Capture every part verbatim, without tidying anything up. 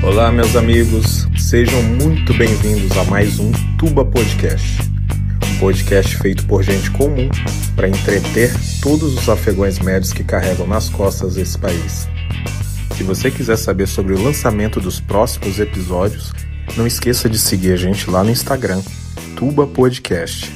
Olá, meus amigos, sejam muito bem-vindos a mais um Tuba Podcast, um podcast feito por gente comum para entreter todos os afegões médios que carregam nas costas esse país. Se você quiser saber sobre o lançamento dos próximos episódios, não esqueça de seguir a gente lá no Instagram, Tuba Podcast.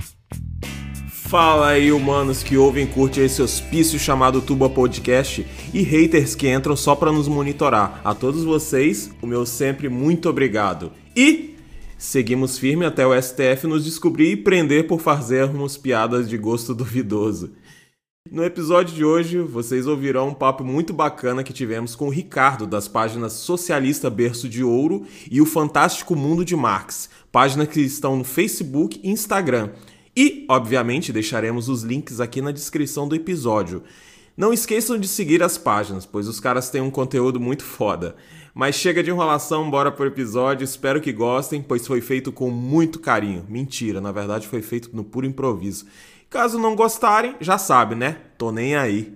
Fala aí, humanos que ouvem e curtem esse hospício chamado Tuba Podcast e haters que entram só para nos monitorar. A todos vocês, o meu sempre muito obrigado. E seguimos firme até o S T F nos descobrir e prender por fazermos piadas de gosto duvidoso. No episódio de hoje, vocês ouvirão um papo muito bacana que tivemos com o Ricardo, das páginas Socialista Berço de Ouro e o Fantástico Mundo de Marx, páginas que estão no Facebook e Instagram. E, obviamente, deixaremos os links aqui na descrição do episódio. Não esqueçam de seguir as páginas, pois os caras têm um conteúdo muito foda. Mas chega de enrolação, bora pro episódio, espero que gostem, pois foi feito com muito carinho. Mentira, na verdade foi feito no puro improviso. Caso não gostarem, já sabe, né? Tô nem aí.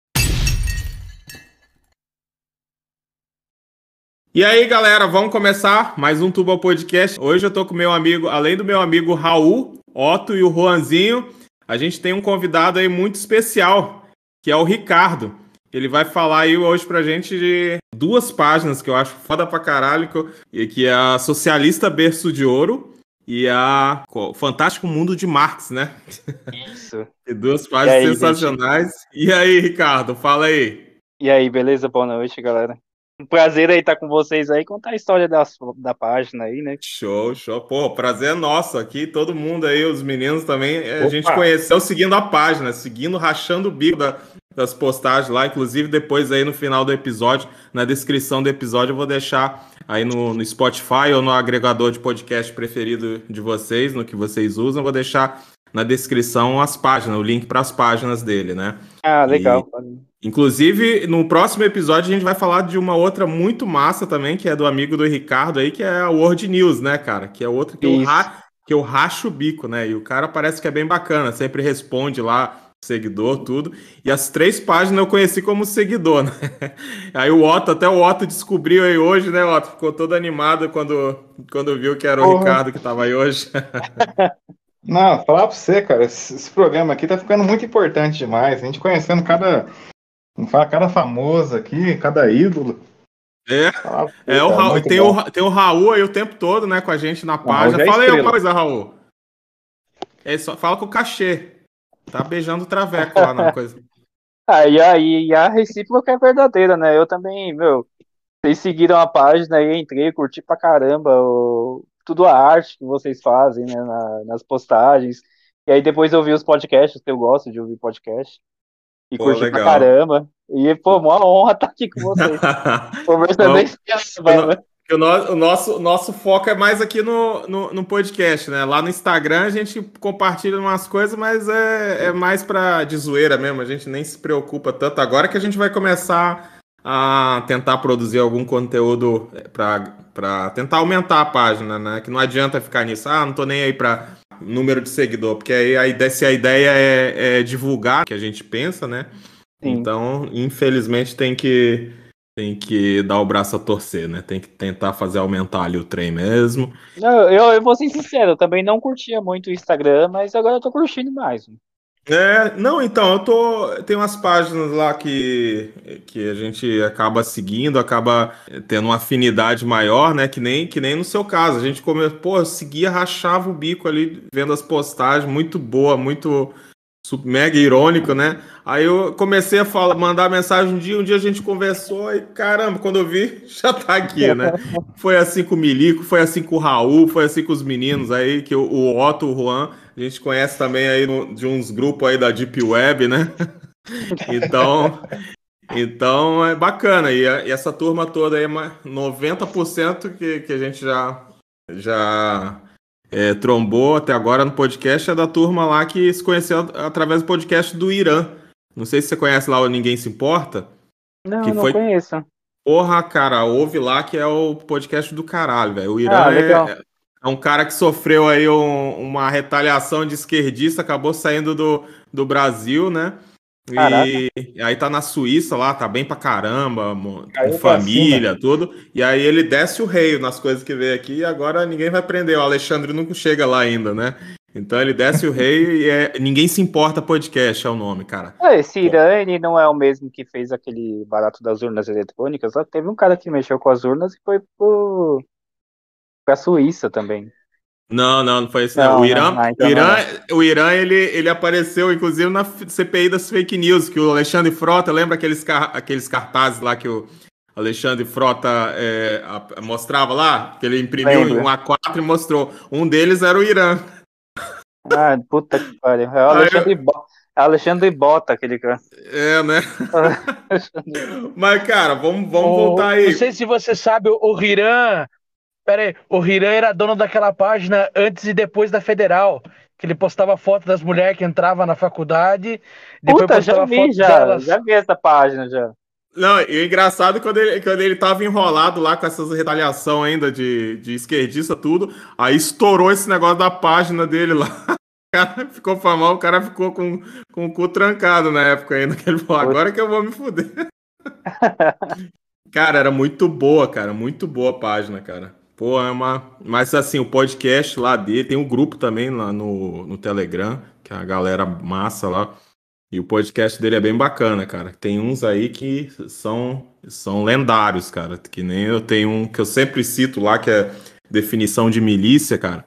E aí, galera, vamos começar mais um Tuba Podcast. Hoje eu tô com meu amigo, além do meu amigo Raul, Otto e o Juanzinho, a gente tem um convidado aí muito especial, que é o Ricardo. Ele vai falar aí hoje pra gente de duas páginas que eu acho foda pra caralho, que é a Socialista Berço de Ouro e a o Fantástico Mundo de Marx, né? Isso. E duas páginas e aí, sensacionais. Gente? E aí, Ricardo, fala aí. E aí, beleza? Boa noite, galera. Um prazer aí estar com vocês aí, contar a história da, da página aí, né? Show, show. Pô, prazer é nosso aqui, todo mundo aí, os meninos também. A Opa. gente conheceu seguindo a página, seguindo, rachando o bico da, das postagens lá. Inclusive, depois aí no final do episódio, na descrição do episódio, eu vou deixar aí no, no Spotify ou no agregador de podcast preferido de vocês, no que vocês usam, eu vou deixar na descrição as páginas, o link para as páginas dele, né? Ah, legal. E... Inclusive, no próximo episódio a gente vai falar de uma outra muito massa também, que é do amigo do Ricardo aí, que é a World News, né, cara? Que é outra que eu, ra... que eu racho o bico, né? E o cara parece que é bem bacana, sempre responde lá, seguidor, tudo. E as três páginas eu conheci como seguidor, né? Aí o Otto, até o Otto descobriu aí hoje, né, Otto? Ficou todo animado quando, quando viu que era o Porra. Ricardo que tava aí hoje. Não, falar pra você, cara, esse, esse programa aqui tá ficando muito importante demais. A gente conhecendo cada... Cada famoso aqui, cada ídolo. É, você, é o Raul, tem, o, tem o Raul aí o tempo todo, né, com a gente na página. Fala aí uma coisa, Raul. É só, fala com o cachê. Tá beijando o traveco lá na coisa. Ah, e a, e a recíproca é verdadeira, né? Eu também, meu, vocês seguiram a página aí, entrei, curti pra caramba o, tudo a arte que vocês fazem, né, na, nas postagens. E aí depois eu vi os podcasts, que eu gosto de ouvir podcast. E pô, curti legal. Pra caramba. E, pô, uma honra estar aqui com vocês. Conversando bem o, no, o nosso, nosso foco é mais aqui no, no, no podcast, né? Lá no Instagram a gente compartilha umas coisas, mas é, é mais pra de zoeira mesmo. A gente nem se preocupa tanto. Agora que a gente vai começar a tentar produzir algum conteúdo pra, pra tentar aumentar a página, né? Que não adianta ficar nisso. Ah, não tô nem aí pra... número de seguidor, porque aí a ideia, se a ideia é, é divulgar o que a gente pensa, né? Sim. Então, infelizmente, tem que, tem que dar o braço a torcer, né? Tem que tentar fazer aumentar ali o trem mesmo. Não, eu, eu vou ser sincero, eu também não curtia muito o Instagram, mas agora eu tô curtindo mais. É, não, então, eu tô. Tem umas páginas lá que, que a gente acaba seguindo, acaba tendo uma afinidade maior, né? Que nem, que nem no seu caso. A gente come, pô, eu seguia, rachava o bico ali, vendo as postagens, muito boa, muito mega irônico, né? Aí eu comecei a falar, mandar mensagem um dia, um dia a gente conversou e caramba, quando eu vi, já tá aqui, né? Foi assim com o Milico, foi assim com o Raul, foi assim com os meninos aí, que o, o Otto, o Juan, a gente conhece também aí no, de uns grupos aí da Deep Web, né? Então, então é bacana. E, a, e essa turma toda aí, noventa por cento que, que a gente já, já é, trombou até agora no podcast é da turma lá que se conheceu através do podcast do Irã. Não sei se você conhece lá o Ninguém Se Importa. Não, que não foi... conheço. Porra, cara, ouve lá que é o podcast do caralho, velho. O Irã ah, é, é um cara que sofreu aí um, uma retaliação de esquerdista, acabou saindo do, do Brasil, né? E aí tá na Suíça lá, tá bem pra caramba, com Caiu pra família, tudo. E aí ele desce o rei nas coisas que vê aqui e agora ninguém vai prender. O Alexandre nunca chega lá ainda, né? Então ele desce o rei e é... Ninguém Se Importa Podcast é o nome, cara. Ah, esse Irã, ele não é o mesmo que fez aquele barato das urnas eletrônicas. Só teve um cara que mexeu com as urnas e foi pro... pra Suíça também. Não, não, não foi isso. Não. Não, O né? Irã, Ah, então o não Irã, é. o Irã ele, ele apareceu, inclusive, na C P I das fake news, que o Alexandre Frota, lembra aqueles, car aqueles cartazes lá que o Alexandre Frota é, a- mostrava lá? Que ele imprimiu em Lembro. um A quatro e mostrou. Um deles era o Irã. Ah, puta que pariu. É o Aí Alexandre, eu- Bo... é o Alexandre Bota, aquele cara. É, né? Mas, cara, vamos, vamos O- voltar não aí. sei se você sabe, o o Hiram. Pera aí, o Hiram era dono daquela página antes e depois da Federal. Que ele postava foto das mulheres que entravam na faculdade, depois Puta, já postava vi, foto já. delas. Já vi essa página, já. Não, e o engraçado é quando ele, quando ele tava enrolado lá com essas retaliação ainda de, de esquerdista, tudo, aí estourou esse negócio da página dele lá. O cara ficou famoso, o cara ficou com, com o cu trancado na época ainda, que ele falou, agora que eu vou me fuder. Cara, era muito boa, cara, muito boa a página, cara. Pô, é uma... Mas assim, o podcast lá dele, tem um grupo também lá no, no Telegram, que é a galera massa lá. E o podcast dele é bem bacana, cara. Tem uns aí que são, são lendários, cara. Que nem eu tenho um que eu sempre cito lá, que é Definição de Milícia, cara.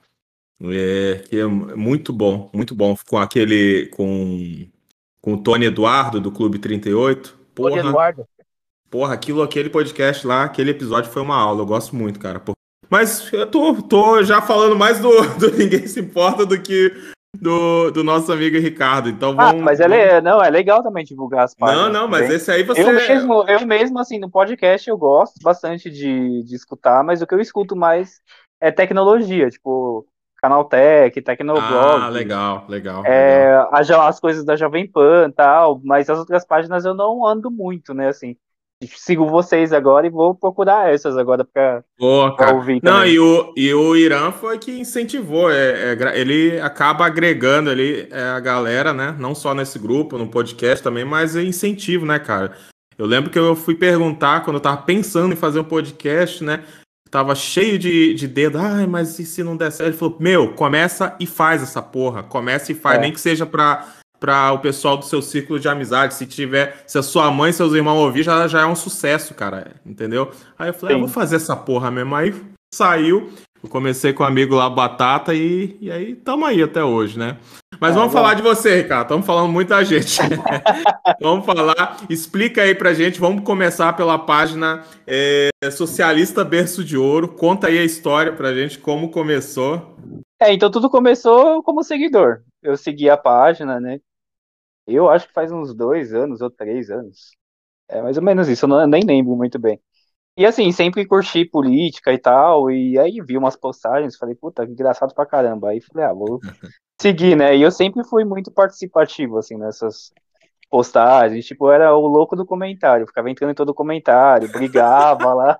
É, que é muito bom, muito bom. Com aquele, com, com o Tony Eduardo, do Clube trinta e oito. Tony Porra, Eduardo. porra, aquilo, aquele podcast lá, aquele episódio foi uma aula. Eu gosto muito, cara. Porra. Mas eu tô, tô já falando mais do, do Ninguém Se Importa do que do, do nosso amigo Ricardo. Então Ah, vamos. mas é, le- não, é legal também divulgar as páginas. Não, não, mas também. esse aí você. Eu mesmo, eu mesmo, assim, no podcast eu gosto bastante de, de escutar, mas o que eu escuto mais é tecnologia, tipo, Canaltech, Tecnoblog, Ah, legal, legal, é, legal. a jo- as coisas da Jovem Pan e tal, mas as outras páginas eu não ando muito, né, assim. Sigo vocês agora e vou procurar essas agora pra, Pô, pra cara. ouvir Não, também. e o, e o Irã foi que incentivou. É, é gra- ele acaba agregando ali é, a galera, né? Não só nesse grupo, no podcast também, mas é incentivo, né, cara? Eu lembro que eu fui perguntar quando eu tava pensando em fazer um podcast, né? Tava cheio de, de dedo. Ai, mas e se não der certo? Ele falou: Meu, começa e faz essa porra. Começa e faz, É. nem que seja pra. Para o pessoal do seu círculo de amizade, se tiver, se a sua mãe e seus irmãos ouvir, já, já é um sucesso, cara, entendeu? Aí eu falei, ah, Sim. vou fazer essa porra mesmo. Aí saiu, eu comecei com um amigo lá, Batata, e, e aí tamo aí até hoje, né? Mas É, vamos bom. falar de você, Ricardo, estamos falando muito da gente. Vamos falar, explica aí pra gente, vamos começar pela página é, Socialista Berço de Ouro, conta aí a história pra gente, como começou. É, então tudo começou como seguidor. Eu segui a página, né? Eu acho que faz uns dois anos ou três anos. É mais ou menos isso, eu não, nem lembro muito bem. E assim, sempre curti política e tal, e aí vi umas postagens, falei, puta, que engraçado pra caramba. Aí falei, ah, vou seguir, né? E eu sempre fui muito participativo, assim, nessas postagens. Tipo, eu era o louco do comentário, ficava entrando em todo comentário, brigava lá,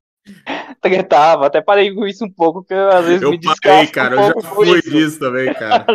tretava. Até parei com isso um pouco, porque eu, às vezes Eu me parei, desgasto cara, um eu já pouco por fui isso. disso também, cara.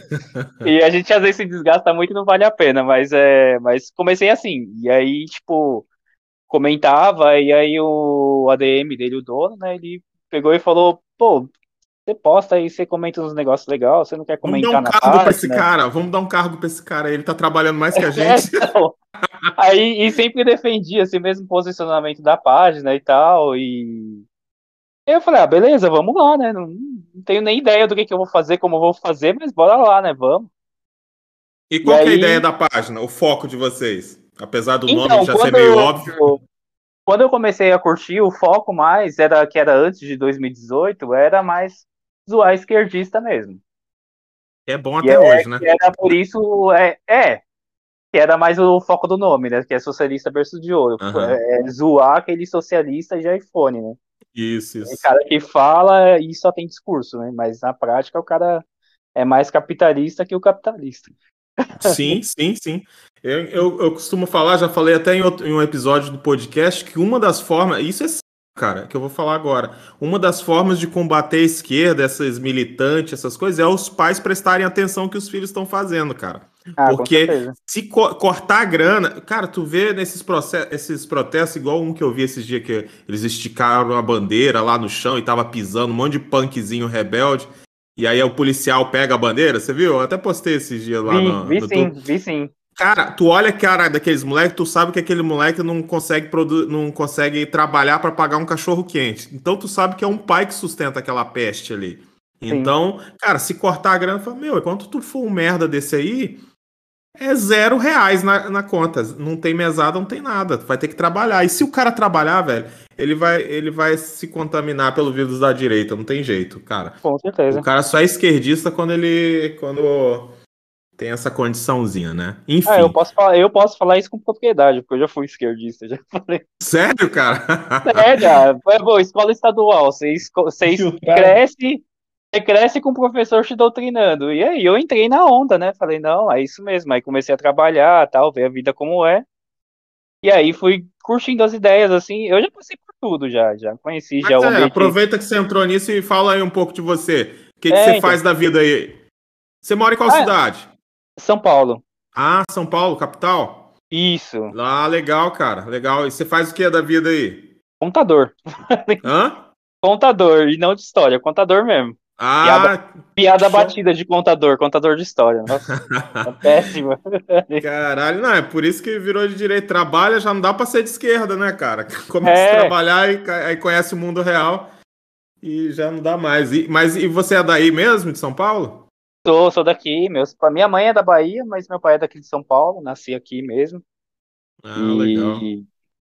E a gente às vezes se desgasta muito e não vale a pena, mas é, mas comecei assim. E aí, tipo, comentava, e aí o A D M dele, o dono, né, ele pegou e falou, pô, você posta aí, você comenta uns negócios legais, você não quer Vamos dar comentar um na cargo pra esse página? cara, vamos dar um cargo pra esse cara, ele tá trabalhando mais que a É, gente. então, aí, e sempre defendia esse mesmo posicionamento da página e tal, e eu falei, ah, beleza, vamos lá, né, não, não tenho nem ideia do que, que eu vou fazer, como eu vou fazer, mas bora lá, né, vamos. E E qual que é a ideia aí, da página, o foco de vocês? Apesar do nome então, já ser quando meio óbvio. eu, quando eu comecei a curtir, o foco mais era que era antes de dois mil e dezoito, era mais zoar esquerdista mesmo. É bom E até é, hoje, né? que era por isso, é, é, que era mais o foco do nome, né? Que é socialista versus de ouro. Aham. É, é zoar aquele socialista de iPhone, né? Isso, O isso. cara que fala e só tem discurso, né? Mas na prática o cara é mais capitalista que o capitalista. Sim, sim, sim. Eu, eu, eu costumo falar, já falei até em, outro- em um episódio do podcast, que uma das formas, isso é sério, cara, que eu vou falar agora, uma das formas de combater a esquerda, essas militantes, essas coisas, é os pais prestarem atenção que os filhos estão fazendo, cara. Ah, com Porque certeza. se co cortar a grana... Cara, tu vê nesses processos, esses protestos, igual um que eu vi esses dias, que eles esticaram a bandeira lá no chão e tava pisando um monte de punkzinho rebelde. E aí o policial pega a bandeira, você viu? Eu até postei esses dias lá Vi, no, vi no sim, YouTube. vi sim. Cara, tu olha a cara daqueles moleques, tu sabe que aquele moleque não consegue, produ não consegue trabalhar para pagar um cachorro quente. Então tu sabe que é um pai que sustenta aquela peste ali. Sim. Então, cara, se cortar a grana, fala, meu, enquanto tu for um merda desse aí, é zero reais na, na conta. Não tem mesada, não tem nada. Tu vai ter que trabalhar. E se o cara trabalhar, velho, ele vai, ele vai se contaminar pelo vírus da direita. Não tem jeito, cara. Com O certeza. cara só é esquerdista quando ele... Quando... tem essa condiçãozinha, né? Enfim. Ah, eu posso falar, eu posso falar isso com propriedade, porque eu já fui esquerdista, já falei. Sério, cara? É, cara, é, bom, escola estadual, você, esco- você Infiltrado. cresce, você cresce com o professor te doutrinando. E aí eu entrei na onda, né? Falei, não, é isso mesmo. Aí comecei a trabalhar, tal, ver a vida como é. E aí fui curtindo as ideias, assim. Eu já passei por tudo, já, já conheci já Mas o é, ambiente. aproveita que você entrou nisso e fala aí um pouco de você. O que, que É, você então. faz da vida aí? Você mora em qual Ah, cidade? São Paulo. Ah, São Paulo, capital? Isso. Lá, legal, cara. Legal. E você faz o que da vida aí? Contador. Hã? Contador, e não de história, contador mesmo. Piada, Ah, piada show. batida de contador, contador de história. Nossa, é péssima. Caralho, não, é por isso que virou de direito. Trabalha, já não dá pra ser de esquerda, né, cara? Começa É. a trabalhar e ca- aí conhece o mundo real e já não dá mais. E, mas e você é daí mesmo, de São Paulo? Sou, sou daqui, meus, minha mãe é da Bahia, mas meu pai é daqui de São Paulo, nasci aqui mesmo. Ah, legal. E,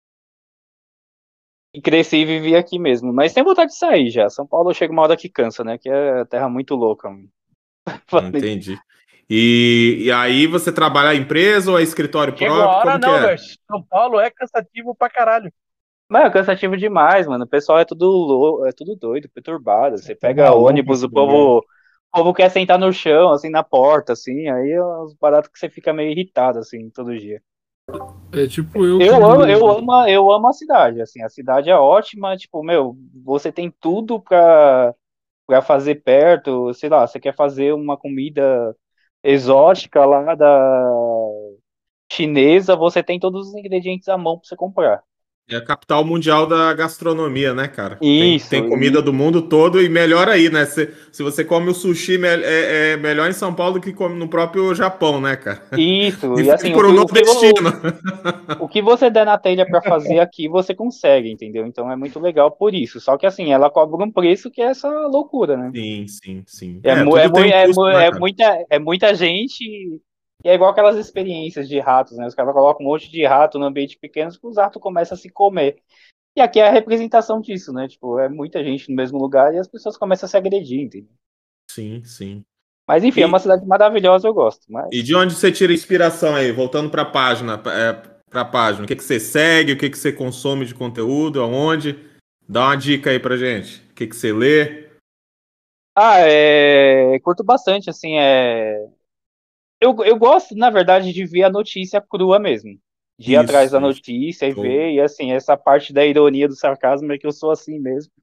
e cresci e vivi aqui mesmo. Mas tem vontade de sair já. São Paulo chega uma hora que cansa, né? Que é terra muito louca. Falei, Entendi. E, e aí você trabalha em empresa ou é escritório Chegou a próprio? hora, Como que não, é? velho. São Paulo é cansativo pra caralho. mas é cansativo demais, mano. O pessoal é tudo louco, é tudo doido, perturbado. Você pega maluco ônibus, esse o povo, o povo quer sentar no chão, assim, na porta, assim. Aí é uns baratos que você fica meio irritado, assim, todo dia. É tipo eu Eu quando- amo, eu amo, a- eu amo a cidade, assim, a cidade é ótima, tipo, meu, você tem tudo pra, pra fazer perto, sei lá, você quer fazer uma comida exótica lá da chinesa, você tem todos os ingredientes à mão pra você comprar. É a capital mundial da gastronomia, né, cara? Tem, Isso, tem comida e- do mundo todo e melhor aí, né? Se, se você come o sushi, me- é, é melhor em São Paulo do que come no próprio Japão, né, cara? isso, E e feito assim, por o um que, o que, vo- nordestino. o que você der na telha pra fazer aqui, você consegue, entendeu? Então é muito legal por isso, só que assim, ela cobra um preço que é essa loucura, né? Sim, sim, sim. É, É, mu- é, tudo mu- tem um é, custo, mu- né, é cara? muita, é muita gente. E é igual aquelas experiências de ratos, né? Os caras colocam um monte de rato no ambiente pequeno, que os ratos começam a se comer. E aqui é a representação disso, né? Tipo, é muita gente no mesmo lugar e as pessoas começam a se agredir, entendeu? Sim, sim. Mas enfim, é uma E, cidade maravilhosa, eu gosto. Mas e de onde você tira inspiração aí? Voltando para a página, é, para a página. O que, que você segue? O que, que você consome de conteúdo? Aonde? Dá uma dica aí pra gente. O que, que você lê? ah, é... curto bastante, assim, é... Eu, eu gosto, na verdade, de ver a notícia crua mesmo. De ir atrás Isso, da isso. notícia e Show. ver, e assim, essa parte da ironia, do sarcasmo é que eu sou assim mesmo.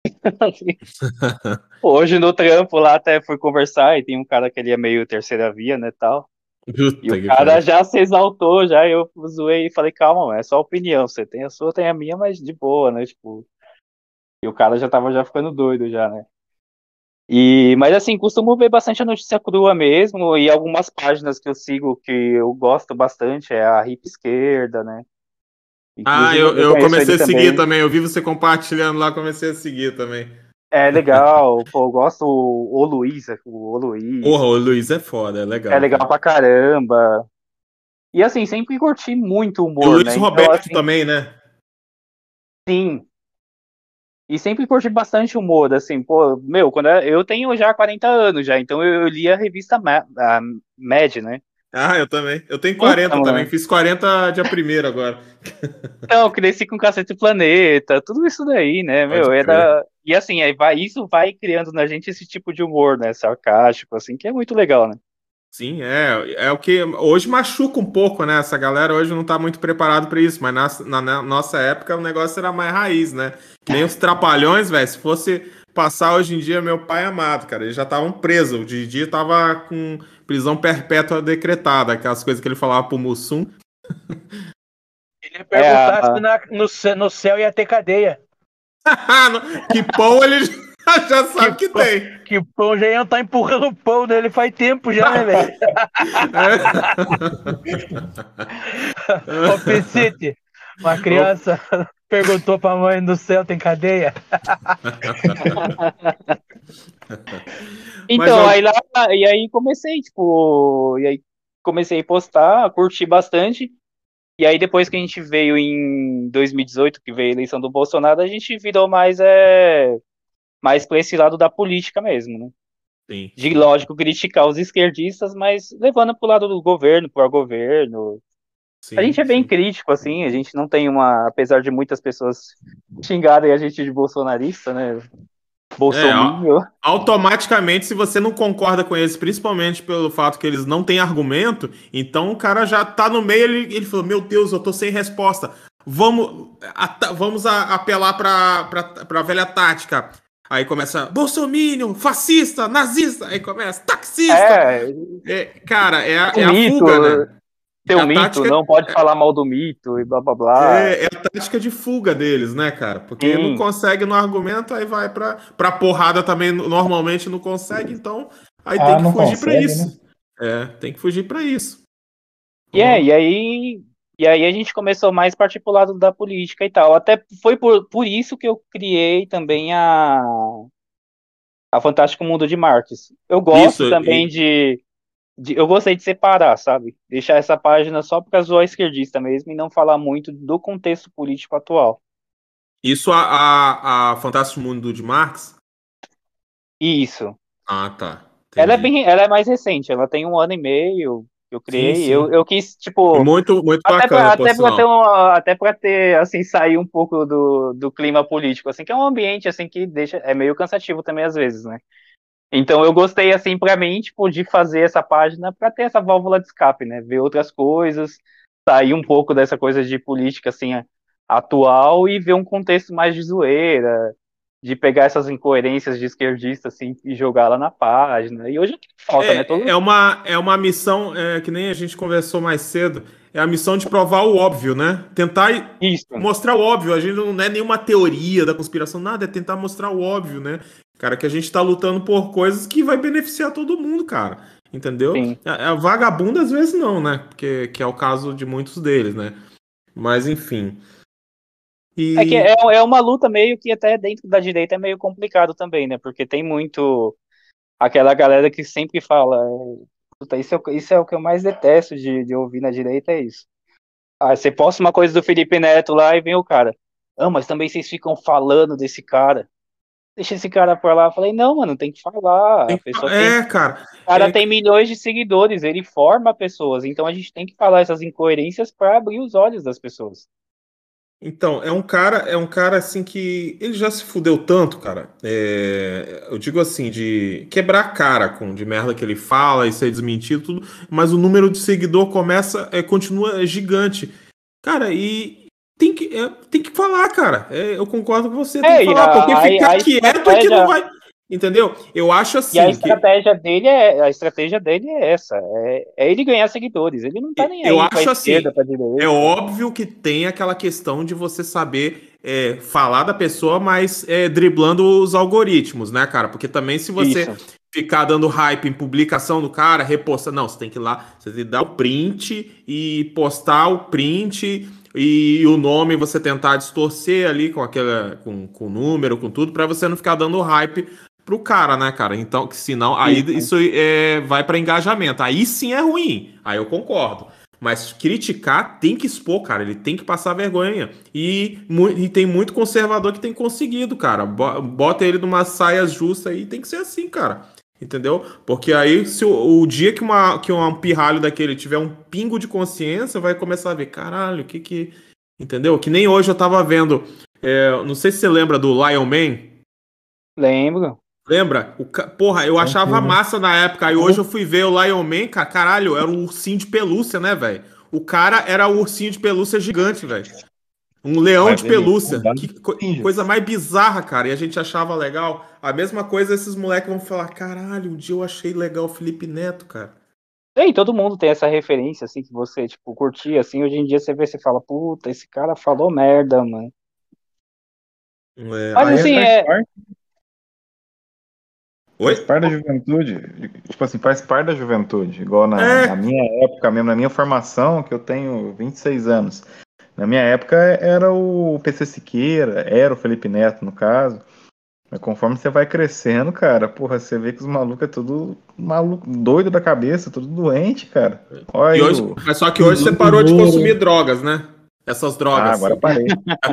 Hoje no trampo lá até fui conversar e tem um cara que ele é meio terceira via, né, tal. E Puta o que cara pariu. já se exaltou, já eu zoei e falei, calma, mano, é só opinião, você tem a sua, tem a minha, mas de boa, né, tipo... E o cara já tava já ficando doido já, né. E, mas assim, costumo ver bastante a notícia crua mesmo, e algumas páginas que eu sigo que eu gosto bastante, é a Hip Esquerda, né. Ah, Inclusive eu, eu eu conheço comecei ele a seguir também. também. Eu vi você compartilhando lá, comecei a seguir também. É legal, pô, eu gosto o, o Luiz, o o Porra, Luiz, o Luiz é foda, é é legal, legal cara. pra caramba. E assim, sempre curti muito o E o humor, Luiz né? Então, Roberto assim, também, né? sim. E sempre curti bastante humor, assim, pô, meu, quando eu, eu tenho já quarenta anos já, então eu, eu li a revista Ma- a Mad, né? Ah, eu também. Eu tenho Puta, quarenta também. mano. Fiz quarenta dia primeiro agora. Então, eu cresci com Cacete Planeta, tudo isso daí, né, Pode meu, é crer. da... E assim, aí vai, isso vai criando na gente esse tipo de humor, né, sarcástico, assim, que é muito legal, né? Sim, é. É o que hoje machuca um pouco, né? Essa galera hoje não tá muito preparado para isso, mas na, na- na nossa época o negócio era mais raiz, né? Que nem os Trapalhões, velho. Se fosse passar hoje em dia, meu pai amado, cara. Eles já estavam presos. O Didi tava com prisão perpétua decretada, aquelas coisas que ele falava pro Mussum. Ele ia perguntar É, se na- no, ce- no céu ia ter cadeia. Que pão ele já sabe que, pão- tem. Que o pão já ia estar empurrando o pão dele faz tempo já, né, velho? Ô, Piscite, uma criança perguntou pra mãe, no céu tem cadeia? Então, Mas, aí lá, e aí comecei, tipo, e aí comecei a postar, curti bastante. E aí depois que a gente veio em dois mil e dezoito, que veio a eleição do Bolsonaro, a gente virou mais, é, mais pra esse lado da política mesmo, né? sim, De, lógico, criticar os esquerdistas, mas levando pro lado do governo, pro governo. sim, A gente é bem sim. crítico, assim, a gente não tem uma, apesar de muitas pessoas xingarem a gente de bolsonarista, né? É, Bolsominion. automaticamente, se você não concorda com eles, principalmente pelo fato que eles não têm argumento, então o cara já tá no meio, ele, ele falou, meu Deus, eu tô sem resposta. Vamos, a, vamos a, apelar pra, pra, pra velha tática. Aí começa, bolsominion, fascista, nazista, aí começa, taxista. É, É, cara, é, a- o é a mito, fuga, né? tem É o a mito, tática, não pode falar mal do mito e blá blá blá. é, é a tática de fuga deles, né, cara? Porque não Sim. consegue no argumento, aí vai pra, pra porrada também, normalmente não consegue, então aí Ah, tem que não fugir pra consegue, isso. É, tem que fugir pra isso. E é, e aí, e aí a gente começou mais a partir pro lado da política e tal. Até foi por, por isso que eu criei também a, a Fantástico Mundo de Marques. Eu gosto Isso, também e- de, de. Eu gostei de separar, sabe? Deixar essa página só pra zoar esquerdista mesmo e não falar muito do contexto político atual. isso a, a, a Fantástico Mundo de Marx? Isso. Ah, tá. Ela é Entendi. bem, ela é mais recente, ela tem um ano e meio que eu Sim, criei. sim. Eu, eu quis, tipo. Muito, muito Até bacana, pra, por até pra ter sinal. um, até para ter, assim, sair um pouco do, do clima político, assim, que é um ambiente, assim, que deixa, é meio cansativo também às vezes, né? Então eu gostei, assim, pra mim, tipo, de fazer essa página pra ter essa válvula de escape, né? Ver outras coisas, sair um pouco dessa coisa de política, assim, atual e ver um contexto mais de zoeira, de pegar essas incoerências de esquerdista, assim, e jogar lá na página. E hoje falta, né? É, Todo... é uma, é uma missão, é, que nem a gente conversou mais cedo, é a missão de provar o óbvio, né? Tentar Isso. mostrar o óbvio. A gente não é nenhuma teoria da conspiração, nada, é tentar mostrar o óbvio, né? Cara, que a gente tá lutando por coisas que vai beneficiar todo mundo, cara. Entendeu? Sim. A, a vagabunda às vezes não, né? Porque que é o caso de muitos deles, né? Mas enfim. E É que é, é uma luta meio que até dentro da direita é meio complicado também, né? Porque tem muito aquela galera que sempre fala, é, puta, isso é, o- isso é o que eu mais detesto de, de ouvir na direita, é isso. Ah, você posta uma coisa do Felipe Neto lá e vem o cara. Ah, mas também vocês ficam falando desse cara. Deixa esse cara por lá. Eu falei, não, mano, tem que falar. tem A que- pessoa tem. é, cara. O cara É, tem milhões de seguidores, ele forma pessoas. Então a gente tem que falar essas incoerências para abrir os olhos das pessoas. Então, é um cara, é um cara assim que ele já se fudeu tanto, cara. É, eu digo assim, de quebrar a cara com de merda que ele fala e ser desmentido, tudo, mas o número de seguidor começa, é, continua gigante. Cara, e tem que, é, tem que falar, cara. É, eu concordo com você, tem É, que e falar, a, porque a, ficar a quieto é que estratégia. não vai. Entendeu? Eu acho E a assim que estratégia dele é a estratégia dele é essa, é, é ele ganhar seguidores. Ele não tá nem eu aí pra acho esquerda, assim, pra é direita. óbvio que tem aquela questão de você saber é, falar da pessoa, mas é, driblando os algoritmos, né, cara? Porque também se você Isso. ficar dando hype em publicação do cara, repostar, não, você tem que ir lá, você tem que dar o print e postar o print e o nome você tentar distorcer ali com aquela, com, com o número, com tudo, pra você não ficar dando hype pro cara, né, cara? Então, que senão, aí Isso. isso é, vai pra engajamento. Aí sim é ruim. Aí eu concordo. Mas criticar tem que expor, cara. Ele tem que passar vergonha. E, mu- e tem muito conservador que tem conseguido, cara. Bo- Bota ele numa saia justa aí, tem que ser assim, cara. Entendeu? Porque aí, se o, o dia que, uma, que um pirralho daquele tiver um pingo de consciência, vai começar a ver, caralho, o que que. Entendeu? Que nem hoje eu tava vendo. É, não sei se você lembra do Lion Man. Lembro. Lembra? O ca- Porra, eu achava Tranquilo. massa na época. Aí hoje eu fui ver o Lion Man, cara. Caralho, era um ursinho de pelúcia, né, velho? O cara era um ursinho de pelúcia gigante, velho. Um leão Mas de ele- pelúcia. ele- Que co- Ninjas. coisa mais bizarra, cara. E a gente achava legal. A mesma coisa esses moleques vão falar: caralho, um dia eu achei legal o Felipe Neto, cara. E todo mundo tem essa referência, assim, que você, tipo, curtia, assim. Hoje em dia você vê, você fala, puta, esse cara falou merda, mano. É, Mas, aí- assim, faz é... parte, faz Oi? parte da juventude. Tipo assim, faz parte da juventude. Igual na, É. na minha época mesmo, na minha formação, que eu tenho vinte e seis anos. Na minha época era o P C Siqueira, era o Felipe Neto, no caso. Mas conforme você vai crescendo, cara, porra, você vê que os malucos é tudo maluco, doido da cabeça, tudo doente, cara. Olha E aí hoje, o... mas só que hoje você parou de consumir drogas, né? Essas Ah, drogas. agora parei.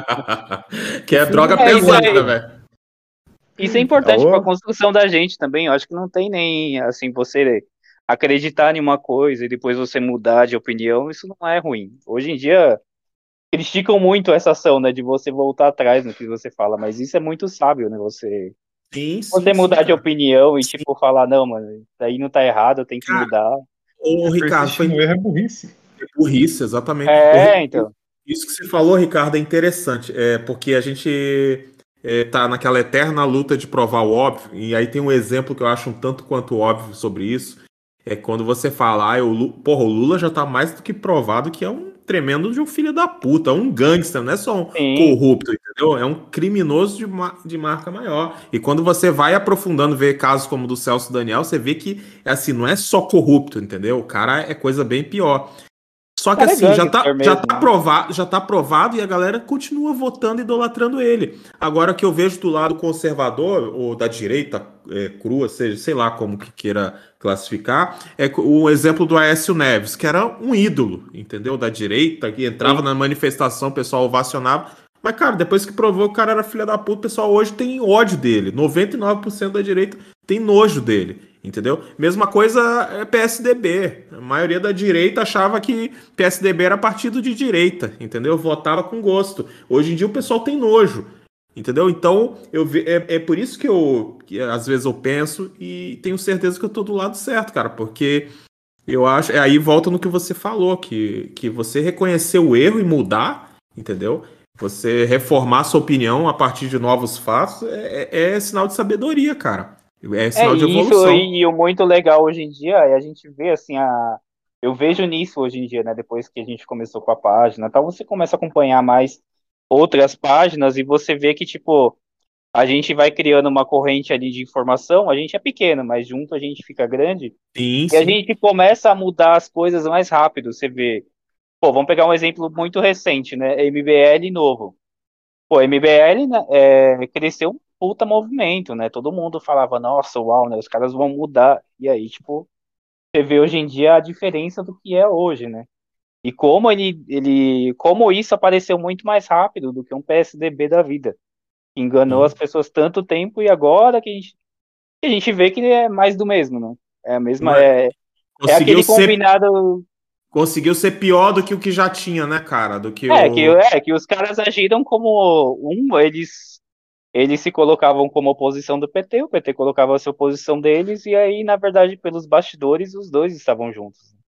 Que é droga É, isso pesada, aí. velho. Isso é importante Ô. para a construção da gente também. Eu acho que não tem nem, assim, você acreditar em uma coisa e depois você mudar de opinião, isso não é ruim. Hoje em dia, criticam muito essa ação, né, de você voltar atrás no que você fala, mas isso é muito sábio, né, você, Sim, sim, você mudar sim, de cara. opinião e, tipo, falar, não, mano, isso daí não tá errado, eu tenho que Cara, mudar. Ô, Ricardo, Persistir no foi erro é burrice. burrice, exatamente. Ô, É, Ri- então. Isso que você falou, Ricardo, é interessante. É porque a gente é, tá naquela eterna luta de provar o óbvio, e aí tem um exemplo que eu acho um tanto quanto óbvio sobre isso. É quando você fala, ah, o Lula, porra, o Lula já tá mais do que provado que é um tremendo de um filho da puta, um gangster, não é só um Sim. corrupto, entendeu? É um criminoso de, ma- de marca maior. E quando você vai aprofundando, ver casos como o do Celso Daniel, você vê que, é assim, não é só corrupto, entendeu? O cara é coisa bem pior. Só que Cara, é assim, já tá, gangster já mesmo, tá né? provado, já tá provado e a galera continua votando e idolatrando ele. Agora o que eu vejo do lado conservador, ou da direita é, crua, seja, sei lá como que queira classificar, é o exemplo do Aécio Neves, que era um ídolo, entendeu? Da direita, que entrava Sim. na manifestação, o pessoal ovacionava. Mas, cara, depois que provou que o cara era filho da puta, o pessoal hoje tem ódio dele. noventa e nove por cento da direita tem nojo dele. Entendeu? Mesma coisa é P S D B. A maioria da direita achava que P S D B era partido de direita, entendeu? Votava com gosto. Hoje em dia o pessoal tem nojo, entendeu? Então eu ve- é, é por isso que eu que às vezes eu penso e tenho certeza que eu tô do lado certo, cara, porque eu acho. É, aí volta no que você falou, que, que você reconhecer o erro e mudar, entendeu? Você reformar sua opinião a partir de novos fatos é, é- é sinal de sabedoria, cara. É É, sinal de e isso evolução. e o muito legal hoje em dia é a gente vê assim a eu vejo nisso hoje em dia, né, depois que a gente começou com a página, tal, você começa a acompanhar mais outras páginas e você vê que tipo a gente vai criando uma corrente ali de informação, a gente é pequeno, mas junto a gente fica grande Sim, e a sim. gente começa a mudar as coisas mais rápido. Você vê, pô, vamos pegar um exemplo muito recente, né, M B L novo. Pô, M B L, né, é, cresceu um puta movimento, né? Todo mundo falava, nossa, uau, né? Os caras vão mudar. E aí, tipo, você vê hoje em dia a diferença do que é hoje, né? E como ele, ele, como isso apareceu muito mais rápido do que um P S D B da vida. Enganou as Sim. pessoas tanto tempo e agora que a gente, que a gente vê que é mais do mesmo, né? É a mesma, Mas é, é conseguiu aquele ser, combinado. conseguiu ser pior do que o que já tinha, né, cara? Do que É, que, o. é, que os caras agiram como um, eles eles se colocavam como oposição do P T, o P T colocava a sua oposição deles, e aí, na verdade, pelos bastidores, os dois estavam juntos.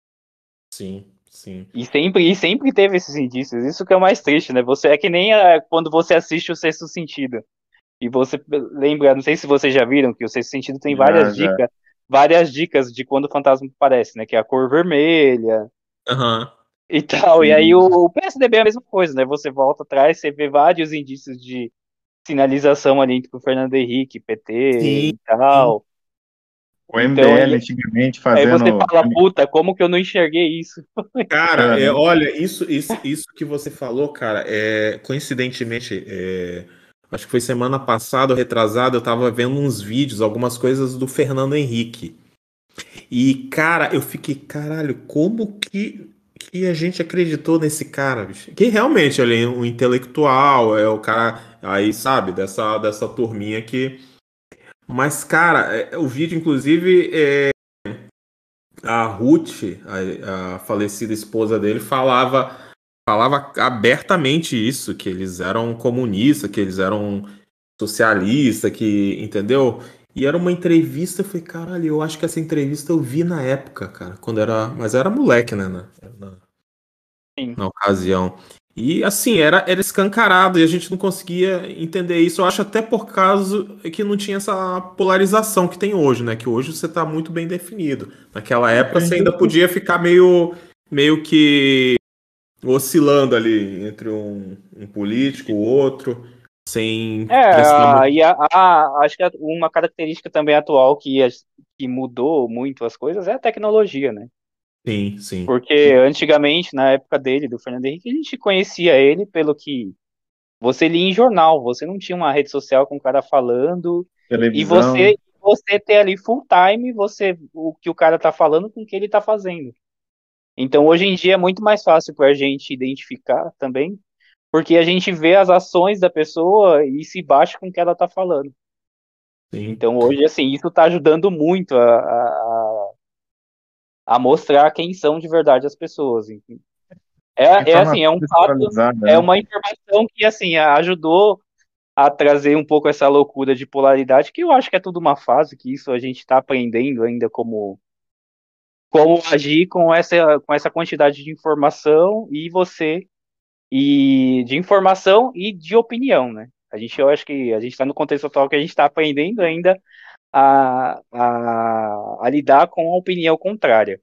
Sim, sim. E sempre, e sempre teve esses indícios. Isso que é o mais triste, né? Você é que nem a- quando você assiste o Sexto Sentido. E você lembra, não sei se vocês já viram, que o Sexto Sentido tem Já, várias já. dicas, várias dicas de quando o fantasma aparece, né? Que é a cor vermelha Aham. e tal. E aí o, Sim. o P S D B é a mesma coisa, né? Você volta atrás, você vê vários indícios de sinalização ali entre o Fernando Henrique, P T Sim, e tal. O Então, M B L e antigamente aí você fazendo. fala, puta, como que eu não enxerguei isso? cara, é, Aham. olha, isso, isso, isso que você falou, cara, é, coincidentemente, é, acho que foi semana passada ou retrasada, eu tava vendo uns vídeos, algumas coisas do Fernando Henrique. E, cara, eu fiquei, caralho, como que, que a gente acreditou nesse cara, bicho? Que realmente ele é um intelectual, é o cara aí, sabe, dessa, dessa turminha que. Mas, cara, é, o vídeo, inclusive, é, a Ruth, a, a falecida esposa dele, falava, falava abertamente isso, que eles eram comunistas, que eles eram socialistas, que, entendeu? E era uma entrevista, eu falei, caralho, eu acho que essa entrevista eu vi na época, cara, quando era, mas eu era moleque, né, na, na, Sim. na ocasião. E assim, era, era escancarado e a gente não conseguia entender isso. Eu acho até por causa que não tinha essa polarização que tem hoje, né? Que hoje você está muito bem definido. Naquela época você ainda podia ficar meio, meio que oscilando ali entre um, um político, o outro, sem É, prestar a, muito. e a, a- acho que a- uma característica também atual que, as- que mudou muito as coisas é a tecnologia, né? Sim, sim. Porque antigamente, na época dele, do Fernando Henrique, a gente conhecia ele pelo que você lia em jornal, você não tinha uma rede social com o cara falando, e Televisão. você você ter ali full time, você o que o cara tá falando com o que ele tá fazendo. Então, hoje em dia é muito mais fácil para a gente identificar também, porque a gente vê as ações da pessoa e se baixa com o que ela tá falando. Sim. Então, hoje, assim, isso tá ajudando muito a, a, a mostrar quem são de verdade as pessoas. Enfim. É, é assim, Informação é um fato, desatualizada, é né? uma informação que, assim, ajudou a trazer um pouco essa loucura de polaridade, que eu acho que é tudo uma fase, que isso a gente está aprendendo ainda como, como agir com essa, com essa quantidade de informação e você, e de informação e de opinião, né? A gente, eu acho que a gente está no contexto atual que a gente está aprendendo ainda a, a, a lidar com a opinião contrária.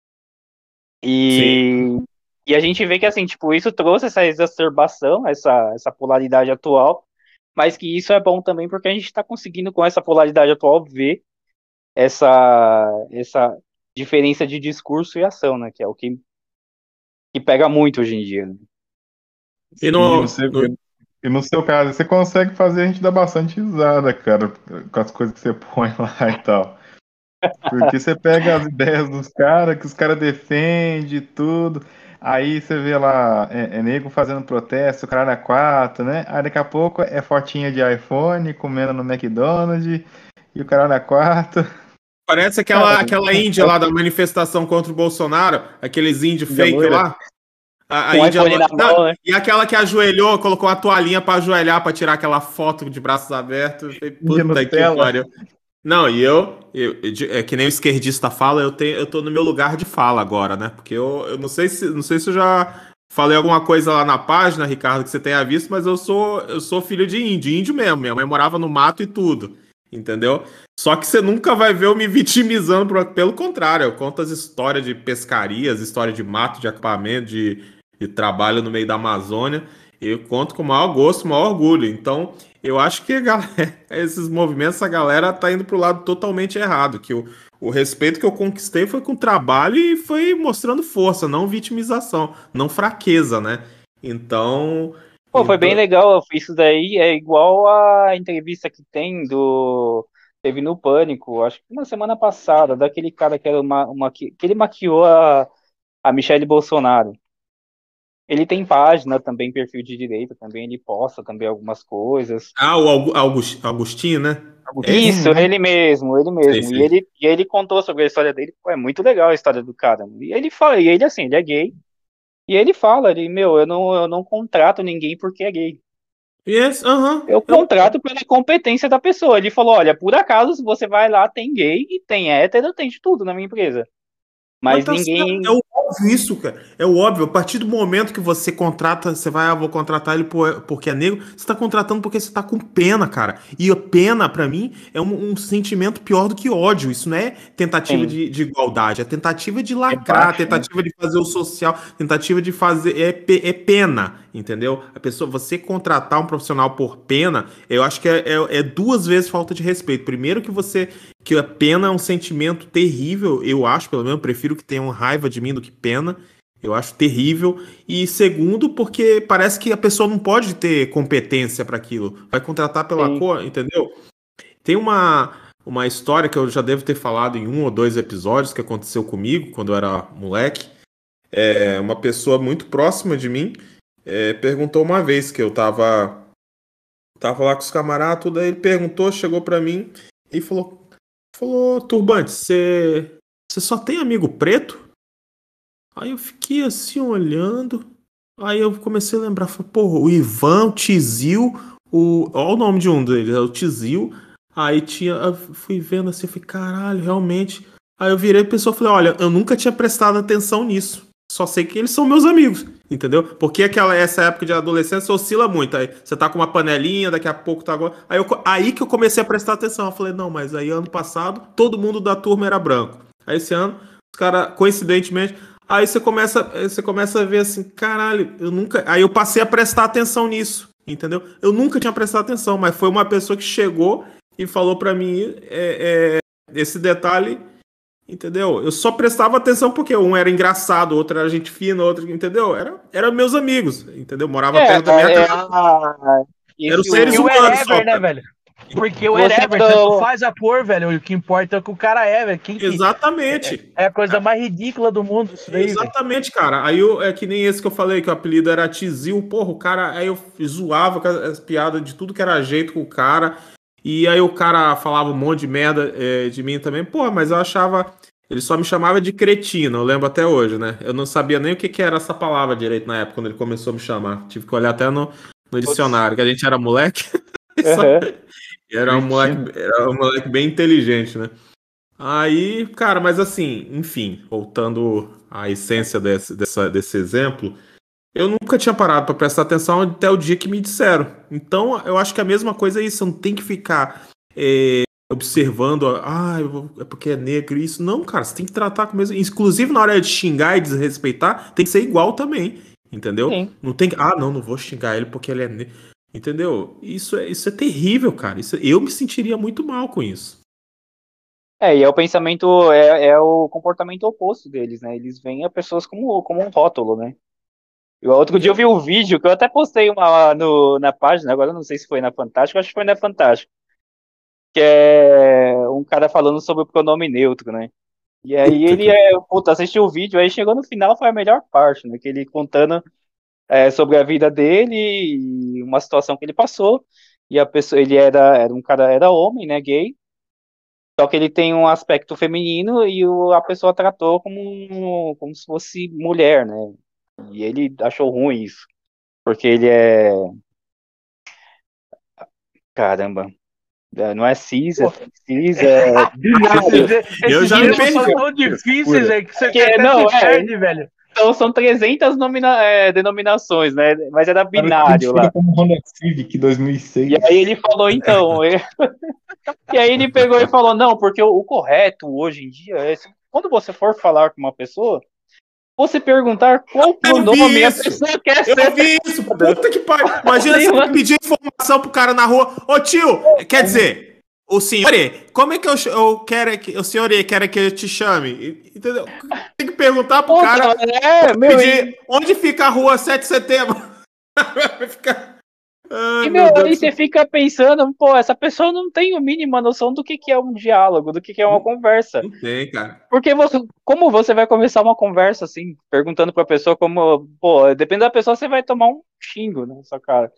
Sim. E, e a gente vê que, assim, tipo, isso trouxe essa exacerbação, essa, essa polaridade atual, mas que isso é bom também porque a gente está conseguindo, com essa polaridade atual, ver essa, essa diferença de discurso e ação, né? Que é o que, que pega muito hoje em dia, né? E E no no, seu, no- e no seu caso, você consegue fazer a gente dar bastante risada, cara, com as coisas que você põe lá e tal. Porque você pega as ideias dos caras, que os caras defendem tudo. Aí você vê lá, é, é nego fazendo protesto, o cara na quatro, né? Aí daqui a pouco é fotinha de iPhone comendo no McDonald's e o cara na quatro. Parece Cara, aquela, aquela índia lá da manifestação contra o Bolsonaro, aqueles índios Índia fake loira, lá. A, a com o Índia. iPhone lo- na Não, mão, né? e aquela que ajoelhou, colocou a toalhinha pra ajoelhar pra tirar aquela foto de braços abertos. Eu falei, de puta que Nutella. pariu. Não, e eu, eu, eu de- é que nem o esquerdista fala, eu tenho, eu tô no meu lugar de fala agora, né? Porque eu, eu não sei se, não sei se eu já falei alguma coisa lá na página, Ricardo, que você tenha visto, mas eu sou, eu sou filho de índio, índio mesmo. Minha mãe morava no mato e tudo, entendeu? Só que você nunca vai ver eu me vitimizando, por- pelo contrário, eu conto as histórias de pescarias, história de mato, de acampamento, de, de trabalho no meio da Amazônia. Eu conto com o maior gosto, o maior orgulho. Então, eu acho que a galera, esses movimentos, a galera tá indo pro lado totalmente errado. Que o, o respeito que eu conquistei foi com trabalho e foi mostrando força, não vitimização, não fraqueza, né? Então, Pô, foi bem então legal. Isso daí é igual a entrevista que tem do. Teve no Pânico, acho que na semana passada, daquele cara que era uma, uma que ele maquiou a, a Michelle Bolsonaro. Ele tem página também, perfil de direita também, ele posta também algumas coisas. ah, o Augu- Augus- Augustinho, né? É esse? Isso, Agostinho, né? ele mesmo, ele Sei, mesmo. E sei. ele, e ele contou sobre a história dele. Pô, é muito legal a história do cara. E ele fala, e ele assim, ele é gay. E ele fala, ele, meu, eu não, eu não contrato ninguém porque é gay. Yes, aham. Eu Eu- contrato pela competência da pessoa. Ele falou, olha, por acaso, se você vai lá, tem gay e tem hétero, tem de tudo na minha empresa. Mas Mas tá certo, é ninguém o óbvio isso, cara. É o óbvio. A partir do momento que você contrata, você vai, ah, vou contratar ele por- porque é negro, você tá contratando porque você tá com pena, cara. E a pena, pra mim, é um, um sentimento pior do que ódio. Isso não é tentativa tem. de, de igualdade, é tentativa de lacrar, Rebaixa, né? tentativa de fazer o social, tentativa de fazer. É, pe- é pena, entendeu? A pessoa, você contratar um profissional por pena, eu acho que é, é- é duas vezes falta de respeito. Primeiro, que você que a pena é um sentimento terrível, eu acho, pelo menos, eu prefiro que tenham raiva de mim do que pena, eu acho terrível. E segundo, porque parece que a pessoa não pode ter competência para aquilo, vai contratar pela Tem. cor, entendeu? Tem uma, uma história que eu já devo ter falado em um ou dois episódios que aconteceu comigo quando eu era moleque. É, uma pessoa muito próxima de mim é, perguntou uma vez que eu tava, tava lá com os camaradas, tudo aí ele perguntou, chegou para mim e falou. Falou, Turbante, você você só tem amigo preto? Aí eu fiquei assim olhando. Aí eu comecei a lembrar, falei, porra, o Ivan, o Tizil, o. Olha o nome de um deles, é o Tizil. Aí tinha. Eu fui vendo assim, eu falei, caralho, realmente. Aí eu virei pra pessoa e falei, olha, eu nunca tinha prestado atenção nisso. só sei que eles são meus amigos, entendeu? Porque aquela, essa época de adolescência oscila muito. Aí você tá com uma panelinha, daqui a pouco tá... Aí, eu, aí que eu comecei a prestar atenção. Eu falei, não, mas aí ano passado todo mundo da turma era branco. Aí esse ano, os caras, coincidentemente... Aí você começa, você começa a ver assim, caralho, eu nunca... Aí eu passei a prestar atenção nisso, entendeu? Eu nunca tinha prestado atenção, mas foi uma pessoa que chegou e falou pra mim é, é, esse detalhe, entendeu? Eu só prestava atenção porque um era engraçado, outro era gente fina, outro, entendeu? Era, era meus amigos, entendeu? Morava É, perto da minha é, casa. é, Era os esse- seres E o humanos wherever, só, né, cara. velho? Porque o Você wherever, falou- tanto faz a cor, velho. O que importa é o que o cara é, velho. Quem que- Exatamente. É a coisa mais ridícula do mundo, isso daí, velho. Exatamente, cara. Aí eu, é que nem esse que eu falei, que o apelido era Tizil, porra, o cara, aí eu zoava com as, as piadas de tudo que era jeito com o cara, e aí o cara falava um monte de merda é, de mim também, porra, mas eu achava, ele só me chamava de cretino, eu lembro até hoje, né? Eu não sabia nem o que, que era essa palavra direito na época, quando ele começou a me chamar. Tive que olhar até no, no dicionário, que a gente era moleque. Aham. Era um moleque, era um moleque bem inteligente, né? Aí, cara, mas assim, enfim, voltando à essência desse, dessa, desse exemplo, eu nunca tinha parado pra prestar atenção até o dia que me disseram. Então, eu acho que a mesma coisa é isso, você não tem que ficar é, observando, ah, eu vou- é porque é negro isso. Não, cara, você tem que tratar com o mesmo. Inclusive, na hora de xingar e desrespeitar, tem que ser igual também, entendeu? Sim. Não tem que, ah, não, não vou xingar ele porque ele é negro. Entendeu? Isso é, isso é terrível, cara. Isso, eu me sentiria muito mal com isso. É, e é o pensamento, é, é o comportamento oposto deles, né? Eles veem as pessoas como, como um rótulo, né? Eu, outro dia eu vi um vídeo que eu até postei uma no, na página, agora eu não sei se foi na Fantástico, acho que foi na Fantástico, que é um cara falando sobre o pronome neutro, né? E aí Puta ele que- é, puta, assistiu o vídeo, aí chegou no final, foi a melhor parte, né? Que ele contando é, sobre a vida dele e uma situação que ele passou. E a pessoa, ele era, era um cara, era homem, né, gay, só que ele tem um aspecto feminino e o, a pessoa tratou como, um- como se fosse mulher, né? E ele achou ruim isso, porque ele é, caramba, é, não é cis, é cis, é binário. Esses, Eu esses já me termos são perdi. tão difíceis, velho, que você Que- até não, se é. perde, velho. Então são trezentas nomina- é, denominações, né? Mas era binário lá. Como Honda Civic dois mil e seis. E aí ele falou, então. e e aí ele pegou e falou, não, porque o, o correto hoje em dia é assim, quando você for falar com uma pessoa, você perguntar qual pronome a isso. pessoa quer Eu ser. vi isso, puta que pariu. Imagina Sim, você mano. pedir informação pro cara na rua. Ô tio, quer dizer, o senhor, como é que eu, eu quero que o senhor quer que eu te chame? Entendeu? Tem que perguntar pro Puta, cara. é, meu, e, Pedir, onde fica a rua sete de setembro? Vai ficar. Ai, e, meu meu, Deus aí do céu. você fica pensando, pô, essa pessoa não tem a mínima noção do que, que é um diálogo, do que, que é uma conversa. Não tem, cara. Porque você, como você vai começar uma conversa assim, perguntando pra pessoa como, pô, depende da pessoa, você vai tomar um xingo, né, sua cara.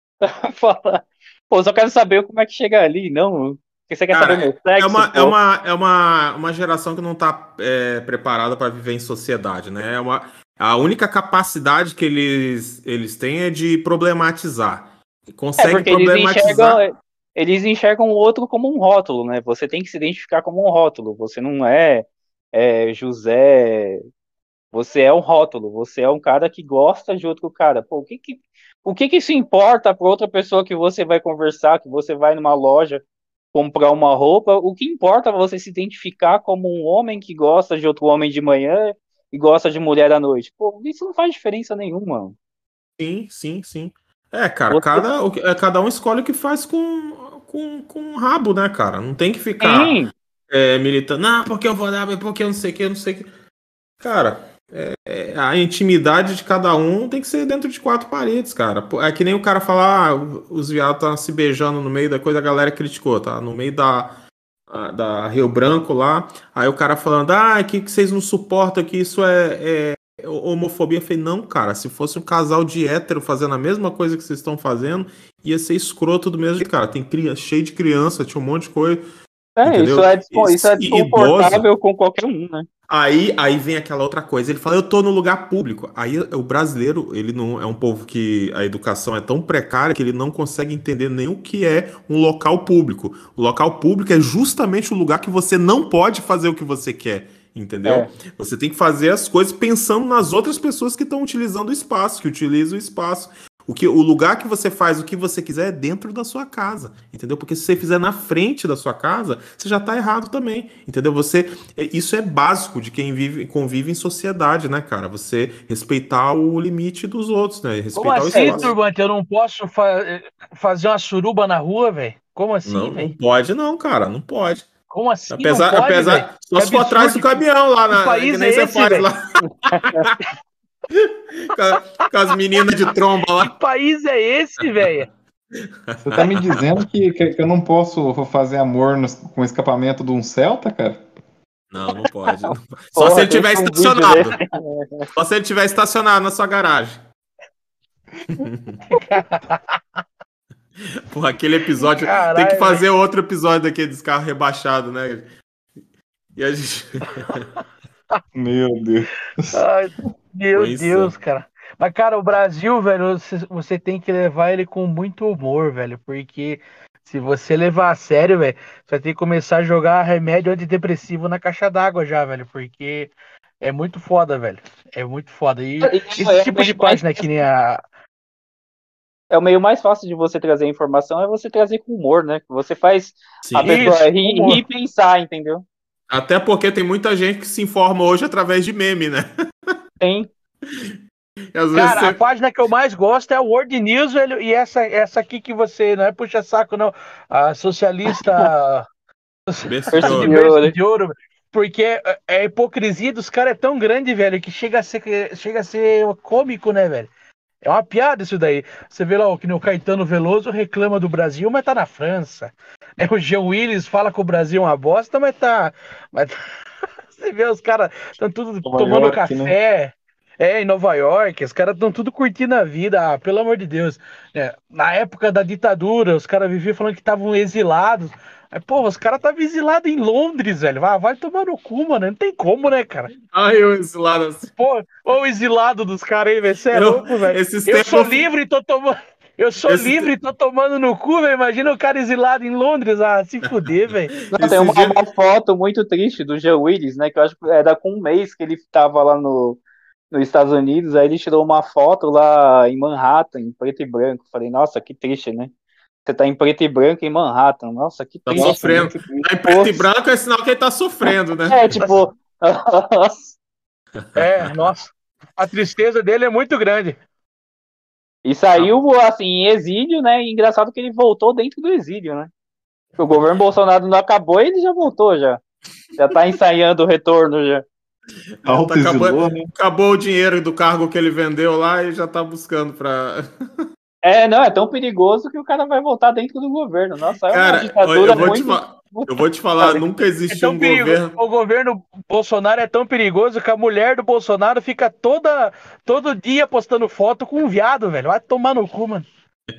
Falar, pô, só quero saber como é que chega ali, não, porque você quer Cara, saber meu sexo, é uma, pô. é uma, é uma, uma geração que não está preparada para viver em sociedade, né? É uma, a única capacidade que eles, eles têm é de problematizar. É, Conseguem porque eles problematizar. enxergam, eles enxergam o outro como um rótulo, né? Você tem que se identificar como um rótulo. Você não é, é José, você é um rótulo. Você é um cara que gosta de outro cara. Pô, o que que, o que que isso importa para outra pessoa que você vai conversar, que você vai numa loja comprar uma roupa? O que importa é você se identificar como um homem que gosta de outro homem de manhã e gosta de mulher à noite. Pô, isso não faz diferença nenhuma. Sim, sim, sim. É, cara, Você cada, o que- é, cada um escolhe o que faz com, com, com o rabo, né, cara? Não tem que ficar tem. é, militando, não, porque eu vou dar, porque eu não sei o que, eu não sei o que. Cara, é, é, a intimidade de cada um tem que ser dentro de quatro paredes, cara. Pô, é que nem o cara falar, ah, os viados estão se beijando no meio da coisa, a galera criticou, tá? No meio da, a- da Rio Branco lá, aí o cara falando, ah, que, que vocês não suportam, que isso é, é homofobia. Eu falei, não, cara, se fosse um casal de hétero fazendo a mesma coisa que vocês estão fazendo, ia ser escroto do mesmo jeito, cara. Tem criança, cheio de criança, tinha um monte de coisa. É, Entendeu? isso é, descon- isso é Esse desconfortável com qualquer um, né? Aí, aí vem aquela outra coisa, ele fala, eu tô no lugar público. Aí o brasileiro, ele não é um povo que a educação é tão precária que ele não consegue entender nem o que é um local público. O local público é justamente o lugar que você não pode fazer o que você quer, Entendeu? É. Você tem que fazer as coisas pensando nas outras pessoas que estão utilizando o espaço, que utilizam o espaço. O, que, o lugar que você faz o que você quiser é dentro da sua casa, entendeu? Porque se você fizer na frente da sua casa, você já tá errado também, entendeu? Você, isso é básico de quem vive, convive em sociedade, né, cara? Você respeitar o limite dos outros, né? Respeitar Como o assim, espaço. Turbante? Eu não posso fa- fazer uma suruba na rua, velho? Como assim, Não, não velho? pode não, cara, não pode. Como assim Apesar, não pode, velho? apesar só Que se for atrás do absurdo. caminhão lá, Que na, país que nem é você esse, faz velho? lá. com, a- com as meninas de tromba Que lá. país é esse, velho? Você tá me dizendo que, que, que eu não posso fazer amor no- com escapamento de um Celta, cara? Não, não pode. Não pode. Só Porra, se ele tem tiver um vídeo estacionado. dele. Só se ele tiver estacionado na sua garagem. Porra, aquele episódio. Caralho, tem que fazer velho. outro episódio daqueles carros rebaixados, né? E a gente. Meu Deus. Ai, meu Pois Deus, é. cara. Mas, cara, o Brasil, velho, você, você tem que levar ele com muito humor, velho. Porque se você levar a sério, velho, você vai ter que começar a jogar remédio antidepressivo na caixa d'água já, velho. Porque é muito foda, velho. É muito foda. E esse É o tipo de meio mais, página que nem a. é o meio mais fácil de você trazer informação, é você trazer com humor, né? Você faz Sim. a pessoa Isso, rir, humor. rir e pensar, entendeu? Até porque tem muita gente que se informa hoje através de meme, né? Tem. E às vezes Cara, a você. página que eu mais gosto é o World News, velho, e essa, essa aqui que você não é puxa saco, não. A socialista Berço de Berço ouro. de de berço ouro. de ouro, velho. Porque é- a hipocrisia dos caras é tão grande, velho, que chega a ser, chega a ser cômico, né, velho? É uma piada isso daí. Você vê lá, ó, que nem o Caetano Veloso reclama do Brasil, mas tá na França. É, o Jean Willis fala que o Brasil é uma bosta, mas tá. Mas tá- Você vê os caras estão tudo Nova tomando York, né? café. É, em Nova York, os caras estão tudo curtindo a vida, ah, pelo amor de Deus. É, na época da ditadura, os caras viviam falando que estavam exilados. Mas, pô, os caras estavam exilados em Londres, velho. Vai, vai tomar no cu, mano. Não tem como, né, cara? Ai, eu esse lado assim. Pô, ô o exilado dos caras aí, velho. Você é Eu- louco, velho. esses Eu tempos sou eu- livre e tô tomando. Eu sou Esse livre e tô tomando no cu, velho. Imagina o cara exilado em Londres. Ah, se fuder, velho. Não, tem Esses uma, dias- uma foto muito triste do Jean Willis, né? Que eu acho que era com um mês que ele tava lá no, nos Estados Unidos. Aí ele tirou uma foto lá em Manhattan, em preto e branco. Falei, nossa, que triste, né? Você tá em preto e branco em Manhattan. Nossa, que Tá triste. sofrendo. né? Que triste. Tá em preto e branco é sinal que ele tá sofrendo, né? É, tipo. É, nossa. A tristeza dele é muito grande. E saiu, assim, em exílio, né? E engraçado que ele voltou dentro do exílio, né? O governo Bolsonaro não acabou e ele já voltou já. Já tá ensaiando o retorno já. Alto Tá acabando- exilou, né? Acabou o dinheiro do cargo que ele vendeu lá e já tá buscando pra. É, não, é tão perigoso que o cara vai voltar dentro do governo. Nossa, é Cara, uma ditadura eu vou, te muito... fa- eu vou te falar, nunca É existiu tão um perigoso. governo. O governo Bolsonaro é tão perigoso que a mulher do Bolsonaro fica toda, todo dia postando foto com um viado, velho. Vai tomar no cu, mano.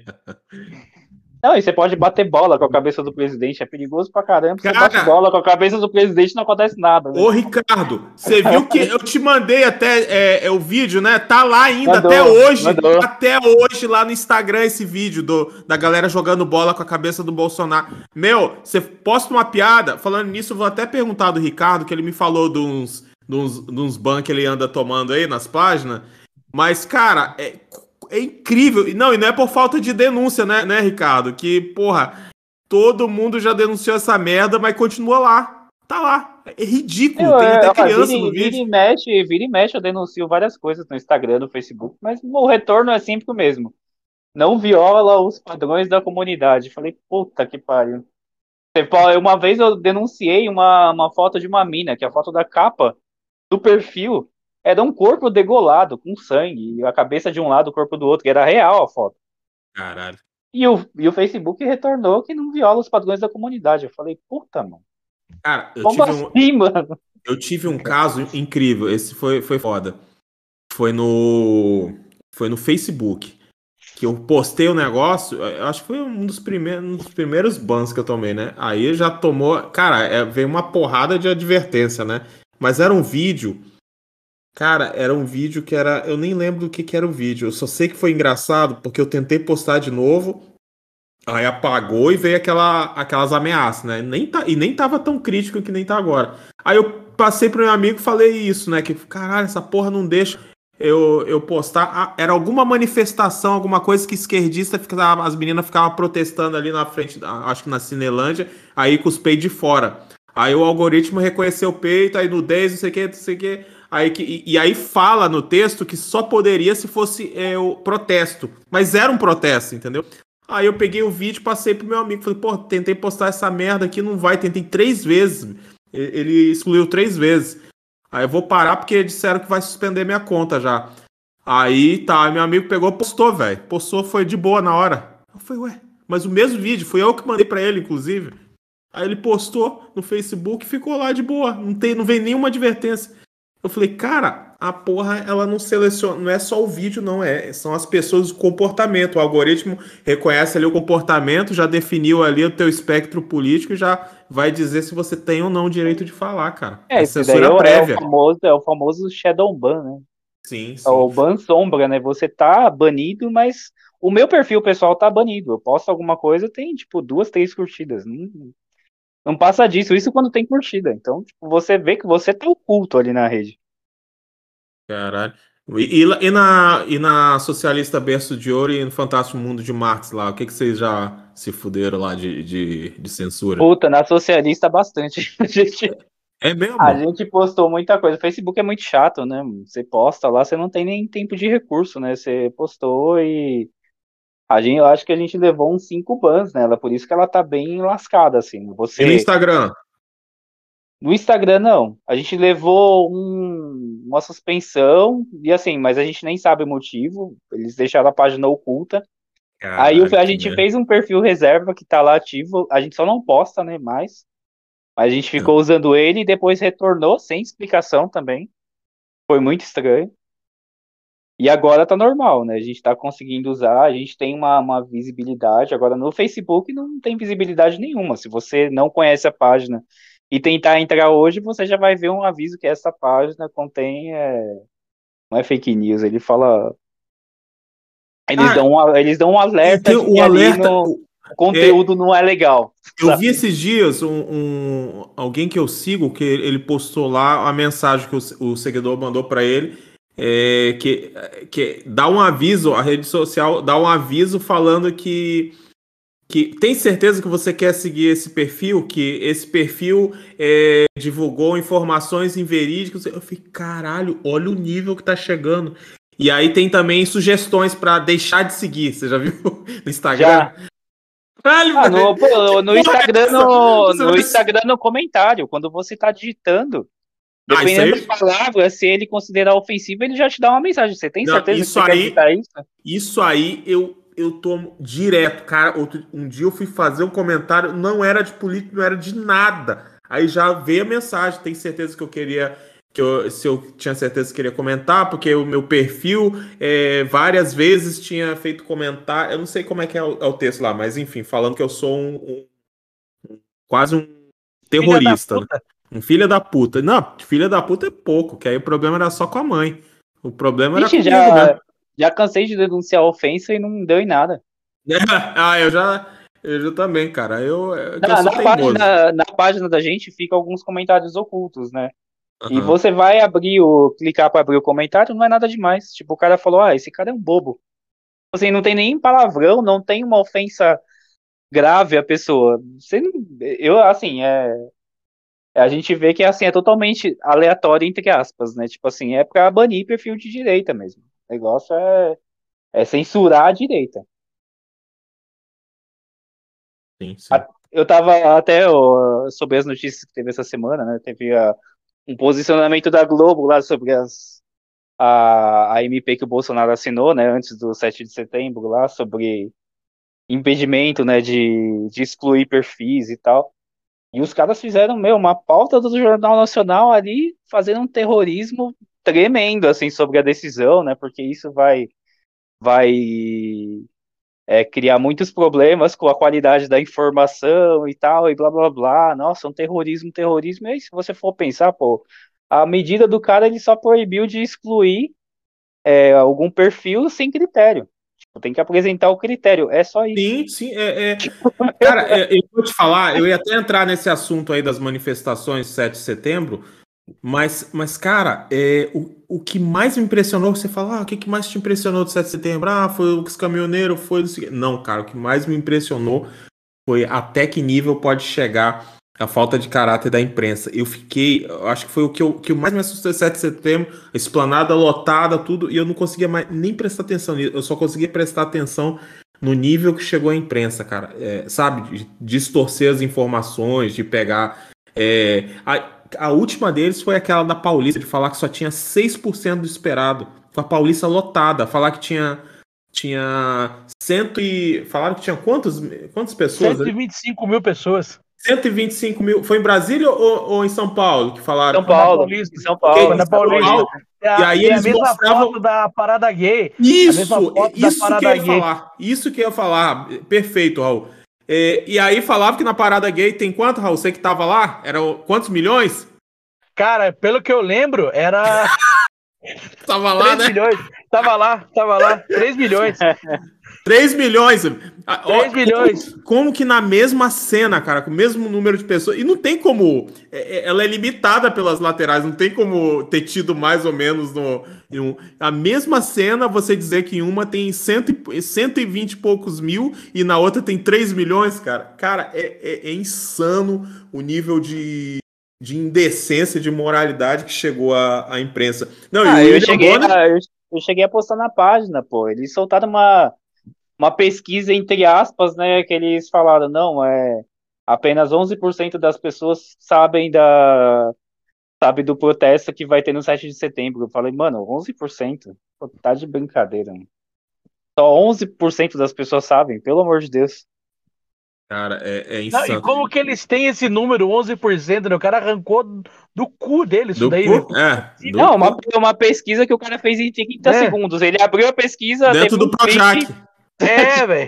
Não, e você pode bater bola com a cabeça do presidente. É perigoso pra caramba. Você Cara! bate bola com a cabeça do presidente e não acontece nada, né? Ô, Ricardo, você viu que eu te mandei até é, é, o vídeo, né? Tá lá ainda, Mandou, até hoje. mandou. Até hoje lá no Instagram esse vídeo do, da galera jogando bola com a cabeça do Bolsonaro. Meu, você posta uma piada. Falando nisso, eu vou até perguntar do Ricardo, que ele me falou de uns, de uns, de uns ban que ele anda tomando aí nas páginas. Mas, cara, é, é incrível. E Não, e não é por falta de denúncia, né, né, Ricardo? Que, porra, todo mundo já denunciou essa merda, mas continua lá. Tá lá. É ridículo. Eu, Tem é, até ó, criança vira, no e- vira vídeo. e mexe, vira e mexe, eu denuncio várias coisas no Instagram, no Facebook, mas o retorno é sempre o mesmo. Não viola os padrões da comunidade. Falei, puta que pariu. Você pode- Uma vez eu denunciei uma, uma foto de uma mina, que a foto da capa do perfil era um corpo degolado, com sangue, e a cabeça de um lado, o corpo do outro, que era real a foto. Caralho. E o, e o Facebook retornou que não viola os padrões da comunidade. Eu falei, puta, mano. Cara, eu Como tive, um, assim, mano? eu tive um caso incrível. Esse foi, foi foda. Foi no, foi no Facebook. Que eu postei o negócio. Eu acho que foi um dos primeiros, um dos primeiros bans que eu tomei, né? Aí já tomou. Cara, é, veio uma porrada de advertência, né? Mas era um vídeo. Cara, era um vídeo que era. Eu nem lembro do que, que era o vídeo. Eu só sei que foi engraçado porque eu tentei postar de novo. Aí apagou e veio aquela, aquelas ameaças, né? Nem tá, e nem tava tão crítico que nem tá agora. Aí eu passei pro meu amigo e falei isso, né? Que, caralho, essa porra não deixa eu, eu postar. Ah, era alguma manifestação, alguma coisa que esquerdista, ficava, as meninas ficavam protestando ali na frente, acho que na Cinelândia, aí com os peitos de fora. Aí o algoritmo reconheceu o peito, aí nudez, não sei o que, não sei o que. Aí que, e, e aí fala no texto que só poderia se fosse é, o protesto. Mas era um protesto, entendeu? Aí eu peguei o vídeo, passei pro meu amigo, falei, pô, tentei postar essa merda aqui, não vai, tentei três vezes. Ele excluiu três vezes. Aí eu vou parar porque disseram que vai suspender minha conta já. Aí tá, meu amigo pegou e postou, velho. Postou, foi de boa na hora. Eu falei, ué, mas o mesmo vídeo, fui eu que mandei pra ele, inclusive. Aí ele postou no Facebook e ficou lá de boa. Não, tem, não veio nenhuma advertência. Eu falei, cara, a porra, ela não seleciona, não é só o vídeo, não, é, são as pessoas, o comportamento. O algoritmo reconhece ali o comportamento, já definiu ali o teu espectro político e já vai dizer se você tem ou não o direito de falar, cara. É, é esse daí é, prévia. É, o famoso, é o famoso shadow ban, né? Sim, sim. É o ban sombra, né? Você tá banido, mas o meu perfil pessoal tá banido. Eu posto alguma coisa, tem, tipo, duas, três curtidas. Não, não passa disso, isso quando tem curtida. Então, tipo, você vê que você tá oculto ali na rede. Caralho. E, e, e, na, e na Socialista Berço de Ouro e no Fantástico Mundo de Marx lá, o que, que vocês já se fuderam lá de, de, de censura? Puta, na Socialista bastante. A gente, é mesmo? A gente postou muita coisa. O Facebook é muito chato, né? Você posta lá, você não tem nem tempo de recurso, né? Você postou e... A gente, eu acho que a gente levou uns cinco bans nela, por isso que ela tá bem lascada, assim. Você... E no Instagram? No Instagram, não. A gente levou um, uma suspensão, e assim, mas a gente nem sabe o motivo. Eles deixaram a página oculta. Caraca, aí a gente né? fez um perfil reserva que tá lá ativo. A gente só não posta, né, mais. Mas a gente ficou usando ele e depois retornou sem explicação também. Foi muito estranho. E agora tá normal, né? A gente tá conseguindo usar, a gente tem uma, uma visibilidade. Agora no Facebook não tem visibilidade nenhuma. Se você não conhece a página e tentar entrar hoje, você já vai ver um aviso que essa página contém... É... Não é fake news, ele fala... Eles, ah, dão, um, eles dão um alerta de que alerta, no... o conteúdo é... não é legal. Eu sabe? vi esses dias um, um, alguém que eu sigo, que ele postou lá a mensagem que o, o seguidor mandou para ele, é, que, que dá um aviso, a rede social dá um aviso falando que, que tem certeza que você quer seguir esse perfil, que esse perfil é, divulgou informações inverídicas. Eu falei, caralho, olha o nível que tá chegando. E aí tem também sugestões para deixar de seguir, você já viu no Instagram? Já. Ah, no, pô, no Instagram, no, no Instagram, no comentário, quando você tá digitando, dependendo ah, da palavra, se ele considerar ofensivo, ele já te dá uma mensagem. Você tem certeza não, isso que você aí, quer editar isso? Isso aí, eu, eu tô direto, cara. Outro, um dia eu fui fazer um comentário, não era de política, não era de nada. Aí já veio a mensagem, tem certeza que eu queria... que eu, se eu tinha certeza que queria comentar, porque o meu perfil é, várias vezes tinha feito comentário, eu não sei como é que é o, é o texto lá, mas enfim, falando que eu sou um, um, um quase um terrorista, né? Um filho da puta. Não, filha da puta é pouco, que aí o problema era só com a mãe. O problema era Ixi, comigo, já, né? Já cansei de denunciar a ofensa e não deu em nada. ah, eu já... Eu já também, cara. Eu, eu, na, eu na, página, na página da gente fica alguns comentários ocultos, né? Uhum. E você vai abrir o... clicar para abrir o comentário, não é nada demais. Tipo, o cara falou, ah, esse cara é um bobo. Assim, não tem nem palavrão, não tem uma ofensa grave à pessoa. Você não... Eu, assim, é... A gente vê que, assim, é totalmente aleatório, entre aspas, né? Tipo assim, é pra banir perfil de direita mesmo. O negócio é, é censurar a direita. Sim, sim. Eu tava até ó, sobre as notícias que teve essa semana, né? Teve a, um posicionamento da Globo lá sobre as, a, a M P que o Bolsonaro assinou, né? Antes do sete de setembro lá, sobre impedimento, né? De, de excluir perfis e tal. E os caras fizeram, meu, uma pauta do Jornal Nacional ali, fazendo um terrorismo tremendo, assim, sobre a decisão, né? Porque isso vai... vai É, criar muitos problemas com a qualidade da informação e tal, e blá blá blá, nossa, um terrorismo, terrorismo, e aí se você for pensar, pô, a medida do cara, ele só proibiu de excluir é, algum perfil sem critério, tipo, tem que apresentar o critério, é só isso. Sim, sim, é, é... cara, é, eu vou te falar, eu ia até entrar nesse assunto aí das manifestações sete de setembro, Mas, mas cara, é, o, o que mais me impressionou, você fala, ah, o que, que mais te impressionou do sete de setembro? Ah, foi os caminhoneiros, foi... Não, sei o quê. Não, cara, o que mais me impressionou foi até que nível pode chegar a falta de caráter da imprensa. Eu fiquei, eu acho que foi o que, eu, que mais me assustou sete de setembro, a esplanada lotada, tudo, e eu não conseguia mais nem prestar atenção nisso, eu só conseguia prestar atenção no nível que chegou a imprensa, cara. É, sabe, de distorcer as informações, de pegar... É, a, a última deles foi aquela da Paulista, de falar que só tinha seis por cento do esperado, com a Paulista lotada, falar que tinha... Tinha cento e... Falaram que tinha quantos, quantas pessoas? cento e vinte e cinco mil pessoas. cento e vinte e cinco mil. Foi em Brasília ou, ou em São Paulo que falaram? São Paulo. Paulista. Em São Paulo. Foi na Paulista. Paulo. É a, E aí é eles a mesma mostravam... foto da parada gay. Isso, a mesma foto isso da parada que eu ia gay. falar. Isso que eu ia falar. Perfeito, Raul. É, e aí falava que na parada gay tem quanto, Raul? Você que tava lá? Eram quantos milhões? Cara, pelo que eu lembro, era... Tava lá, três né? milhões. Tava lá, tava lá. três milhões. três milhões. três milhões. Como, como que na mesma cena, cara, com o mesmo número de pessoas, e não tem como, é, ela é limitada pelas laterais, não tem como ter tido mais ou menos no, em um, a mesma cena, você dizer que em uma tem cento, cento e vinte e poucos mil e na outra tem três milhões, cara. Cara, é, é, é insano o nível de, de indecência, de moralidade que chegou a, a imprensa. Não, Ah, e o eu William cheguei, Bonner... a, eu, eu cheguei a postar na página, pô. Eles soltaram uma, uma pesquisa, entre aspas, né? Que eles falaram, não, é apenas onze por cento das pessoas sabem da sabe do protesto que vai ter no sete de setembro. Eu falei, mano, onze por cento? Pô, tá de brincadeira, mano. Só onze por cento das pessoas sabem, pelo amor de Deus. Cara, é, é Não, e insano. como que eles têm esse número, onze por cento, né? O cara arrancou do cu dele isso Do daí, cu? né? É, do Não, cu. uma, uma pesquisa que o cara fez em trinta É. segundos. Ele abriu a pesquisa, Dentro teve do um print, Projac. É, velho.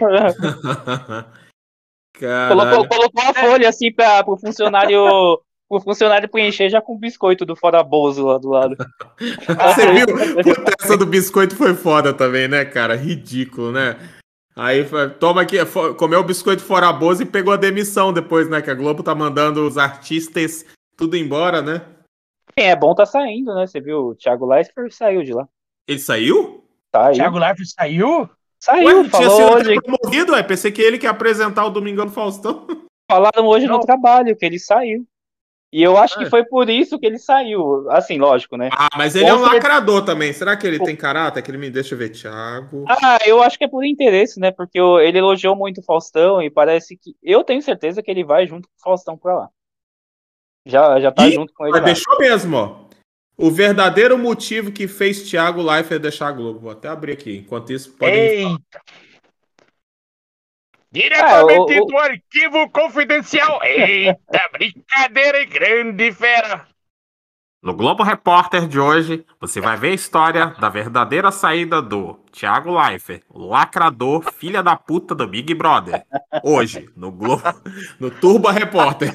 colocou, Caralho. colocou a folha assim para o funcionário, pro funcionário preencher já com o biscoito do Fora Bozo lá do lado. Você viu? Puta, essa do biscoito foi foda também, né, cara? Ridículo, né? Aí, foi, toma aqui, fo- comeu o biscoito fora Bozo e pegou a demissão depois, né? Que a Globo tá mandando os artistas tudo embora, né? Quem é bom tá saindo, né? Você viu? O Thiago Leifert saiu de lá. Ele saiu? Saiu. Thiago Leifert saiu? Saiu, Ué, ele tinha falou sido hoje. até promovido, ué. Pensei que ele que ia apresentar o Domingão do Faustão. Falaram hoje Não. no trabalho que ele saiu. E eu acho que É. foi por isso que ele saiu. Assim, lógico, né? Ah, mas ele é um Com cer- lacrador também. Será que ele tem caráter? Que ele me deixa ver, Thiago. Ah, eu acho que é por interesse, né? Porque o- ele elogiou muito o Faustão e parece que. Eu tenho certeza que ele vai junto com o Faustão pra lá. Já, já tá Ih, junto com ele Mas lá. deixou mesmo, ó. O verdadeiro motivo que fez Thiago Leifert deixar a Globo. Vou até abrir aqui. Enquanto isso, podem me falar. Eita. Diretamente Ah, o- o- do arquivo confidencial. Eita, brincadeira e grande fera. No Globo Repórter de hoje, você vai ver a história da verdadeira saída do Thiago Leifert, o lacrador filha da puta do Big Brother. Hoje, no Globo, no Turbo Repórter.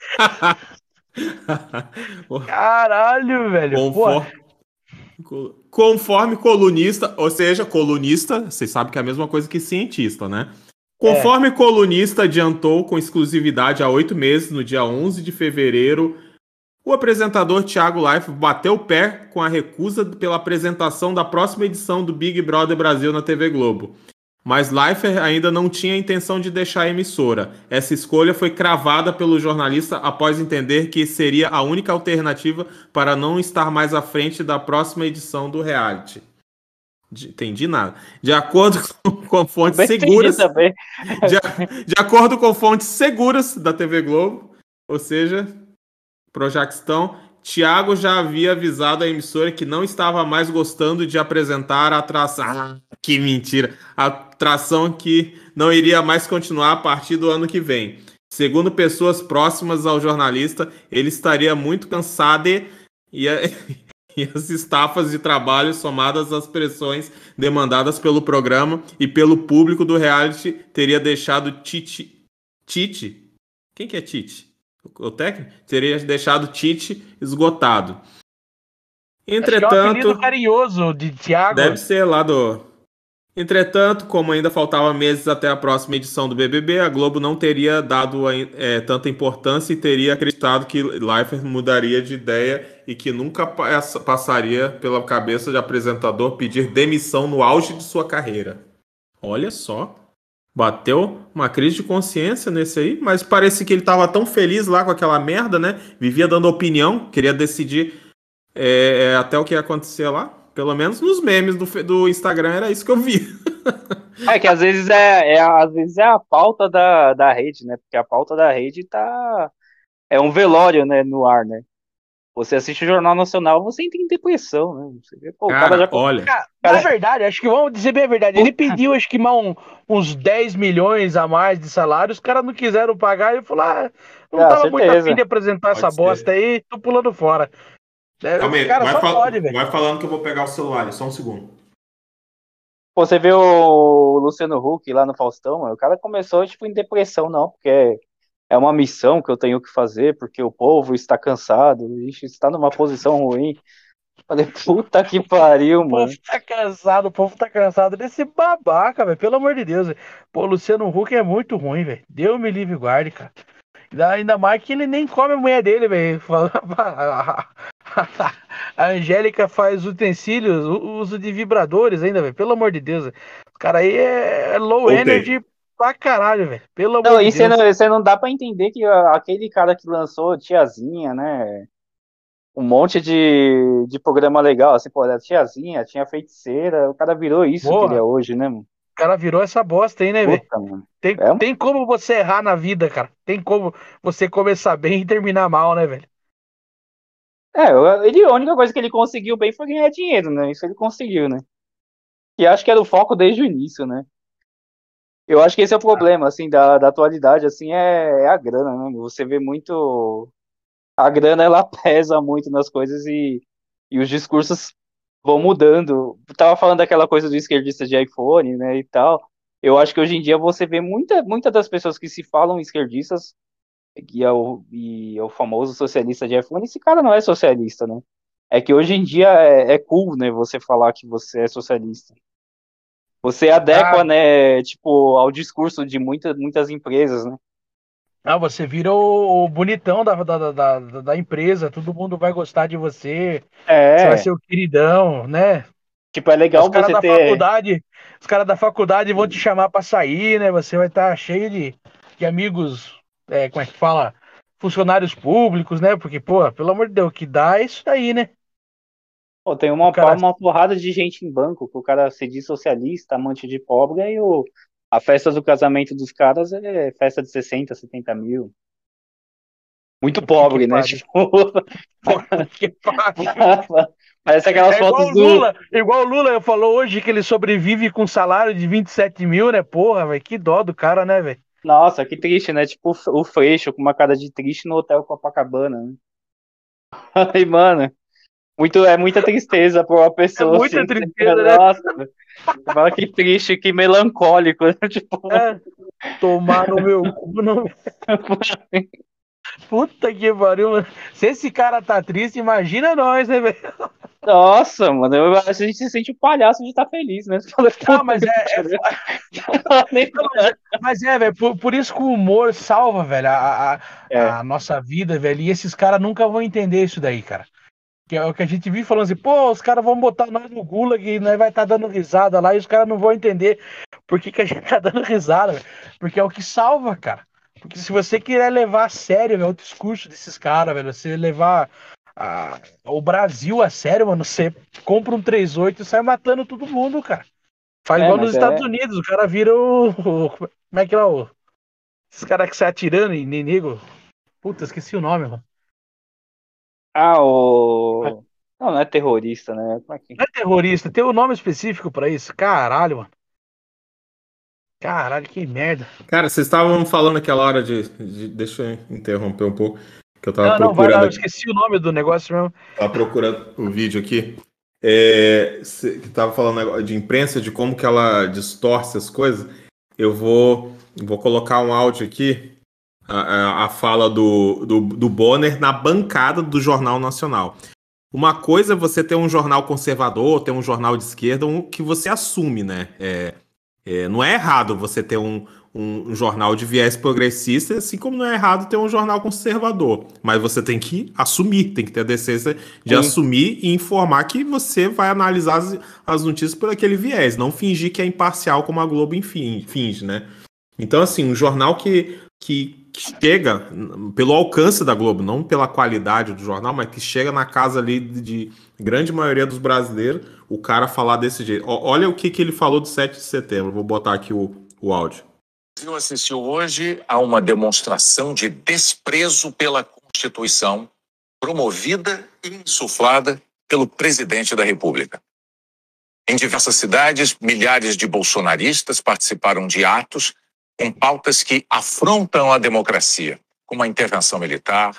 Caralho, velho. Conforme, conforme colunista, ou seja, colunista, vocês sabem que é a mesma coisa que cientista, né? Conforme colunista adiantou com exclusividade há oito meses, no dia onze de fevereiro, o apresentador Thiago Leifert bateu o pé com a recusa pela apresentação da próxima edição do Big Brother Brasil na T V Globo. Mas Leifert ainda não tinha a intenção de deixar a emissora. Essa escolha foi cravada pelo jornalista após entender que seria a única alternativa para não estar mais à frente da próxima edição do reality. De, entendi nada. De acordo com, com fontes Bem entendi seguras... também. De, de acordo com fontes seguras da T V Globo, ou seja... Projaquistão, Thiago já havia avisado a emissora que não estava mais gostando de apresentar a atração. Ah, que mentira! A atração que não iria mais continuar a partir do ano que vem. Segundo pessoas próximas ao jornalista, ele estaria muito cansado e, a, e as estafas de trabalho somadas às pressões demandadas pelo programa e pelo público do reality teria deixado Tite... Tite? Quem que é Tite? O técnico teria deixado Tite esgotado. Entretanto, acho que é um apelido carinhoso de Thiago. Deve ser lá do Entretanto, como ainda faltava meses até a próxima edição do B B B, a Globo não teria dado é, tanta importância e teria acreditado que Leifert mudaria de ideia e que nunca passaria pela cabeça de apresentador pedir demissão no auge de sua carreira. Olha só, bateu uma crise de consciência nesse aí, mas parece que ele estava tão feliz lá com aquela merda, né? Vivia dando opinião, queria decidir é, até o que ia acontecer lá. Pelo menos nos memes do, do Instagram era isso que eu vi. É que às vezes é, é, às vezes é a pauta da, da rede, né? Porque a pauta da rede tá. É um velório, né, no ar, né? Você assiste o Jornal Nacional, você entra em depressão, né? Você vê, pô, cara, o cara já. olha. Cara, Cara... na verdade, acho que vamos dizer bem a verdade. Ele pediu, acho que um, uns dez milhões a mais de salário, os caras não quiseram pagar e ele falou: ah, não Ah, tava muito certeza. afim de apresentar Pode essa ser. bosta aí, tô pulando fora. É, Calma aí, cara, vai, só fal pode, velho. vai falando que eu vou pegar o celular, só um segundo. Pô, você vê o Luciano Huck lá no Faustão, mano, o cara começou tipo em depressão, não, porque é uma missão que eu tenho que fazer, porque o povo está cansado, ixi, está numa posição ruim. Falei, puta que pariu, O povo mano. tá cansado, o povo tá cansado desse babaca, velho. Pelo amor de Deus, véio. Pô, Luciano Huck é muito ruim, velho. Deus me livre e guarde, cara. Ainda mais que ele nem come a mulher dele, velho. A Angélica faz utensílios, uso de vibradores ainda, velho. Pelo amor de Deus. O cara aí é low Voltei. energy pra caralho, velho. Pelo amor Não, de e você Deus. não, você não dá pra entender que a- aquele cara que lançou Tiazinha, né? Um monte de, de programa legal, assim, pô, era Tiazinha, tinha Feiticeira, o cara virou isso que ele Porra, é o hoje, né, mano? cara virou essa bosta aí, né, velho? Puta, mano. Tem, É, um- tem como você errar na vida, cara. Tem como você começar bem e terminar mal, né, velho? é, ele, a única coisa que ele conseguiu bem foi ganhar dinheiro, né? Isso ele conseguiu, né? E acho que era o foco desde o início, né? Eu acho que esse é o problema, assim, da, da atualidade, assim, é, é a grana, né? Você vê muito. A grana, ela pesa muito nas coisas e, e os discursos vão mudando. Eu tava falando daquela coisa do esquerdista de iPhone, né, e tal. Eu acho que hoje em dia você vê muita, muita das pessoas que se falam esquerdistas, que é o, e é o famoso socialista de iPhone, esse cara não é socialista, né? É que hoje em dia é, é cool, né, você falar que você é socialista. Você Ah, adequa, né, tipo, ao discurso de muita, muitas empresas, né? ah, você vira o, o bonitão da, da, da, da, da empresa, todo mundo vai gostar de você, você vai É, ser o queridão, né? tipo, é Os legal caras você da ter. faculdade, os caras da faculdade vão te chamar pra sair, né? Você vai estar cheio de, de amigos, é, como é que fala? Funcionários públicos, né? Porque, pô, pelo amor de Deus, o que dá é isso aí, né? Pô, tem O uma, pa- cara, uma porrada de gente em banco, que o cara se diz socialista, amante de pobre, aí o, a festa do casamento dos caras é festa de sessenta, setenta mil. Muito puta que pobre, né? pariu. Tipo, Puta que pariu. parece aquelas É igual fotos o do. Lula, igual o Lula falou hoje que ele sobrevive com salário de vinte e sete mil, né? Porra, velho, que dó do cara, né, velho? Nossa, que triste, né? Tipo o Freixo com uma cara de triste no Hotel Copacabana, né? Ai, mano, muito, é muita tristeza pra uma É pessoa muita assim. Você fica, tristeza, né? nossa, você fala que triste, que melancólico, né? Tipo, É, tomar no meu cu, não. Puta que pariu, mano. Se esse cara tá triste, imagina nós, né, velho? nossa, mano, eu acho que a gente se sente um palhaço de estar feliz, né? Você fala, Não, puta mas que é, é, pariu. não, mas é, mas é, velho, por, por isso que o humor salva, velho, a, a, É, a nossa vida, velho. E esses caras nunca vão entender isso daí, cara. Que é o que a gente vive falando assim, pô, os caras vão botar nós no gulag e nós vai estar dando risada lá e os caras não vão entender por que, que a gente tá dando risada, velho. Porque é o que salva, cara. Porque se você quiser levar a sério, velho, o discurso desses caras, velho, você levar a- o Brasil a sério, mano, você compra um três oito e sai matando todo mundo, cara. Faz é, igual nos mas Estados é. Unidos, o cara vira o. o- como é que é o. Esses caras que saem atirando e nem nego. Puta, esqueci o nome, mano. Ah, o. Não, não é terrorista, né? Como é que. Não é terrorista, tem um nome específico pra isso. Caralho, mano. Caralho, que merda. Cara, vocês estavam falando aquela hora de, de- Deixa eu interromper um pouco, que eu tava Não, não, vai lá, procurando eu aqui, esqueci o nome do negócio mesmo. tava procurando o vídeo aqui. É, cê- que tava falando agora de imprensa, de como que ela distorce as coisas. Eu vou, vou colocar um áudio aqui, a, a- a fala do, do, do Bonner na bancada do Jornal Nacional. uma coisa é você ter um jornal conservador, ter um jornal de esquerda, um, que você assume, né? É, é, não é errado você ter um, um, um jornal de viés progressista, assim como não é errado ter um jornal conservador. Mas você tem que assumir, tem que ter a decência de Sim. assumir e informar que você vai analisar as, as notícias por aquele viés, não fingir que é imparcial como a Globo enfim, finge, né? Então, assim, um jornal que, que, que chega pelo alcance da Globo, não pela qualidade do jornal, mas que chega na casa ali de, de grande maioria dos brasileiros, o cara falar desse jeito. Ó, olha o que, que ele falou do sete de setembro. Vou botar aqui o, o áudio. O Brasil assistiu hoje a uma demonstração de desprezo pela Constituição, promovida e insuflada pelo presidente da República. Em diversas cidades, milhares de bolsonaristas participaram de atos com pautas que afrontam a democracia, como a intervenção militar.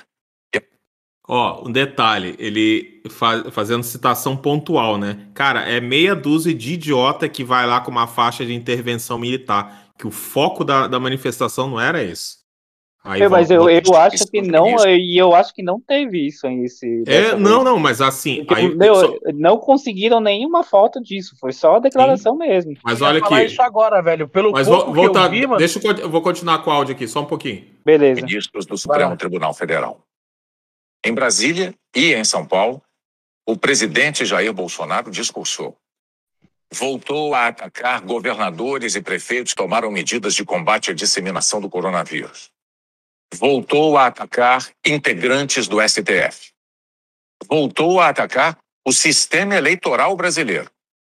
Ó, um detalhe, ele faz, fazendo citação pontual, né? Cara, é meia dúzia de idiota que vai lá com uma faixa de intervenção militar, que o foco da, da manifestação não era esse. Aí É, mas volta- eu, eu acho isso que do não, ministro. e eu acho que não teve isso aí, esse, É, dessa não, vez. não, mas assim, Porque, aí, meu, só- não conseguiram nenhuma foto disso, foi só a declaração mesmo. mas Eu ia olha falar aqui, isso agora, velho. Pelo mas pouco vou, que eu voltar, vi, mano. deixa eu, con- eu vou continuar com o áudio aqui, só um pouquinho. Beleza. Ministros do Vai Supremo lá. Tribunal Federal. Em Brasília e em São Paulo, o presidente Jair Bolsonaro discursou. Voltou a atacar governadores e prefeitos que tomaram medidas de combate à disseminação do coronavírus. Voltou a atacar integrantes do S T F. Voltou a atacar o sistema eleitoral brasileiro.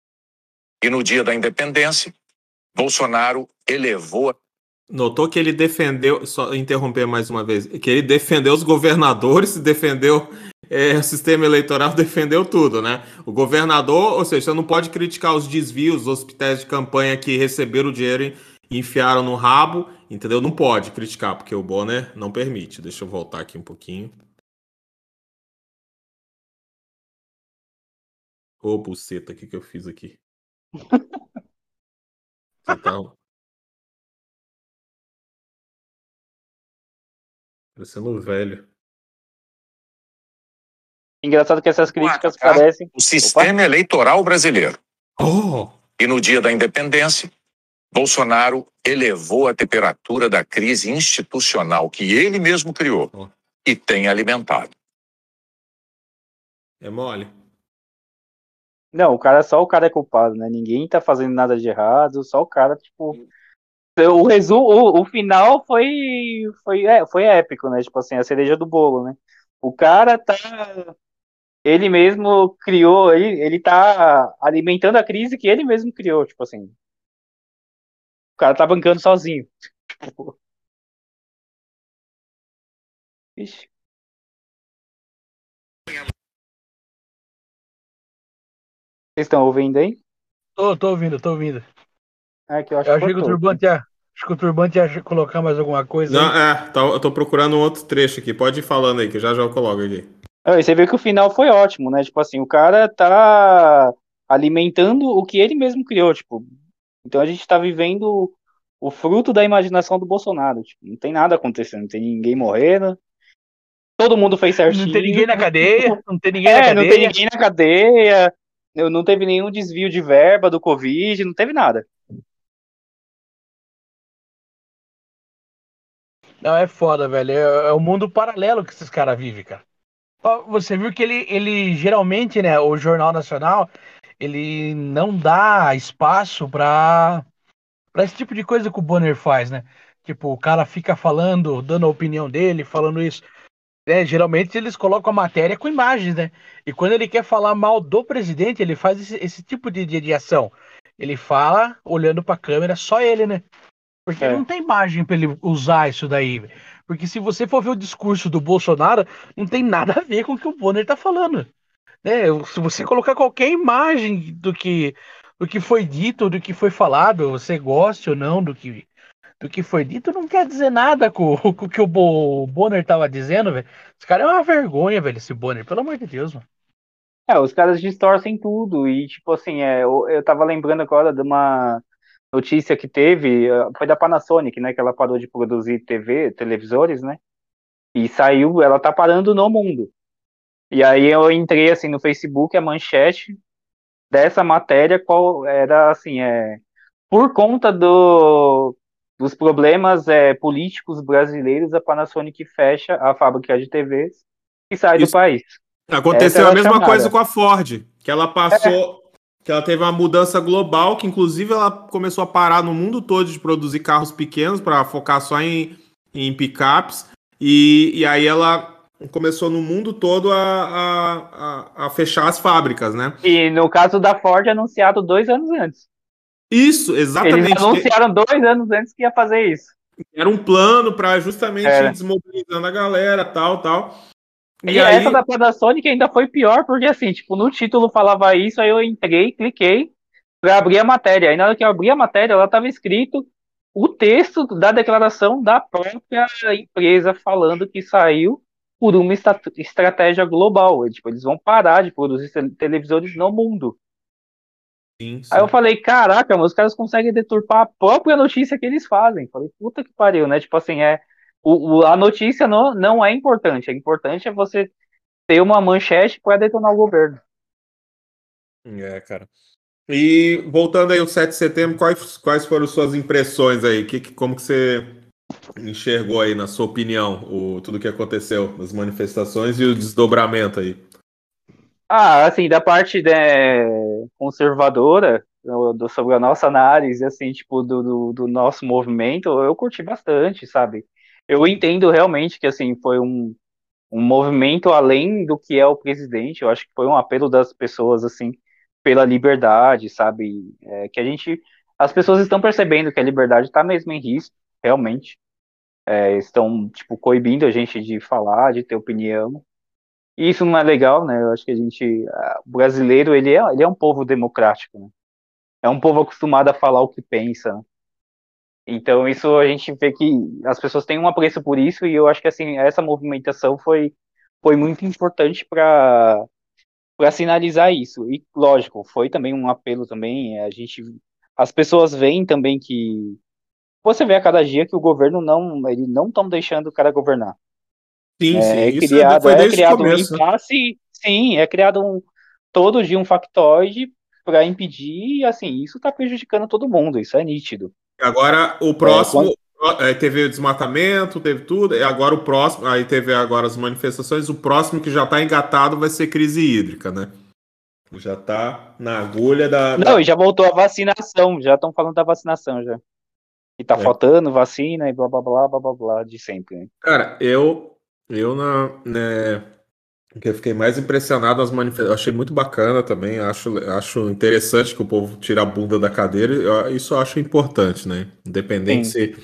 E no dia da independência, Bolsonaro elevou Notou que ele defendeu, só interromper mais uma vez, que ele defendeu os governadores, defendeu é, o sistema eleitoral, defendeu tudo, né? O governador, ou seja, você não pode criticar os desvios, os hospitais de campanha que receberam o dinheiro e enfiaram no rabo, entendeu? Não pode criticar, porque o Bonner não permite. Deixa eu voltar aqui um pouquinho. Ô, buceta, o que que eu fiz aqui? Você tá parecendo velho. Engraçado que essas críticas atacar parecem. o sistema eleitoral brasileiro. Oh! E no dia da independência, Bolsonaro elevou a temperatura da crise institucional que ele mesmo criou Oh. e tem alimentado. É mole. Não, o cara, só o cara é culpado, né? Ninguém tá fazendo nada de errado, só o cara, tipo. O resumo, o, o final foi, foi, é, foi épico, né? Tipo assim, a cereja do bolo, né? O cara tá. Ele mesmo criou, ele, ele tá alimentando a crise que ele mesmo criou, tipo assim. O cara tá bancando sozinho. Tipo, ixi. Vocês estão ouvindo aí? Tô, tô ouvindo, tô ouvindo. É que eu acho Eu que achei que o cortou. Turbante ia. Acho que o Turbante ia colocar mais alguma coisa Não, aí. é, tá, eu tô procurando um outro trecho aqui. Pode ir falando aí, que já já eu coloco aqui. Ah, e você vê que o final foi ótimo, né? Tipo assim, o cara tá alimentando o que ele mesmo criou, tipo. Então a gente tá vivendo o fruto da imaginação do Bolsonaro. Tipo, não tem nada acontecendo, não tem ninguém morrendo, todo mundo fez certinho. Não tem ninguém na cadeia. Não tem ninguém É, na não tem cadeia. ninguém na cadeia, não não teve nenhum desvio de verba do Covid, não teve nada. Não, é foda, velho. É, é o mundo paralelo que esses caras vivem, cara. Ó, você viu que ele, ele geralmente, né, o Jornal Nacional, ele não dá espaço pra, pra esse tipo de coisa que o Bonner faz, né? Tipo, o cara fica falando, dando a opinião dele, falando isso. É, geralmente eles colocam a matéria com imagens, né? E quando ele quer falar mal do presidente, ele faz esse, esse tipo de, de, de ação. Ele fala olhando pra câmera, só ele, né? Porque É. não tem margem pra ele usar isso daí, velho. Porque se você for ver o discurso do Bolsonaro, não tem nada a ver com o que o Bonner tá falando. Né? Se você colocar qualquer imagem do que, do que foi dito, do que foi falado, você goste ou não do que, do que foi dito, não quer dizer nada com, com o que o Bo- o Bonner tava dizendo, velho. Esse cara é uma vergonha, velho, esse Bonner, pelo amor de Deus, mano. É, os caras distorcem tudo e tipo assim, é, eu, eu tava lembrando agora de uma notícia que teve, eh, foi da Panasonic, né, que ela parou de produzir T V, televisores, né? E saiu, ela tá parando no mundo. E aí eu entrei assim no Facebook, a manchete dessa matéria qual era assim, é por conta do, dos problemas é, políticos brasileiros, a Panasonic fecha a fábrica de T Vs e sai do Isso país. Essa aconteceu era a a mesma coisa chamada. com a Ford, que ela É, passou, que ela teve uma mudança global, que inclusive ela começou a parar no mundo todo de produzir carros pequenos para focar só em, em picapes, e, e aí ela começou no mundo todo a, a, a, a fechar as fábricas, né? e no caso da Ford, anunciado dois anos antes. Isso, Eles exatamente. anunciaram dois anos antes que ia fazer isso. Era um plano para justamente ir Era. desmobilizando a galera, tal, tal. E E essa aí, da Panasonic ainda foi pior, porque assim, tipo, no título falava isso, aí eu entrei, cliquei para abrir a matéria. Aí na hora que eu abri a matéria, lá estava escrito o texto da declaração da própria empresa falando que saiu por uma esta- estratégia global. E, tipo, eles vão parar de produzir te- televisores no mundo. sim, Aí eu sim. falei, caraca, mas os caras conseguem deturpar a própria notícia que eles fazem. Falei, puta que pariu, né? Tipo assim, é, o, o- a notícia não, não é importante. É importante é você ter uma manchete para detonar o governo. É, cara. E voltando aí ao sete de setembro, quais, quais foram suas impressões aí? Que, que- como que você enxergou aí, na sua opinião, o, tudo que aconteceu nas manifestações e o desdobramento aí? Ah, assim, da parte né, conservadora, do, do- sobre a nossa análise, assim, tipo, do, do, do nosso movimento, eu curti bastante, sabe? Eu entendo realmente que, assim, foi um, um movimento além do que é o presidente, eu acho que foi um apelo das pessoas, assim, pela liberdade, sabe? É, que a gente, as pessoas estão percebendo que a liberdade está mesmo em risco, realmente. É, estão, tipo, coibindo a gente de falar, de ter opinião. E isso não é legal, né? Eu acho que a gente, ah, o brasileiro, ele é, ele é um povo democrático, né? É um povo acostumado a falar o que pensa, né? Então isso a gente vê que as pessoas têm um apreço por isso e eu acho que assim essa movimentação foi foi muito importante para para sinalizar isso. E lógico, foi também um apelo também, a gente as pessoas veem também que você vê a cada dia que o governo não, ele não estão deixando o cara governar. Sim, sim, É isso é de- criado, foi é desde o criado um começo, né? impasse, sim, é criado um todo dia um factoide para impedir, e assim, isso está prejudicando todo mundo, isso é nítido. Agora o É, próximo, quando- é, teve o desmatamento, teve tudo, e agora o próximo, aí teve agora as manifestações, o próximo que já está engatado vai ser crise hídrica, né? Já está na agulha da, Não, e da... já voltou a vacinação, já estão falando da vacinação já. E tá É. faltando vacina e blá blá blá blá blá blá de sempre, né? Cara, eu, eu na, né, o que eu fiquei mais impressionado nas manifestações, achei muito bacana também, acho, acho interessante que o povo tire a bunda da cadeira, eu- isso eu acho importante, né? Independente Sim, se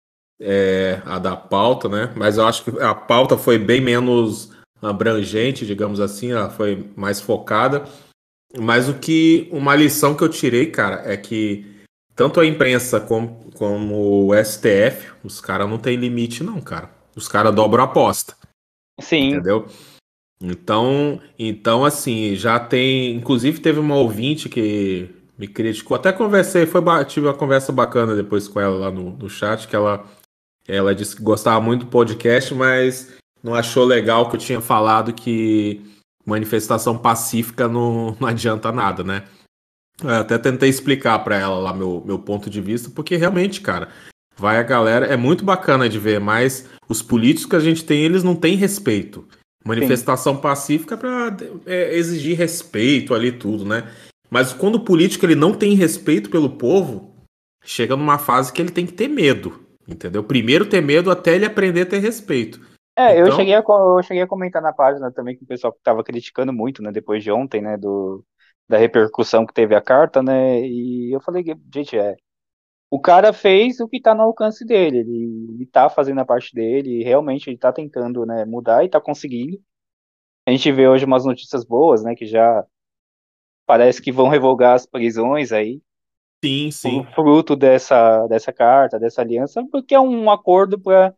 é a da pauta, né? Mas eu acho que a pauta foi bem menos abrangente, digamos assim, ela foi mais focada. Mas o que, uma lição que eu tirei, cara, é que tanto a imprensa como, como o S T F, os caras não tem limite, não, cara. Os caras dobram a aposta, sim. entendeu? Então, então assim, já tem. Inclusive, teve uma ouvinte que me criticou. Até conversei, foi, ba- tive uma conversa bacana depois com ela lá no, no chat, que ela, ela disse que gostava muito do podcast, mas não achou legal que eu tinha falado que manifestação pacífica não, não adianta nada, né? Eu até tentei explicar pra ela lá meu, meu ponto de vista, porque realmente, cara, vai a galera. É muito bacana de ver, mas os políticos que a gente tem, eles não têm respeito. Sim. Manifestação pacífica é pra é, exigir respeito ali, tudo, né? Mas quando o político ele não tem respeito pelo povo, chega numa fase que ele tem que ter medo, entendeu? Primeiro ter medo até ele aprender a ter respeito. É, eu Então, cheguei a, co- eu cheguei a comentar na página também que o pessoal estava criticando muito, né, depois de ontem, né, do, da repercussão que teve a carta, né, e eu falei, gente, é, o cara fez o que está no alcance dele, ele, ele tá fazendo a parte dele, e realmente ele tá tentando, né, mudar e tá conseguindo. A gente vê hoje umas notícias boas, né, que já parece que vão revogar as prisões aí, sim, por sim. fruto dessa, dessa carta, dessa aliança, porque é um acordo para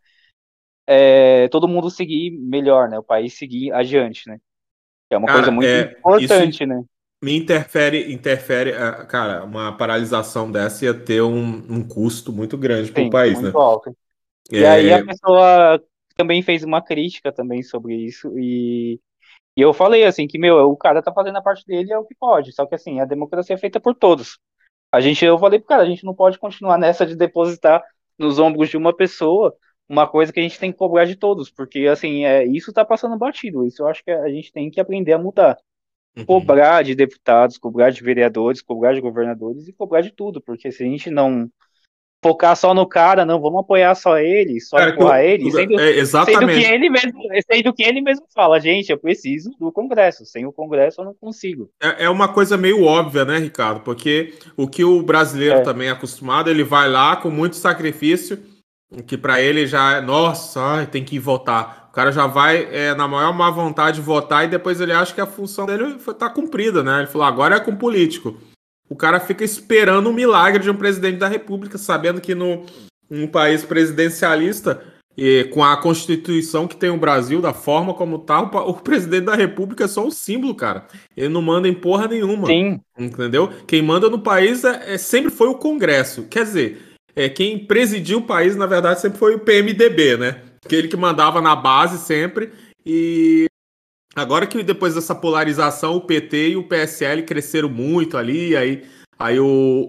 todo mundo seguir melhor, né, o país seguir adiante, né, que é uma coisa Cara, muito é, isso importante, né. me interfere, interfere, ah, cara, uma paralisação dessa ia ter um, um custo muito grande para o Sim, país, né? muito alto. E aí a É, pessoa também fez uma crítica também sobre isso, e E eu falei assim, que, meu, o cara tá fazendo a parte dele, é o que pode. Só que assim, a democracia é feita por todos. A gente, eu falei pro cara, a gente não pode continuar nessa de depositar nos ombros de uma pessoa uma coisa que a gente tem que cobrar de todos, porque assim, é, isso tá passando batido. Isso eu acho que a gente tem que aprender a mudar. Uhum. Cobrar de deputados, cobrar de vereadores, cobrar de governadores e cobrar de tudo, porque se a gente não focar só no cara, não, vamos apoiar só ele, só Cara, que empurrar eu- ele, sendo, é, sendo que exatamente. ele mesmo, sendo que ele mesmo fala, gente, eu preciso do Congresso, sem o Congresso eu não consigo. É, é uma coisa meio óbvia, né, Ricardo? Porque o que o brasileiro É. também é acostumado, ele vai lá com muito sacrifício, que pra ele já é, nossa, ai, tem que ir votar. O cara já vai é, na maior má vontade votar e depois ele acha que a função dele foi, tá cumprida, né? Ele falou, agora é com político. O cara fica esperando um milagre de um presidente da República, sabendo que no um país presidencialista, e com a Constituição que tem o Brasil, da forma como tá, o, pa- o presidente da República é só um símbolo, cara. Ele não manda em porra nenhuma. Sim, Entendeu? Quem manda no país é, é- sempre foi o Congresso. Quer dizer, é, quem presidiu o país, na verdade, sempre foi o P M D B, né? Aquele que mandava na base sempre. E agora que depois dessa polarização, o P T e o P S L cresceram muito ali, aí, aí o,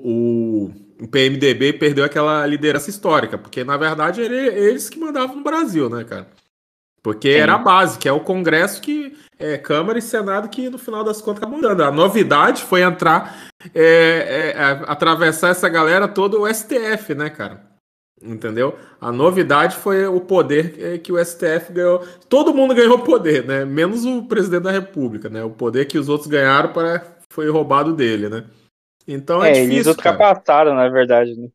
o, o P M D B perdeu aquela liderança histórica, porque na verdade ele- eles que mandavam no Brasil, né, cara? Porque Sim. era a base, que é o Congresso, que é Câmara e Senado, que no final das contas acabam mudando. A novidade foi entrar, é, é, é, atravessar essa galera toda o S T F, né, cara? Entendeu? A novidade foi o poder é, que o S T F ganhou. Todo mundo ganhou poder, né? Menos o presidente da República, né? O poder que os outros ganharam para... foi roubado dele, né? Então é, é, eles difícil, cara. ultrapassaram, na verdade, né?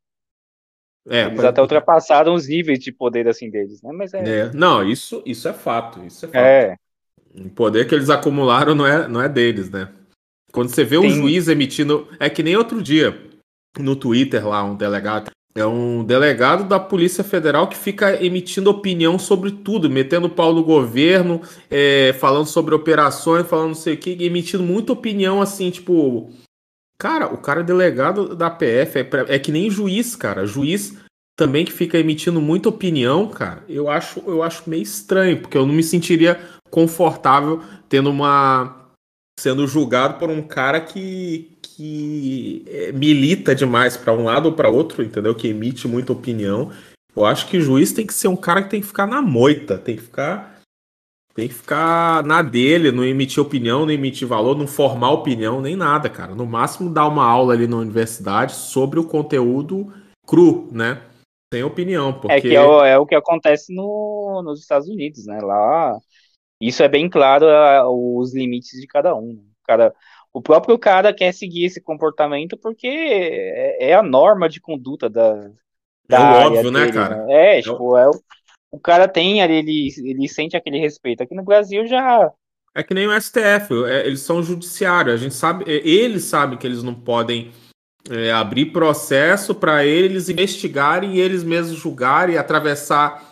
É, Eles pra- até ultrapassaram os níveis de poder assim deles, né? Mas é, é, não, isso, isso é fato. Isso é fato. é, O poder que eles acumularam não é, não é deles, né? Quando você vê um Sim. juiz emitindo. É que nem outro dia, no Twitter lá, um delegado. É um delegado da Polícia Federal que fica emitindo opinião sobre tudo, metendo pau no governo, é, falando sobre operações, falando não sei o que, emitindo muita opinião assim, tipo. Cara, o cara é delegado da P F, é, pra- é que nem juiz, cara. Juiz também que fica emitindo muita opinião, cara. Eu acho, eu acho meio estranho, porque eu não me sentiria confortável tendo uma. Sendo julgado por um cara que, que é, milita demais para um lado ou para outro, entendeu? Que emite muita opinião. Eu acho que o juiz tem que ser um cara que tem que ficar na moita, tem que ficar, tem que ficar na dele, não emitir opinião, não emitir valor, não formar opinião, nem nada, cara. No máximo dar uma aula ali na universidade sobre o conteúdo cru, né? Sem opinião, porque é que é o, é o que acontece no, nos Estados Unidos, né? Lá, isso é bem claro, a- os limites de cada um, né? O cara, o próprio cara quer seguir esse comportamento porque é, é a norma de conduta da, é da o área óbvio, né, dele, cara? né? É, É o- tipo, é, o o cara tem ali, ele, ele sente aquele respeito. Aqui no Brasil já. É que nem o S T F, é, eles são judiciário, a gente sabe, é, eles sabem que eles não podem é, abrir processo para eles investigarem e eles mesmos julgarem, atravessar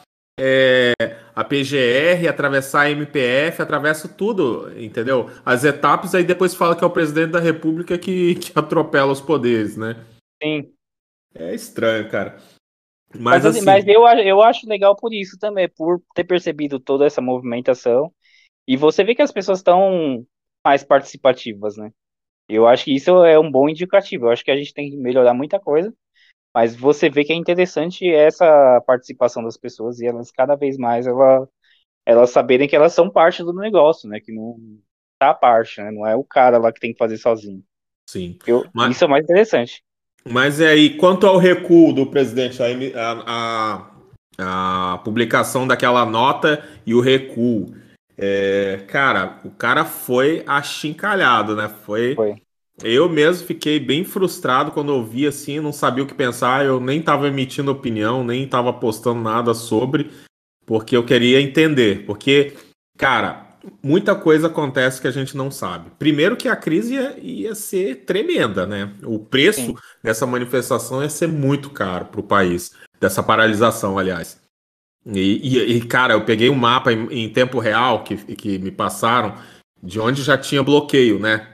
é, a P G R, atravessar a M P F, atravessa tudo, entendeu? As etapas, aí depois fala que é o presidente da República que, que atropela os poderes, né? Sim. É estranho, cara. Mas, Mas assim, assim, mas eu, a- eu acho legal por isso também, por ter percebido toda essa movimentação. E você vê que as pessoas estão mais participativas, né? Eu acho que isso é um bom indicativo. Eu acho que a gente tem que melhorar muita coisa, mas você vê que é interessante essa participação das pessoas e elas cada vez mais ela, elas saberem que elas são parte do negócio, né? Que não tá à parte, né? Não é o cara lá que tem que fazer sozinho. sim. Eu, Mas, isso é o mais interessante. Mas é aí, quanto ao recuo do presidente, a, emi- a, a- a publicação daquela nota e o recuo, é, cara, o cara foi achincalhado, né? Foi. Foi. Eu mesmo fiquei bem frustrado quando eu vi assim, não sabia o que pensar, eu nem estava emitindo opinião, nem estava postando nada sobre, porque eu queria entender. Porque, cara, muita coisa acontece que a gente não sabe. Primeiro que a crise ia, ia ser tremenda, né? O preço Sim. dessa manifestação ia ser muito caro para o país, dessa paralisação, aliás. E, e- e, cara, eu peguei um mapa em, em tempo real que, que me passaram de onde já tinha bloqueio, né?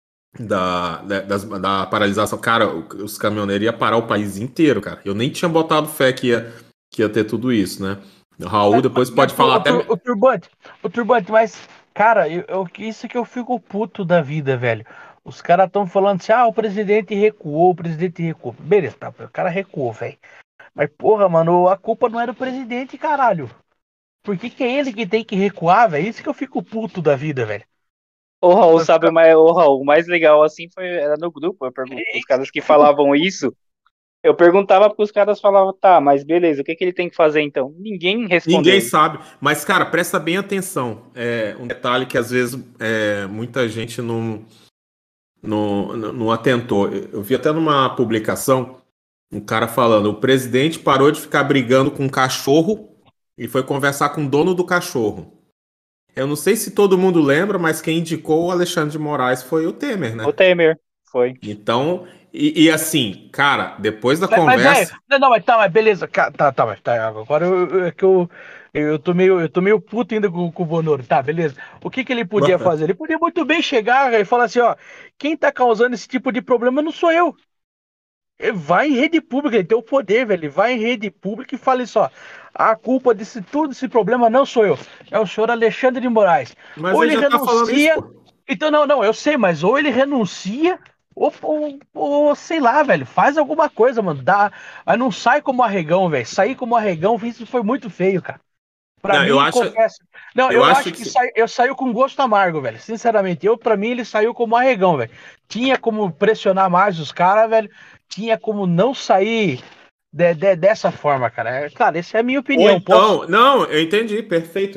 Da, da, das- da paralisação. Cara, o- os caminhoneiros iam parar o país inteiro, cara. Eu nem tinha botado fé que ia, que ia ter tudo isso, né? O Raul depois pode Mas, falar o, até. tur- o turbante, o turbante, mas Cara, eu, eu- isso que eu fico puto da vida, velho. Os caras estão falando assim, ah, o presidente recuou, o presidente recuou. Beleza, tá, o cara recuou, velho. Mas, porra, mano, a culpa não é do presidente, caralho. Por que que é ele que tem que recuar, velho? Isso que eu fico puto da vida, velho. Ô, Raul, Vai sabe, ficar- mas, ô, Raul, o mais legal assim foi era no grupo. Eu pergunto os caras que falavam isso. Eu perguntava porque os caras falavam, tá, mas beleza, o que que ele tem que fazer então? Ninguém Ninguém respondeu. sabe, mas cara, presta bem atenção. É um detalhe que às vezes é, muita gente não, não, não atentou. Eu vi até numa publicação um cara falando: o presidente parou de ficar brigando com o cachorro e foi conversar com o dono do cachorro. Eu não sei se todo mundo lembra, mas quem indicou o Alexandre de Moraes foi o Temer, né? O Temer foi. Então, e, e assim, cara, depois da Mas, mas, velho, conversa. não, não, mas tá, mas beleza, ca- tá, tá, mas tá, agora eu, eu- é que eu, eu tô meio, eu tô meio puto ainda com, com o Bonoro, tá, beleza. O que que ele podia fazer? Ele podia muito bem chegar e falar assim, ó, quem tá causando esse tipo de problema não sou eu. Ele vai em rede pública, ele tem o poder, velho, ele vai em rede pública e fala isso, ó, a culpa desse tudo, esse problema não sou eu, é o senhor Alexandre de Moraes. Mas Ou ele ele já tá falando isso, renuncia, pô. então não, não, eu sei, mas ou ele renuncia, ou, ou, ou, sei lá, velho, faz alguma coisa, mano, dá, mas não sai como arregão, velho, sair como arregão, isso foi muito feio, cara. Pra Não, eu mim, acho, confesso. Não, eu eu acho acho que que se- sai, eu saiu com gosto amargo, velho. Sinceramente, eu para mim ele saiu como arregão, velho. Tinha como pressionar mais os caras, velho. Tinha como não sair de- de- dessa forma, cara. É, cara, essa é a minha ou opinião. Posso. então, não, eu entendi, perfeito.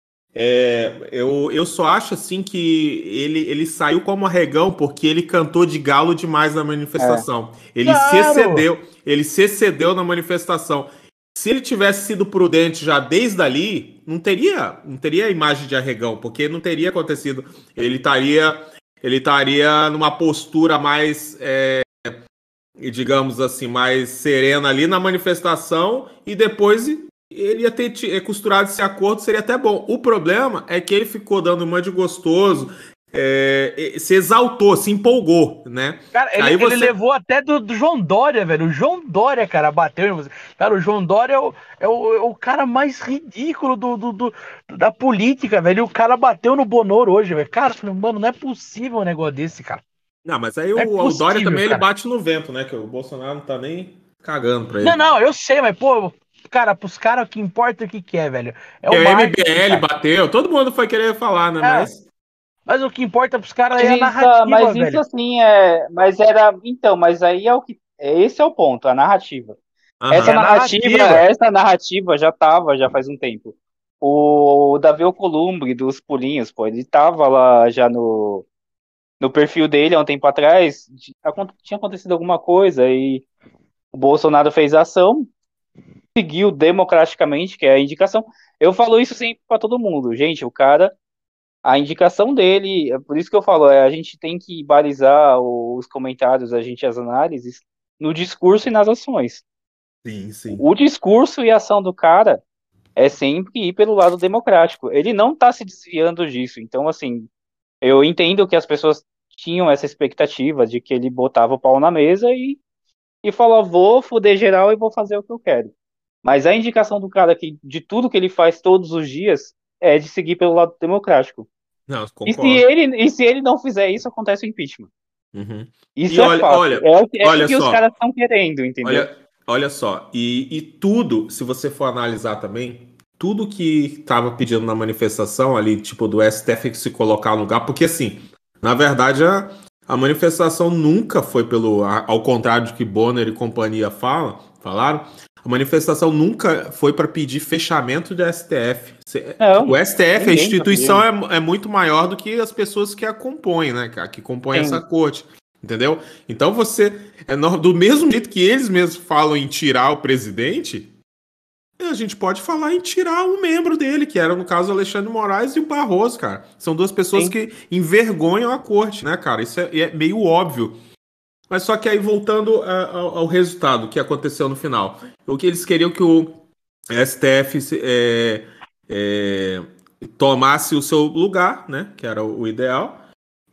É, eu, eu só acho assim que ele, ele saiu como arregão porque ele cantou de galo demais na É. manifestação. Ele se Claro! excedeu, ele se excedeu na manifestação. Se ele tivesse sido prudente já desde ali, não teria, não teria a imagem de arregão, porque não teria acontecido. Ele estaria, ele estaria numa postura mais, é, digamos assim, mais serena ali na manifestação e depois ele ia ter ti- costurado esse acordo, seria até bom. O problema é que ele ficou dando uma de gostoso, é, se exaltou, se empolgou, né? Cara, ele, Aí ele você. levou até do, do João Dória, velho. O João Dória, cara, bateu em você. Cara, o João Dória é o, é o, é o cara mais ridículo do, do, do- da política, velho. E o cara bateu no Bonoro hoje, velho. Cara, eu falei, mano, não é possível um negócio desse, cara. Não, mas aí Não é o, o Dória possível, também ele cara. bate no vento, né? Que o Bolsonaro não tá nem cagando pra Não, ele. não, eu sei, mas, pô, cara, pros caras o que importa é o que que é, velho. É Que o o marketing, M B L cara. bateu, todo mundo foi querer falar, né? É, Mas. mas o que importa pros caras Mas é a isso, ah, narrativa, mas isso velho. assim é. Mas era. Então, mas aí é o que. é- Esse é o ponto, a narrativa. É Essa a Aham. narrativa, narrativa. essa narrativa já tava, já faz um tempo. O Davi Alcolumbre dos pulinhos, pô, ele tava lá já no, no perfil dele há um tempo atrás. de- acon- Tinha acontecido alguma coisa e o Bolsonaro fez ação, seguiu democraticamente, que é a indicação. Eu falo isso sempre pra todo mundo. Gente, o cara, a indicação dele, é por isso que eu falo, é, a gente tem que balizar os comentários, a gente as análises no discurso e nas ações. Sim, sim. O discurso e a ação do cara é sempre ir pelo lado democrático. Ele não tá se desviando disso. Então, assim, eu entendo que as pessoas tinham essa expectativa de que ele botava o pau na mesa e, e falou, vou foder geral e vou fazer o que eu quero. Mas a indicação do cara que de tudo que ele faz todos os dias é de seguir pelo lado democrático. Não, E se concordo. ele, e se ele não fizer isso, acontece o impeachment. Uhum. E Isso é olha, fato. olha, É o que, é o olha que os só. caras estão querendo, entendeu? Olha, olha só, e, e tudo, se você for analisar também, tudo que estava pedindo na manifestação ali, tipo do S T F se colocar no lugar, porque assim, na verdade a, a manifestação nunca foi pelo, a- ao contrário do que Bonner e companhia falam, falaram, a manifestação nunca foi para pedir fechamento do S T F. Se- O Não, S T F, a ninguém tá instituição pedindo. é, é muito maior do que as pessoas que a compõem, né, cara, que compõem essa Sim. corte. Entendeu? Então você, é no- do mesmo jeito que eles mesmos falam em tirar o presidente, a gente pode falar em tirar um membro dele, que era no caso o Alexandre de Moraes e o Barroso, cara. São duas pessoas Sim. que envergonham a corte, né, cara? Isso é, é meio óbvio. Mas só que aí voltando a- ao, ao resultado que aconteceu no final, o que eles queriam que o S T F se- é, é, tomasse o seu lugar, né, que era o, o ideal,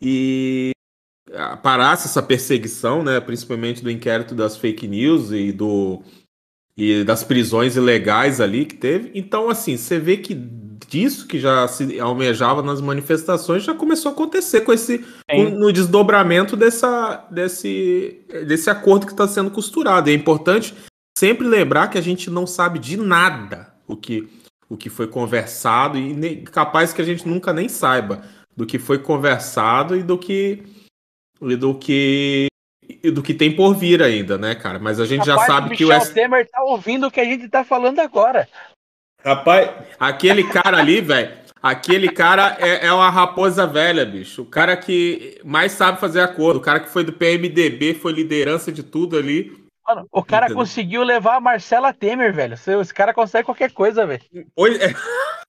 e parasse essa perseguição, né, principalmente do inquérito das fake news e, do, e das prisões ilegais ali que teve. Então, assim, você vê que disso que já se almejava nas manifestações já começou a acontecer com esse com, no desdobramento dessa, desse, desse acordo que está sendo costurado. É importante sempre lembrar que a gente não sabe de nada o que, o que foi conversado e nem, capaz que a gente nunca nem saiba do que foi conversado e do que e do que e do que tem por vir ainda, né, cara? Mas a gente Rapaz, já sabe o que o Michel S... Temer tá ouvindo o que a gente tá falando agora. Rapaz, aquele cara ali, velho, aquele cara é, é uma raposa velha, bicho. O cara que mais sabe fazer acordo, o cara que foi do P M D B, foi liderança de tudo ali. Mano, o cara Entendeu? conseguiu levar a Marcela Temer, velho. Esse cara consegue qualquer coisa, velho. Oi, é...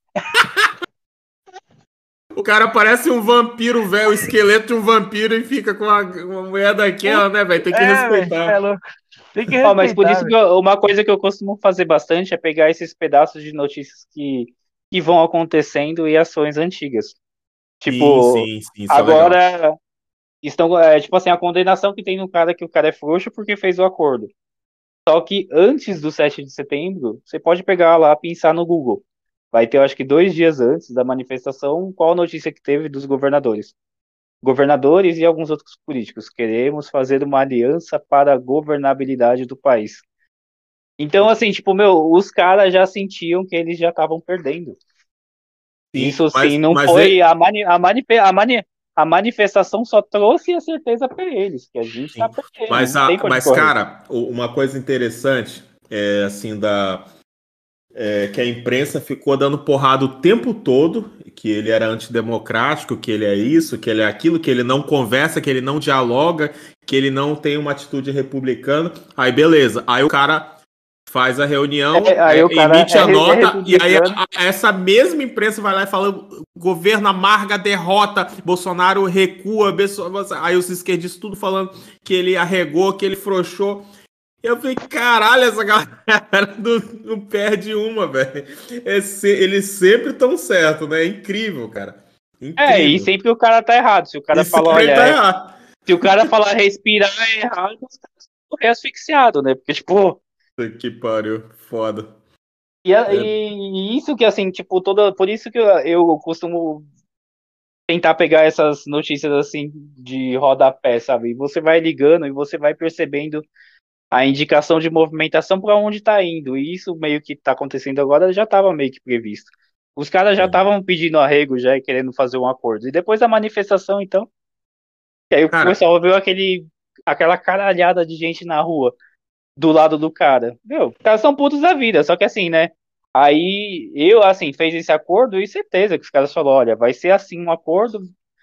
O cara parece um vampiro, velho, o esqueleto de um vampiro e fica com uma, uma mulher daquela, né, velho? Tem que é, respeitar. Véio, é louco. Tem que respeitar. Oh, mas por isso que eu, uma coisa que eu costumo fazer bastante é pegar esses pedaços de notícias que, que vão acontecendo e ações antigas. Tipo, sim, sim, sim, agora é estão, é, tipo assim, a condenação que tem no cara que o cara é frouxo porque fez o acordo. Só que antes do sete de setembro, você pode pegar lá, pensar no Google. Vai ter, eu acho que dois dias antes da manifestação, qual a notícia que teve dos governadores? Governadores e alguns outros políticos. Queremos fazer uma aliança para a governabilidade do país. Então, assim, tipo, meu, os caras já sentiam que eles já estavam perdendo. Sim, Isso, mas, sim, não foi... É... A, mani, a, mani, a, mani, a manifestação só trouxe a certeza para eles, que a gente está perdendo. Mas, a, mas cara, uma coisa interessante é, assim, da... É, que a imprensa ficou dando porrada o tempo todo, que ele era antidemocrático, que ele é isso, que ele é aquilo, que ele não conversa, que ele não dialoga, que ele não tem uma atitude republicana. Aí beleza, aí o cara faz a reunião, é, aí é, o cara emite é, a nota, é e aí a, a, essa mesma imprensa vai lá e fala: governo amarga a derrota, Bolsonaro recua, aí os esquerdistas tudo falando que ele arregou, que ele frouxou. Eu falei, caralho, essa galera não, não perde uma, velho. É se, eles sempre estão certos, né? É incrível, cara. Incrível. É, e sempre o cara tá errado. Se o cara fala, olha, tá é, errado. Se o cara falar respirar é errado, os caras ficam asfixiados, né? Porque, tipo... Que pariu, foda. E, é. e isso que, assim, tipo, toda... Por isso que eu, eu costumo tentar pegar essas notícias, assim, de rodapé, sabe? E você vai ligando e você vai percebendo a indicação de movimentação para onde está indo. E isso meio que está acontecendo agora já estava meio que previsto. Os caras já estavam pedindo arrego já e querendo fazer um acordo. E depois da manifestação, então, e aí cara, o pessoal viu aquele, aquela caralhada de gente na rua do lado do cara. Meu, os caras são putos da vida, só que assim, né? Aí eu, assim, fez esse acordo e certeza que os caras falaram, olha, vai ser assim um acordo,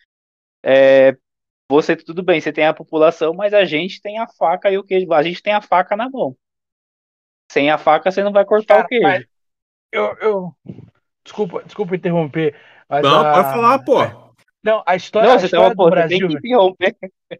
é, você, tudo bem, você tem a população, mas a gente tem a faca e o queijo. A gente tem a faca na mão. Sem a faca, você não vai cortar cara, o queijo. Eu, eu... Desculpa, desculpa interromper. Mas não, a... pode falar, pô. Não, a história, não, a história tava, do pô, Brasil... Tem que interromper.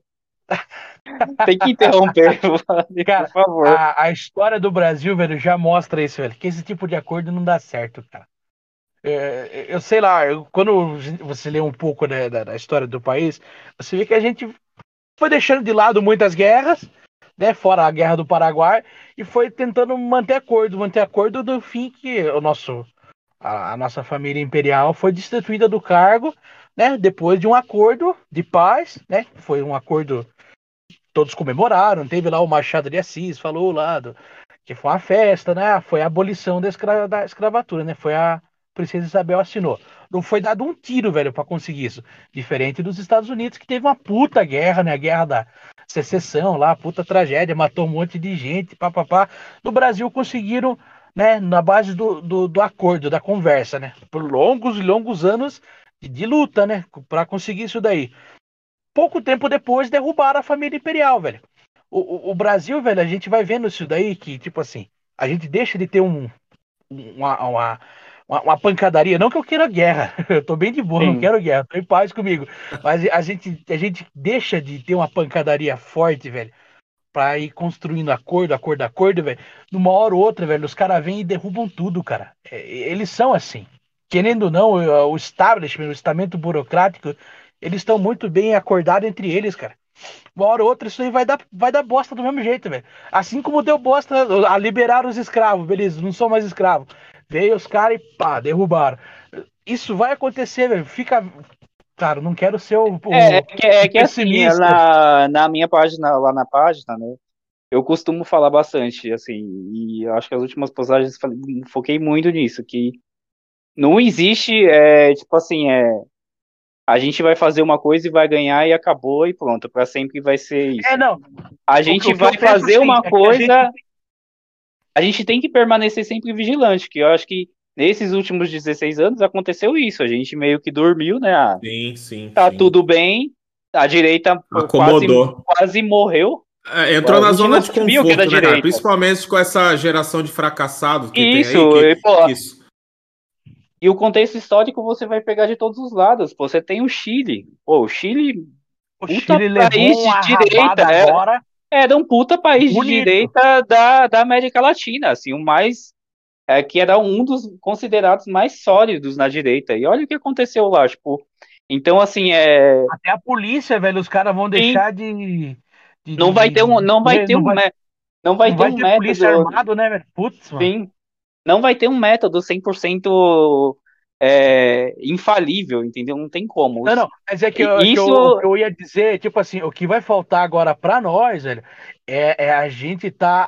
Tem que interromper, cara, por favor. A, a história do Brasil, velho, já mostra isso, velho. Que esse tipo de acordo não dá certo, cara. É, eu sei lá, eu, quando você lê um pouco né, da, da história do país, você vê que a gente foi deixando de lado muitas guerras, né, fora a guerra do Paraguai, e foi tentando manter acordo, manter acordo do fim que o nosso, a, a nossa família imperial foi destituída do cargo, né, depois de um acordo de paz, né, foi um acordo que todos comemoraram, teve lá o Machado de Assis, falou lá do, que foi uma festa, né, foi a abolição da, escra, da escravatura, né, foi a Princesa Isabel assinou. Não foi dado um tiro, velho, para conseguir isso. Diferente dos Estados Unidos, que teve uma puta guerra, né? A guerra da secessão lá, puta tragédia, matou um monte de gente, papapá. No Brasil conseguiram, né, na base do, do, do acordo, da conversa, né? Por longos e longos anos de, de luta, né? Para conseguir isso daí. Pouco tempo depois, derrubaram a família imperial, velho. O, o, o Brasil, velho, a gente vai vendo isso daí que, tipo assim, a gente deixa de ter um, uma, uma Uma, uma pancadaria, não que eu queira guerra, eu tô bem de boa, Sim. não quero guerra, tô em paz comigo, mas a gente, a gente deixa de ter uma pancadaria forte, velho, pra ir construindo acordo, acordo, acordo, velho, numa hora ou outra, velho, os caras vêm e derrubam tudo, cara, é, eles são assim, querendo ou não, o establishment, o estamento burocrático, eles estão muito bem acordados entre eles, cara. Uma hora ou outra isso aí vai dar, vai dar bosta do mesmo jeito, velho. Assim como deu bosta a liberar os escravos, beleza, não são mais escravos. Veio os caras e pá, derrubaram. isso vai acontecer, velho. Fica. Cara, não quero ser o, o, É, é que, é o que assim, pessimista. na, na minha página, lá na página, né? Eu costumo falar bastante, assim, e eu acho que as últimas postagens eu falei- foquei muito nisso, que não existe, é, tipo assim, é, a gente vai fazer uma coisa e vai ganhar e acabou e pronto, pra sempre vai ser É, isso. não. A O, gente o que eu vai penso fazer assim, uma é que a gente. coisa, a gente tem que permanecer sempre vigilante, que eu acho que nesses últimos dezesseis anos aconteceu isso, a gente meio que dormiu, né? Ah, Sim, sim, tá sim. tudo bem, a direita quase, Acomodou. quase morreu, É, entrou a na gente zona não de sabia o que era conforto, né, cara? direita. Principalmente com essa geração de fracassados que tem Isso, aí, que, e, pô, que isso. e o contexto histórico você vai pegar de todos os lados. Pô, você tem o Chile. Pô, o Chile, O puta Chile país levou de uma direita. rabada Era, agora. era um puta país de Bonito. direita da, da América Latina. Assim, o mais. É, que era um dos considerados mais sólidos na direita. E olha o que aconteceu lá, tipo. Então, assim, é. Até a polícia, velho, os caras vão Sim, deixar de. de, não de, vai ter de- um, não vai de- ter não, um, vai, mé- não vai não ter vai um ter polícia método. armado, né, velho? Putz, mano. Sim, não vai ter um método cem por cento é, infalível, entendeu? Não tem como. Não, não, mas é que, eu, é que eu- Isso, o que eu ia dizer, tipo assim, o que vai faltar agora pra nós, velho, é, é a gente tá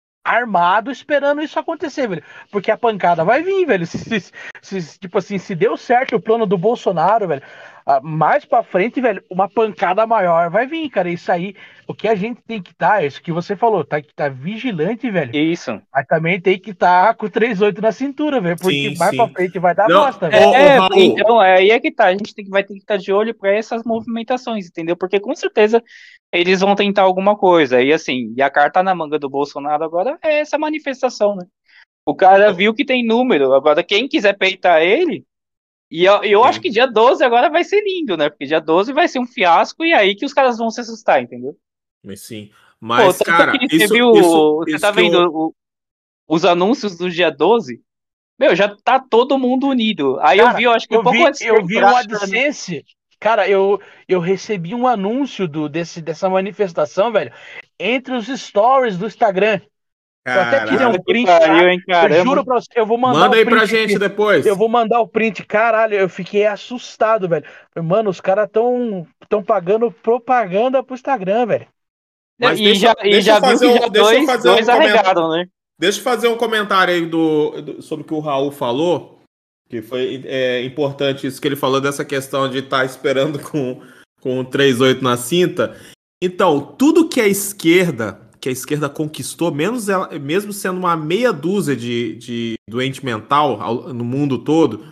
armado esperando isso acontecer, velho. Porque a pancada vai vir, velho. Se, se- se- tipo assim, se deu certo o plano do Bolsonaro, velho, ah, mais pra frente, velho, uma pancada maior vai vir, cara. Isso aí, o que a gente tem que estar, é isso que você falou, tá que tá vigilante, velho. isso. Mas também tem que estar com o três oito na cintura, velho, porque Sim, mais pra sim. frente vai dar Não, bosta, velho. ô, ô, É, Raul, então, é aí é que tá. A gente tem que, vai ter que estar de olho para essas movimentações, entendeu? Porque com certeza eles vão tentar alguma coisa. E assim, e a carta na manga do Bolsonaro agora é essa manifestação, né? O cara viu que tem número. Agora, quem quiser peitar ele, e eu, eu acho sim, que dia doze agora vai ser lindo, né? Porque dia doze vai ser um fiasco e é aí que os caras vão se assustar, entendeu? mas sim. Pô, Mas, tanto cara, que você isso, viu, isso, você isso tá que vendo eu. o- os anúncios do dia doze. Meu, já tá todo mundo unido. Aí eu Cara, vi, eu acho que um eu pouco vi, antes de eu vi entrar, um AdSense. Cara, eu, eu recebi um anúncio do, desse, dessa manifestação, velho, entre os stories do Instagram. Eu até tirei um puta Caralho. que print lá. pariu, hein, Eu caramba. juro pra você, eu vou mandar Manda o aí pra print gente aqui. depois. Eu vou mandar o print. Caralho, eu fiquei assustado, velho. Mano, os caras tão, tão pagando propaganda pro Instagram, velho. Não, Mas E deixa, já, eu- e deixa eu já viu fazer que um, já deixa eu dois, fazer um dois comentário. arregaram, né? Deixa eu fazer um comentário aí do, do- sobre o que o Raul falou, que foi é, importante isso que ele falou dessa questão de estar esperando com, com o três oito na cinta. Então, tudo que a esquerda, que a esquerda conquistou, menos ela, mesmo sendo uma meia dúzia de, de doente mental ao- no mundo todo,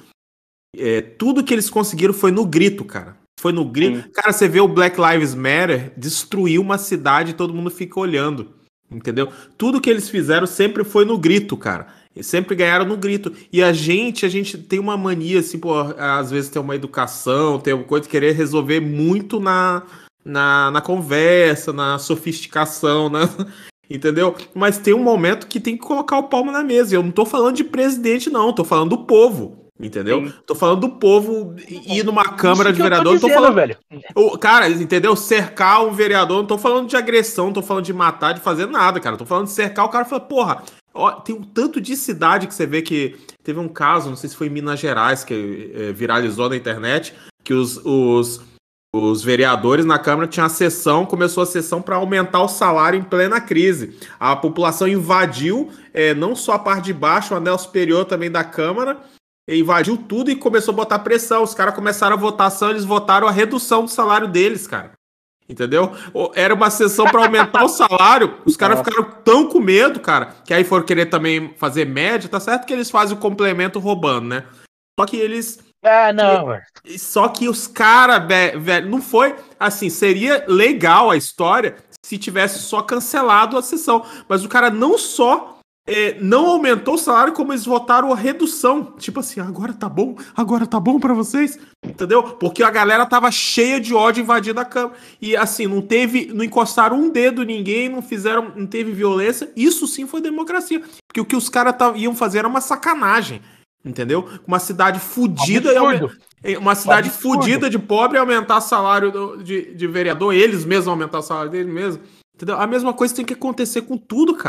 é, tudo que eles conseguiram foi no grito, cara. Foi no grito. Sim. Cara, você vê o Black Lives Matter destruir uma cidade e todo mundo fica olhando. Entendeu? Tudo que eles fizeram sempre foi no grito, cara. Eles sempre ganharam no grito. E a gente, a gente tem uma mania, assim, pô, às vezes tem uma educação, tem uma coisa de querer resolver muito na, na, na conversa, na sofisticação, né? Entendeu? Mas tem um momento que tem que colocar o palmo na mesa. E eu não tô falando de presidente, não. Tô falando do povo. Entendeu? Sim. Tô falando do povo ir numa Câmara Isso de que eu tô Vereadores. Não tô dizendo, falando. velho. O, cara, entendeu? Cercar um vereador, não tô falando de agressão, não tô falando de matar, de fazer nada, cara. Tô falando de cercar o cara e falar, porra, ó, tem um tanto de cidade que você vê que teve um caso, não sei se foi em Minas Gerais, que é, viralizou na internet, que os, os, os vereadores na Câmara tinham a sessão, começou a sessão para aumentar o salário em plena crise. A população invadiu é, não só a parte de baixo, o anel superior também da Câmara, invadiu tudo e começou a botar pressão. Os caras começaram a votação, eles votaram a redução do salário deles, cara. Entendeu? Era uma sessão para aumentar o salário. Os caras ficaram tão com medo, cara, que aí foram querer também fazer média. Tá certo que eles fazem o complemento roubando, né? Só que eles. Ah, não, velho. Só que os caras, velho, não foi assim. Seria legal a história se tivesse só cancelado a sessão. Mas o cara não só. É, não aumentou o salário, como eles votaram a redução. Tipo assim, agora tá bom, agora tá bom pra vocês, entendeu? Porque a galera tava cheia de ódio invadindo a Câmara. E assim, não teve, não encostaram um dedo em ninguém, não fizeram, não teve violência. Isso sim foi democracia. Porque o que os caras iam fazer era uma sacanagem, entendeu? Uma cidade fudida, Absurdo. uma cidade Absurdo. fudida de pobre aumentar o salário do, de, de vereador, eles mesmos aumentar o salário deles mesmo. Entendeu? A mesma coisa tem que acontecer com tudo, cara.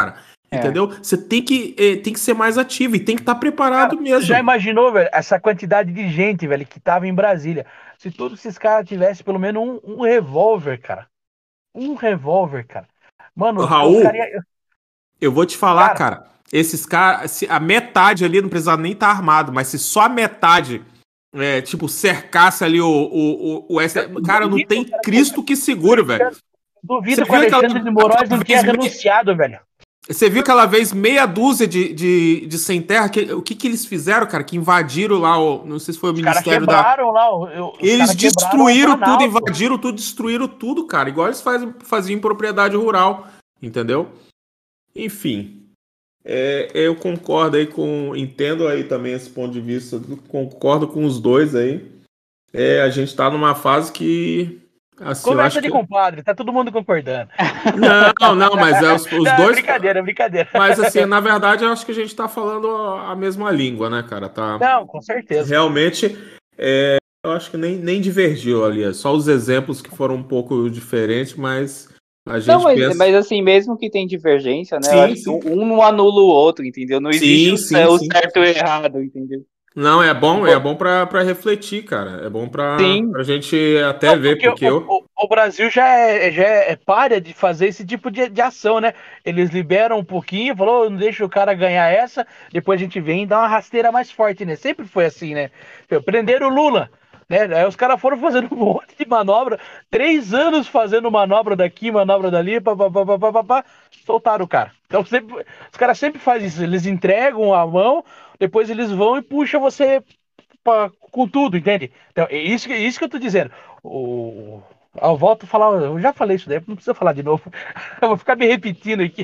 É. Entendeu? Você tem que, eh, tem que ser mais ativo e tem que estar preparado Cara, mesmo. já imaginou, velho, essa quantidade de gente, velho, que tava em Brasília? Se todos esses caras tivessem pelo menos um, um revólver, cara. Um revólver, cara. Mano, os, os Raul, caras. iam- eu vou te falar, Cara, cara. Esses caras, se a metade ali não precisava nem estar armado, mas se só a metade, é, tipo, cercasse ali o, o, o, o S T F, cara, não duvido, tem cara, Cristo que segure, velho. duvido Você que o viu aquela, Alexandre de Moraes não aquela tinha vez, meia, renunciado, velho. você viu aquela vez meia dúzia de, de, de sem terra? Que, o que que eles fizeram, cara? Que invadiram lá, o, não sei se foi o Os caras Ministério da... quebraram lá, o- eu- os Eles caras quebraram o destruíram tudo, Planalto. invadiram tudo, destruíram tudo, cara. Igual eles fazem, faziam em propriedade rural, entendeu? Enfim, é, eu concordo aí com... Entendo aí também esse ponto de vista, concordo com os dois aí. É, a gente tá numa fase que... Assim, eu Conversa acho de que... compadre, tá todo mundo concordando. Não, não, mas é os, os Não, é dois... brincadeira, é brincadeira. Mas assim, na verdade, eu acho que a gente tá falando a mesma língua, né, cara? Tá... Não, com certeza. Realmente, é, eu acho que nem, nem divergiu ali. É só os exemplos que foram um pouco diferentes, mas a gente Não, mas, pensa. mas assim, mesmo que tem divergência, né? Eu Sim, acho que sim. um não anula o outro, entendeu? Não existe Sim, o, sim, o sim. certo e o errado, entendeu? Não, é bom, é Tipo, bom pra, pra refletir, cara. É bom pra, sim, pra gente até Não, ver, porque o, porque eu. o, o Brasil já é, já é párea de fazer esse tipo de, de ação, né? Eles liberam um pouquinho, falou, não deixa o cara ganhar essa, depois a gente vem e dá uma rasteira mais forte, né? Sempre foi assim, né? Prenderam o Lula, né? Aí os caras foram fazendo um monte de manobra, três anos fazendo manobra daqui, manobra dali, papapá, papapá, soltaram o cara. Então sempre, os caras sempre fazem isso, eles entregam a mão, depois eles vão e puxam você pra- com tudo, entende? Então, é isso, que- é isso que eu tô dizendo. O, eu volto a falar, eu já falei isso daí, não precisa falar de novo. Eu vou ficar me repetindo aqui.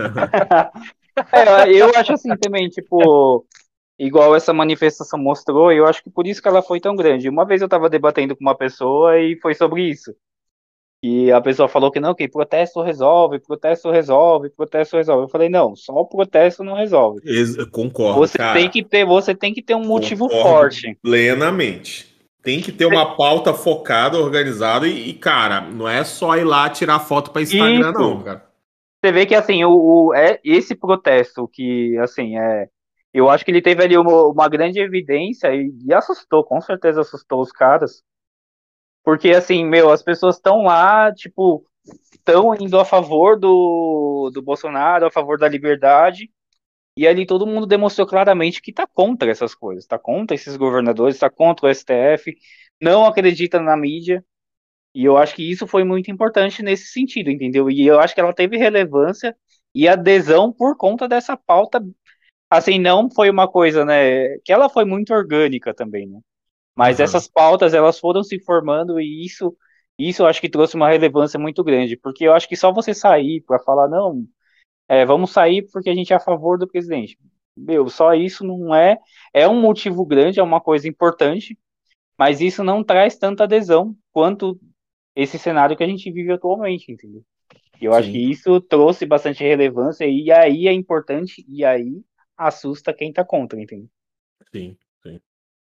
é, eu acho assim também, tipo, igual essa manifestação mostrou, eu acho que por isso que ela foi tão grande. Uma vez eu tava debatendo com uma pessoa e foi sobre isso. E a pessoa falou que não, que protesto resolve, protesto resolve, protesto resolve. Eu falei, não, só o protesto não resolve. Ex- eu concordo, Você tem cara. que ter, você tem que ter um motivo Concordo forte. plenamente. Tem que ter uma pauta focada, organizada e, e, cara, não é só ir lá tirar foto para Instagram, Isso. não, cara. Você vê que assim, o, o- é esse protesto que assim é, eu acho que ele teve ali uma, uma grande evidência e, e assustou, com certeza assustou os caras, porque assim, meu, as pessoas estão lá, tipo, estão indo a favor do, do Bolsonaro, a favor da liberdade, e ali todo mundo demonstrou claramente que tá contra essas coisas, tá contra esses governadores, tá contra o S T F, não acredita na mídia. E eu acho que isso foi muito importante nesse sentido, entendeu? E eu acho que ela teve relevância e adesão por conta dessa pauta. Assim, não foi uma coisa, né? Que ela foi muito orgânica também, né? Mas Aham. essas pautas, elas foram se formando e isso, isso eu acho que trouxe uma relevância muito grande. Porque eu acho que só você sair para falar, não, é, vamos sair porque a gente é a favor do presidente. Meu, só isso não é. É um motivo grande, é uma coisa importante, mas isso não traz tanta adesão quanto esse cenário que a gente vive atualmente, entendeu? E eu acho que Sim, isso trouxe bastante relevância e aí é importante e aí assusta quem tá contra, entendeu? sim, sim.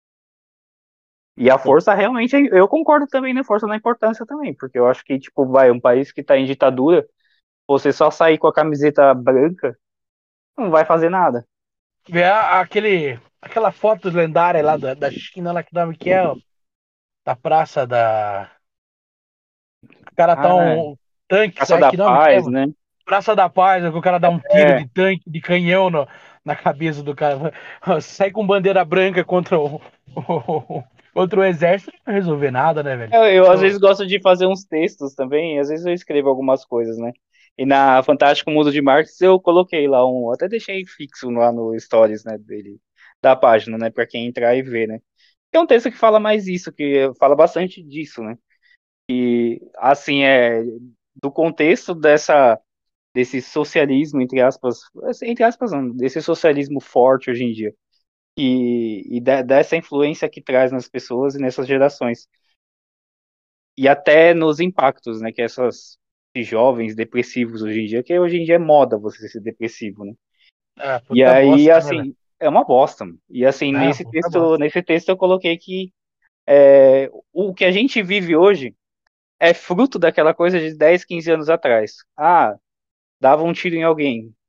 E a força realmente, eu concordo também na força na importância também, porque eu acho que, tipo, vai, um país que tá em ditadura, você só sair com a camiseta branca não vai fazer nada. Vê a- aquele, aquela foto lendária lá da, da China, lá que nome que é, ó, da Praça da. O cara tá Ah, um tanque, Praça sabe da que nome que é, Paz, mano? né? Praça da Paz, que o cara dá um tiro É, de tanque, de canhão no- na cabeça do cara. Sai com bandeira branca contra o, o, contra o exército, não vai resolver nada, né, velho? eu, eu às Eu- vezes gosto de fazer uns textos também, às vezes eu escrevo algumas coisas, né? E na Fantástico Mundo de Marx eu coloquei lá um, até deixei fixo lá no Stories, né, dele, da página, né, para quem entrar e ver, né? É um texto que fala mais isso, que fala bastante disso, né? E assim é do contexto dessa desse socialismo entre aspas, entre aspas não, desse socialismo forte hoje em dia e, e de- dessa influência que traz nas pessoas e nessas gerações e até nos impactos, né, que essas esses jovens depressivos hoje em dia, que hoje em dia é moda você ser depressivo, né? Ah, E puta aí, bosta, né, velho? assim, é uma bosta, mano. E assim, Ah, nesse puta texto, bosta. nesse texto eu coloquei que é, o que a gente vive hoje é fruto daquela coisa de dez, quinze anos atrás. Ah, dava um tiro em alguém.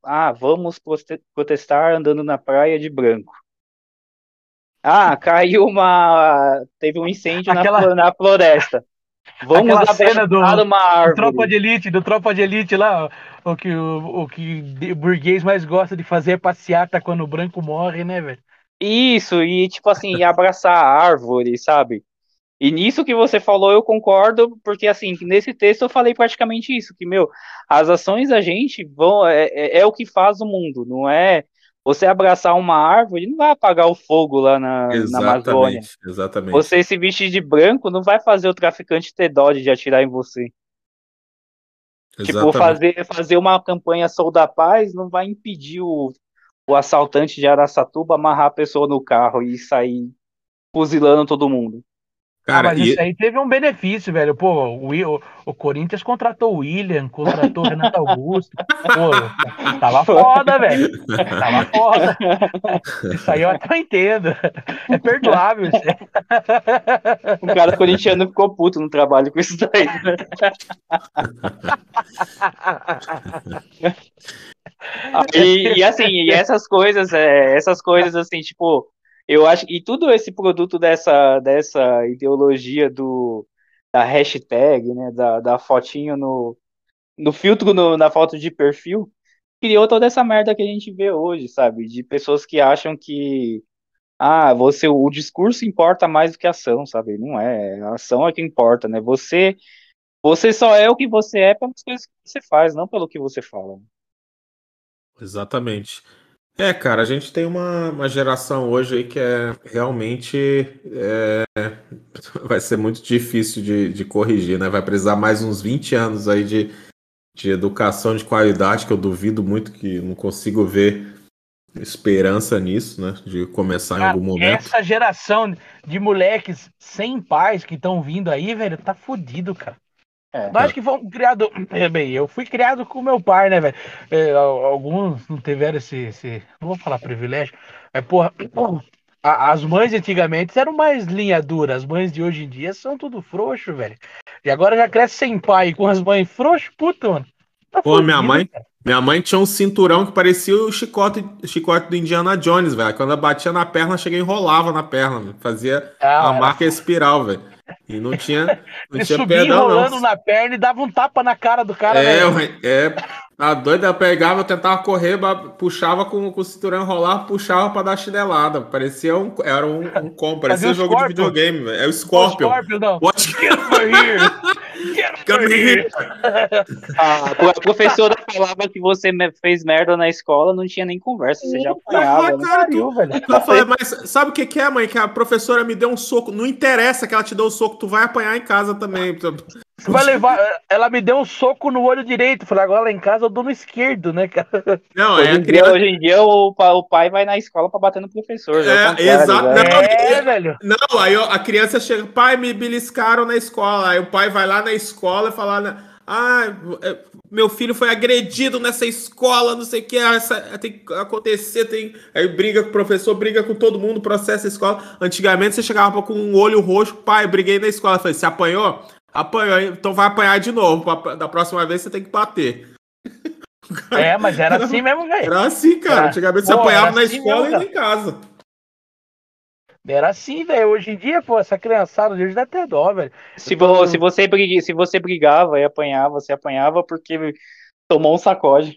Ah, vamos proste- protestar andando na praia de branco. Ah, caiu uma. Teve um incêndio na, Aquela, flo- na floresta. Vamos aquela cena abraçar do, uma do Tropa árvore. de Elite, do Tropa de Elite lá, o que o, o que o burguês mais gosta de fazer é passeata quando o branco morre, né, velho? Isso, e tipo assim, abraçar a árvore, sabe? E nisso que você falou, eu concordo, porque assim, nesse texto eu falei praticamente isso, que, meu, as ações da gente vão, é, é, é o que faz o mundo, não é você abraçar uma árvore, não vai apagar o fogo lá na, na Amazônia. Exatamente, exatamente. Você se vestir de branco não vai fazer o traficante ter dó de atirar em você. Tipo, Exatamente. fazer, fazer uma campanha Sou da Paz não vai impedir o, o assaltante de Araçatuba amarrar a pessoa no carro e sair fuzilando todo mundo. Ah, Cara, mas isso e aí teve um benefício, velho. Pô, o, Wi- o, o Corinthians contratou o William, contratou o Renato Augusto. Pô, tava foda, velho. Tava foda. Isso aí eu até entendo. É perdoável isso aí. Um cara corintiano ficou puto no trabalho com isso daí. Né? E, e assim, e essas coisas, é, essas coisas assim, tipo, eu acho e tudo esse produto dessa, dessa ideologia do da hashtag, né, da, da fotinho no, no filtro no, na foto de perfil, criou toda essa merda que a gente vê hoje, sabe? De pessoas que acham que ah, você o discurso importa mais do que a ação, sabe? Não é, a ação é que importa, né? Você você só é o que você é pelas coisas que você faz, não pelo que você fala. exatamente. É, cara, a gente tem uma, uma geração hoje aí que é realmente é, vai ser muito difícil de, de corrigir, né? Vai precisar mais uns vinte anos aí de, de educação de qualidade, que eu duvido muito que não consigo ver esperança nisso, né? De começar em Cara, algum momento. essa geração de moleques sem pais que estão vindo aí, velho, tá fudido, cara. É. Nós que fomos criados. É, bem, eu fui criado com meu pai, né, velho? É, al- alguns não tiveram esse, esse. Não vou falar privilégio. Mas, porra, a- as mães antigamente eram mais linha dura. As mães de hoje em dia são tudo frouxo, velho. E agora já cresce sem pai com as mães frouxo, puta, mano. Tá Pô, minha fudido, mãe, cara. minha mãe tinha um cinturão que parecia o chicote, chicote do Indiana Jones, velho. Quando ela batia na perna, chega e enrolava na perna, velho. Fazia a Não, era. marca espiral, velho. E não tinha, não Ele tinha subia perdão, não. enrolando na perna e dava um tapa na cara do cara, né, É, velho? ué, é. A doida ela pegava, eu tentava correr, ba- puxava com, com o cinturão, enrolava, puxava pra dar chinelada. Parecia um, era um, um combo, Fazia parecia o jogo de Scorpion. videogame, velho. É o O Scorpion. Scorpion, não. What Get over here! Get over come here! here? A, a professora falava que você me- fez merda na escola, não tinha nem conversa, você já Ah, apanhava, né? cara, tu. Pariu, velho. Eu falei, mas sabe o que que é, mãe? Que a professora me deu um soco. Não interessa que ela te deu um soco, tu vai apanhar em casa também. Você vai levar. Ela me deu um soco no olho direito. Falei, agora lá em casa eu dou no esquerdo, né, cara? Não, é Hoje a em dia, criança. hoje em dia o, pa- o pai vai na escola pra bater no professor, já é o É, contrário, exato. já. Não, É, é- velho. não, aí a criança chega, pai, me beliscaram na escola. Aí o pai vai lá na escola e fala, né, ah, é, meu filho foi agredido nessa escola, não sei o que, essa, tem que acontecer, tem. Aí briga com o professor, briga com todo mundo, processa a escola. Antigamente você chegava com um olho roxo, pai, briguei na escola. Eu falei, você apanhou? Apanhou, então vai apanhar de novo. pra- Da próxima vez você tem que bater. É, mas era assim mesmo, velho. Era assim, cara. Era- Antigamente você Pô, apanhava era na assim escola mesmo, e em casa. Era assim, velho. Hoje em dia, pô, essa criançada de hoje dá até dó, velho. Se, Eu tô- vo- se, você briga, se você brigava e apanhava, você apanhava porque tomou um sacode.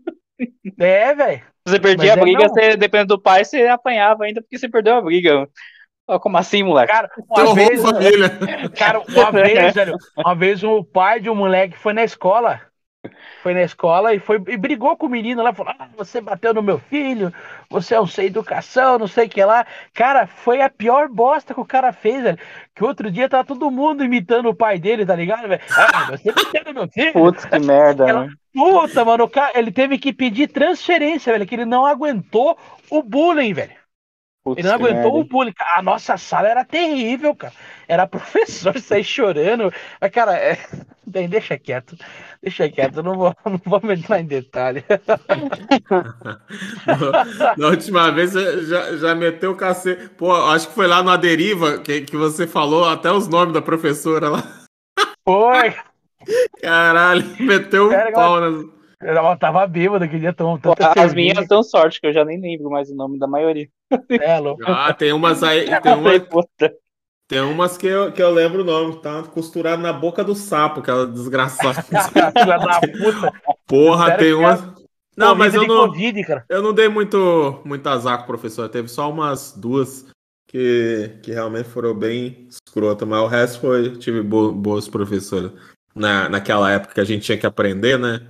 É, velho. Se você perdia Mas a é, briga, não. você, dependendo do pai, você apanhava ainda porque você perdeu a briga. Ó, como assim, moleque? Cara, uma Terror, vez, família. cara, uma vez, velho, uma vez o pai de um moleque foi na escola. Foi na escola e foi e brigou com o menino lá, falou: ah, você bateu no meu filho, você é um sem educação, não sei o que lá. Cara, foi a pior bosta que o cara fez, velho. Que outro dia tava todo mundo imitando o pai dele, tá ligado, velho? Ah, você bateu no meu filho? Putz, que merda, Ela, né? puta, mano, o cara, ele teve que pedir transferência, velho, que ele não aguentou o bullying, velho. Ele Putz, não que merda, aguentou o hein? bullying. A nossa sala era terrível, cara. Era professor sair chorando. Mas, cara, é... bem, deixa quieto. Deixa quieto, eu não vou, não vou me entrar em detalhe. No- Na última vez você já, já meteu o cacete. Pô, acho que foi lá na deriva que, que você falou até os nomes da professora lá. Foi, Caralho, meteu o cara, pau. Né? Ela tava bêbada, queria tomar Pô, tanta as cerveja. minhas dão sorte, que eu já nem lembro mais o nome da maioria. É, louco. Ah, tem umas aí, tem, Eu falei, uma, puta. tem umas que eu, que eu lembro o nome, tá costurado na boca do sapo, aquela desgraçada. Filha da puta. Porra, Espero tem que umas. tenha Não, mas morrido eu de não, Covid, cara. eu não dei muito, muito azar com o professor. Teve só umas duas que, que realmente foram bem escrotas, mas o resto foi. Tive bo, boas professoras. Na, naquela época que a gente tinha que aprender, né?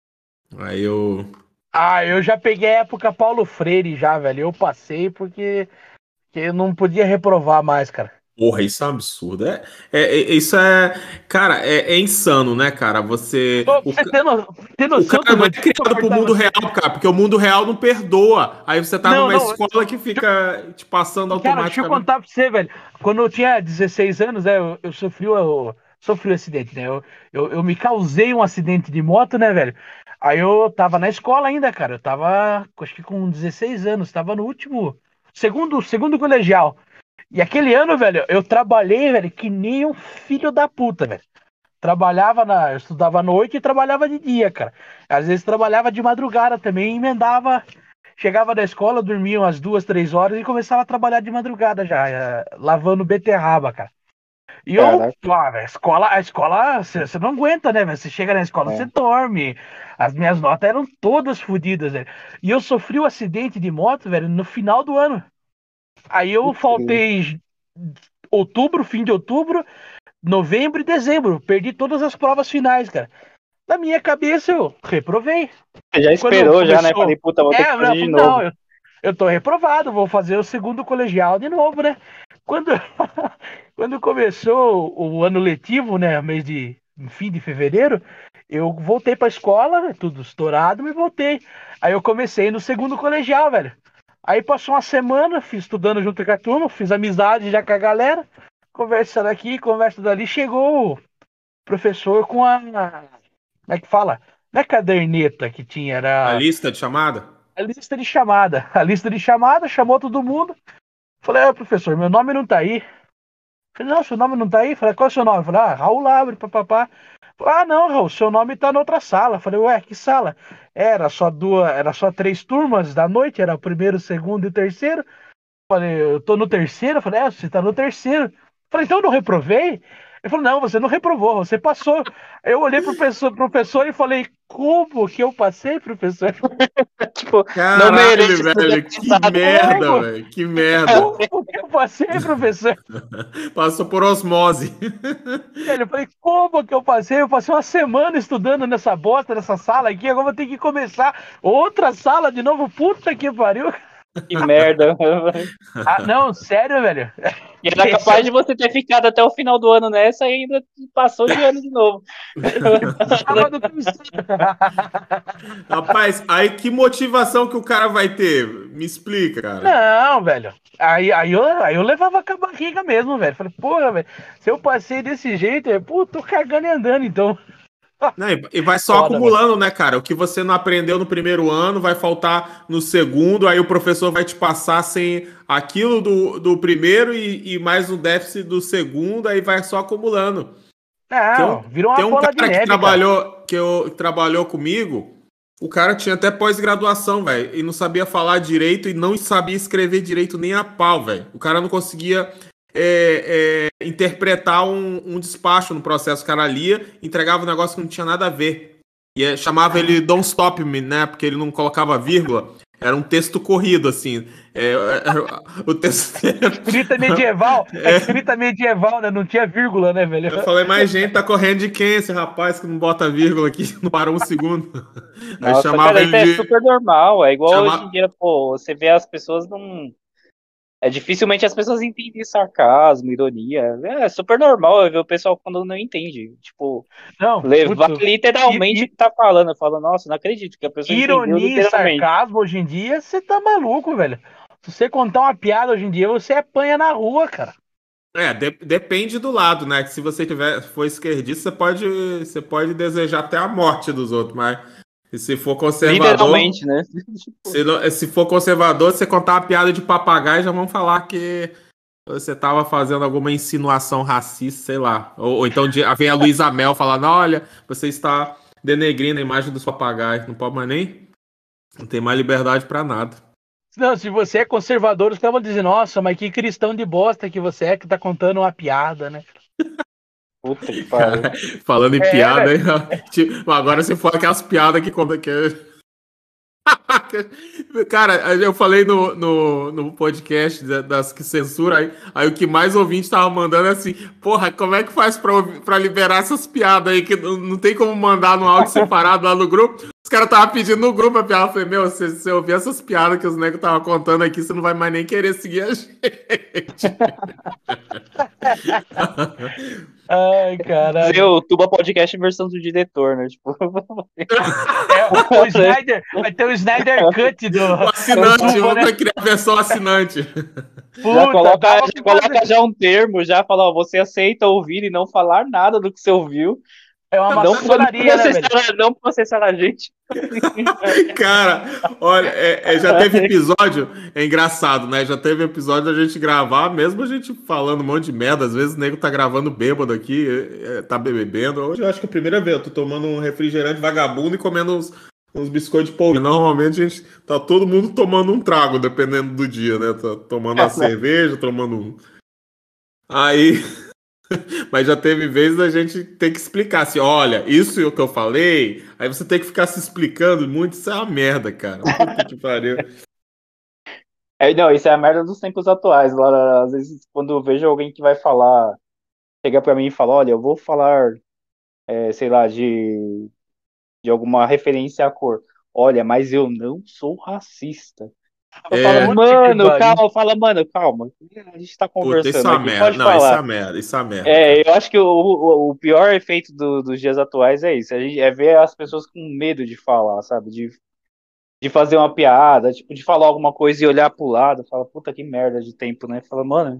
Aí eu. Ah, eu já peguei a época Paulo Freire já, velho. Eu passei porque, porque eu não podia reprovar mais, cara. Porra, isso é um absurdo. É, é, é- isso é. Cara, é, é insano, né, cara? Você. Ô, pra O, você ter, no, ter o noção, cara não é Tuba, criado pro cortar mundo você. real, cara, porque o mundo real não perdoa. Aí você tá Não, numa não, escola que fica te passando cara, deixa eu automaticamente. contar pra você, velho. Quando eu tinha dezesseis anos, né, eu, eu sofri, eu, sofri um acidente, né? Eu, eu, eu me causei um acidente de moto, né, velho? Aí eu tava na escola ainda, cara. Eu tava, acho que com dezesseis anos, tava no último, segundo, segundo colegial. E aquele ano, velho, eu trabalhei, velho, que nem um filho da puta, velho. Trabalhava na, eu estudava à noite e trabalhava de dia, cara. Às vezes trabalhava de madrugada também, emendava. Chegava da escola, dormia umas duas, três horas e começava a trabalhar de madrugada já, eh, lavando beterraba, cara. E eu, Caraca. pô, a escola, a escola, você não aguenta, né, velho? Você chega na escola, você É. dorme. As minhas notas eram todas fodidas, velho. E eu sofri um acidente de moto, velho, no final do ano. Aí eu faltei outubro, fim de outubro, novembro e dezembro. Perdi todas as provas finais, cara. Na minha cabeça eu reprovei. Você já Quando esperou, já, né? começou. Falei, puta, vou ter que É, fazer eu de falei, não, novo. eu, eu tô reprovado, vou fazer o segundo colegial de novo, né? Quando, quando começou o ano letivo, né? Mês de fim de fevereiro, eu voltei pra escola, tudo estourado, me voltei. Aí eu comecei no segundo colegial, velho. Aí passou uma semana, fiz estudando junto com a turma, fiz amizade já com a galera, conversa daqui, conversa dali, chegou o professor com a. Como é que fala? Não é caderneta que tinha, A era lista de chamada? a lista de chamada. A lista de chamada, chamou todo mundo. Falei, ah, professor, meu nome não tá aí. Falei, não, seu nome não tá aí? Falei, qual é o seu nome? Falei, ah, Raul Labre, papapá. Falei, ah, não, Raul, seu nome tá na outra sala. Falei, ué, que sala? Era só duas, era só três turmas da noite, era o primeiro, o segundo e o terceiro. Falei, eu tô no terceiro? Falei, é, você tá no terceiro. Falei, então eu não reprovei? Ele falou, não, você não reprovou, você passou. Eu olhei pro professor, professor e falei, como que eu passei, professor? Tipo, não Caralho, mereço ser velho, que deputado. merda, velho, que merda. Como que eu passei, professor? Passou por osmose. Velho, eu falei, como que eu passei? Eu passei uma semana estudando nessa bosta, nessa sala aqui, agora vou ter que começar outra sala de novo. Puta que pariu. Que merda. Ah, não, sério, velho. E era capaz de você ter ficado até o final do ano nessa e ainda passou de ano de novo. Tava no terceiro. Rapaz, aí que motivação que o cara vai ter? Me explica, cara. Não, velho. Aí, aí, eu, aí eu levava com a barriga mesmo, velho. Falei, porra, velho, se eu passei desse jeito, eu, pô, tô cagando e andando, então. Não, e- e vai só Foda, acumulando, né, cara? O que você não aprendeu no primeiro ano vai faltar no segundo, aí o professor vai te passar sem aquilo do, do primeiro e, e mais um déficit do segundo, aí vai só acumulando. Tem Não, um, virou uma tem um bola cara de que neve, cara. trabalhou, que, eu, que trabalhou comigo, o cara tinha até pós-graduação, velho, e não sabia falar direito e não sabia escrever direito nem a pau, velho. O cara não conseguia é, é, interpretar um, um despacho no processo. O cara lia, entregava um negócio que não tinha nada a ver. E é, chamava ele Don't Stop Me, né? Porque ele não colocava vírgula. Era um texto corrido, assim. É, é, o texto... Escrita medieval. É. Escrita medieval, né? Não tinha vírgula, né, velho? Eu falei, mas gente, tá correndo de quem esse rapaz que não bota vírgula aqui, não para um segundo? Aí Nossa, chamava cara, ele isso é de... super normal. É igual Chama- hoje em dia, pô, você vê as pessoas não. É dificilmente as pessoas entendem sarcasmo, ironia. É super normal eu ver o pessoal quando não entende. Tipo, Não, levar putz, literalmente i- o que tá falando. Eu falo, nossa, não acredito que a pessoa entendeu ironia e literalmente. sarcasmo hoje em dia, você tá maluco, velho. Se você contar uma piada hoje em dia, você apanha na rua, cara. É, de- depende do lado, né? Que se você tiver, for esquerdista, você pode, você pode desejar até a morte dos outros, mas se for conservador, Literalmente, né? se, não- se for conservador, você contar uma piada de papagaio, já vão falar que você tava fazendo alguma insinuação racista, sei lá. Ou, ou então de- vem a Luísa Mel falando, olha, você está denegrindo a imagem dos papagaios. Não pode mais nem. Não tem mais liberdade pra nada. Não, se você é conservador, os caras vão dizer, nossa, mas que cristão de bosta que você é, que tá contando uma piada, né? Puta que pariu. Cara, falando em É, piada, hein? Tipo, agora você for aquelas piadas que conta que é. Cara, eu falei no, no, no podcast das que censura, aí, aí o que mais ouvinte tava mandando é assim, porra, como é que faz pra, ouvir- pra liberar essas piadas aí, que não, não tem como mandar no áudio separado lá no grupo? Os caras estavam pedindo no grupo a piada, eu falei, meu, se você ouvir essas piadas que os negros estavam contando aqui, você não vai mais nem querer seguir a gente. Ai, Fazer caralho. o Tuba Podcast versão do diretor, né? Tipo, É, o, o Snyder, vai ter o Snyder Cut do, O do assinante, Tuba, né? vamos criar a versão assinante. já Puta, coloca, dava já pra fazer. coloca já um termo, já fala, ó, você aceita ouvir e não falar nada do que você ouviu. É uma Não, não, maçonaria, né, velho? processar, não processar a gente. Cara, olha, é- é, já teve episódio, é engraçado, né? Já teve episódio da gente gravar, mesmo a gente falando um monte de merda. Às vezes o nego tá gravando bêbado aqui, é, é, tá bebendo. Hoje eu acho que é a primeira vez, eu tô tomando um refrigerante vagabundo e comendo uns, uns biscoitos de polvilho. Normalmente a gente tá todo mundo tomando um trago, dependendo do dia, né? Tá tomando uma cerveja, tomando um. Aí. Mas já teve vezes da gente ter que explicar assim, olha, isso é o que eu falei, aí você tem que ficar se explicando muito, isso é uma merda, cara. Puta que pariu. É, não, isso é a merda dos tempos atuais. Lá, às vezes, quando eu vejo alguém que vai falar, chega pra mim e fala, olha, eu vou falar, é, sei lá, de, de alguma referência à cor. Olha, mas eu não sou racista. Eu falo, É, Puta que mano, pariu. calma, fala, mano, calma. A gente tá puta, isso é conversando uma aqui, merda. pode Não, isso é falar. uma merda, isso é uma merda, É, cara. eu acho que o, o, o pior efeito do- dos dias atuais é isso. A gente, é ver as pessoas com medo de falar, sabe? De, de fazer uma piada, tipo, de falar alguma coisa e olhar pro lado. Fala, puta que merda de tempo, né? Fala, mano,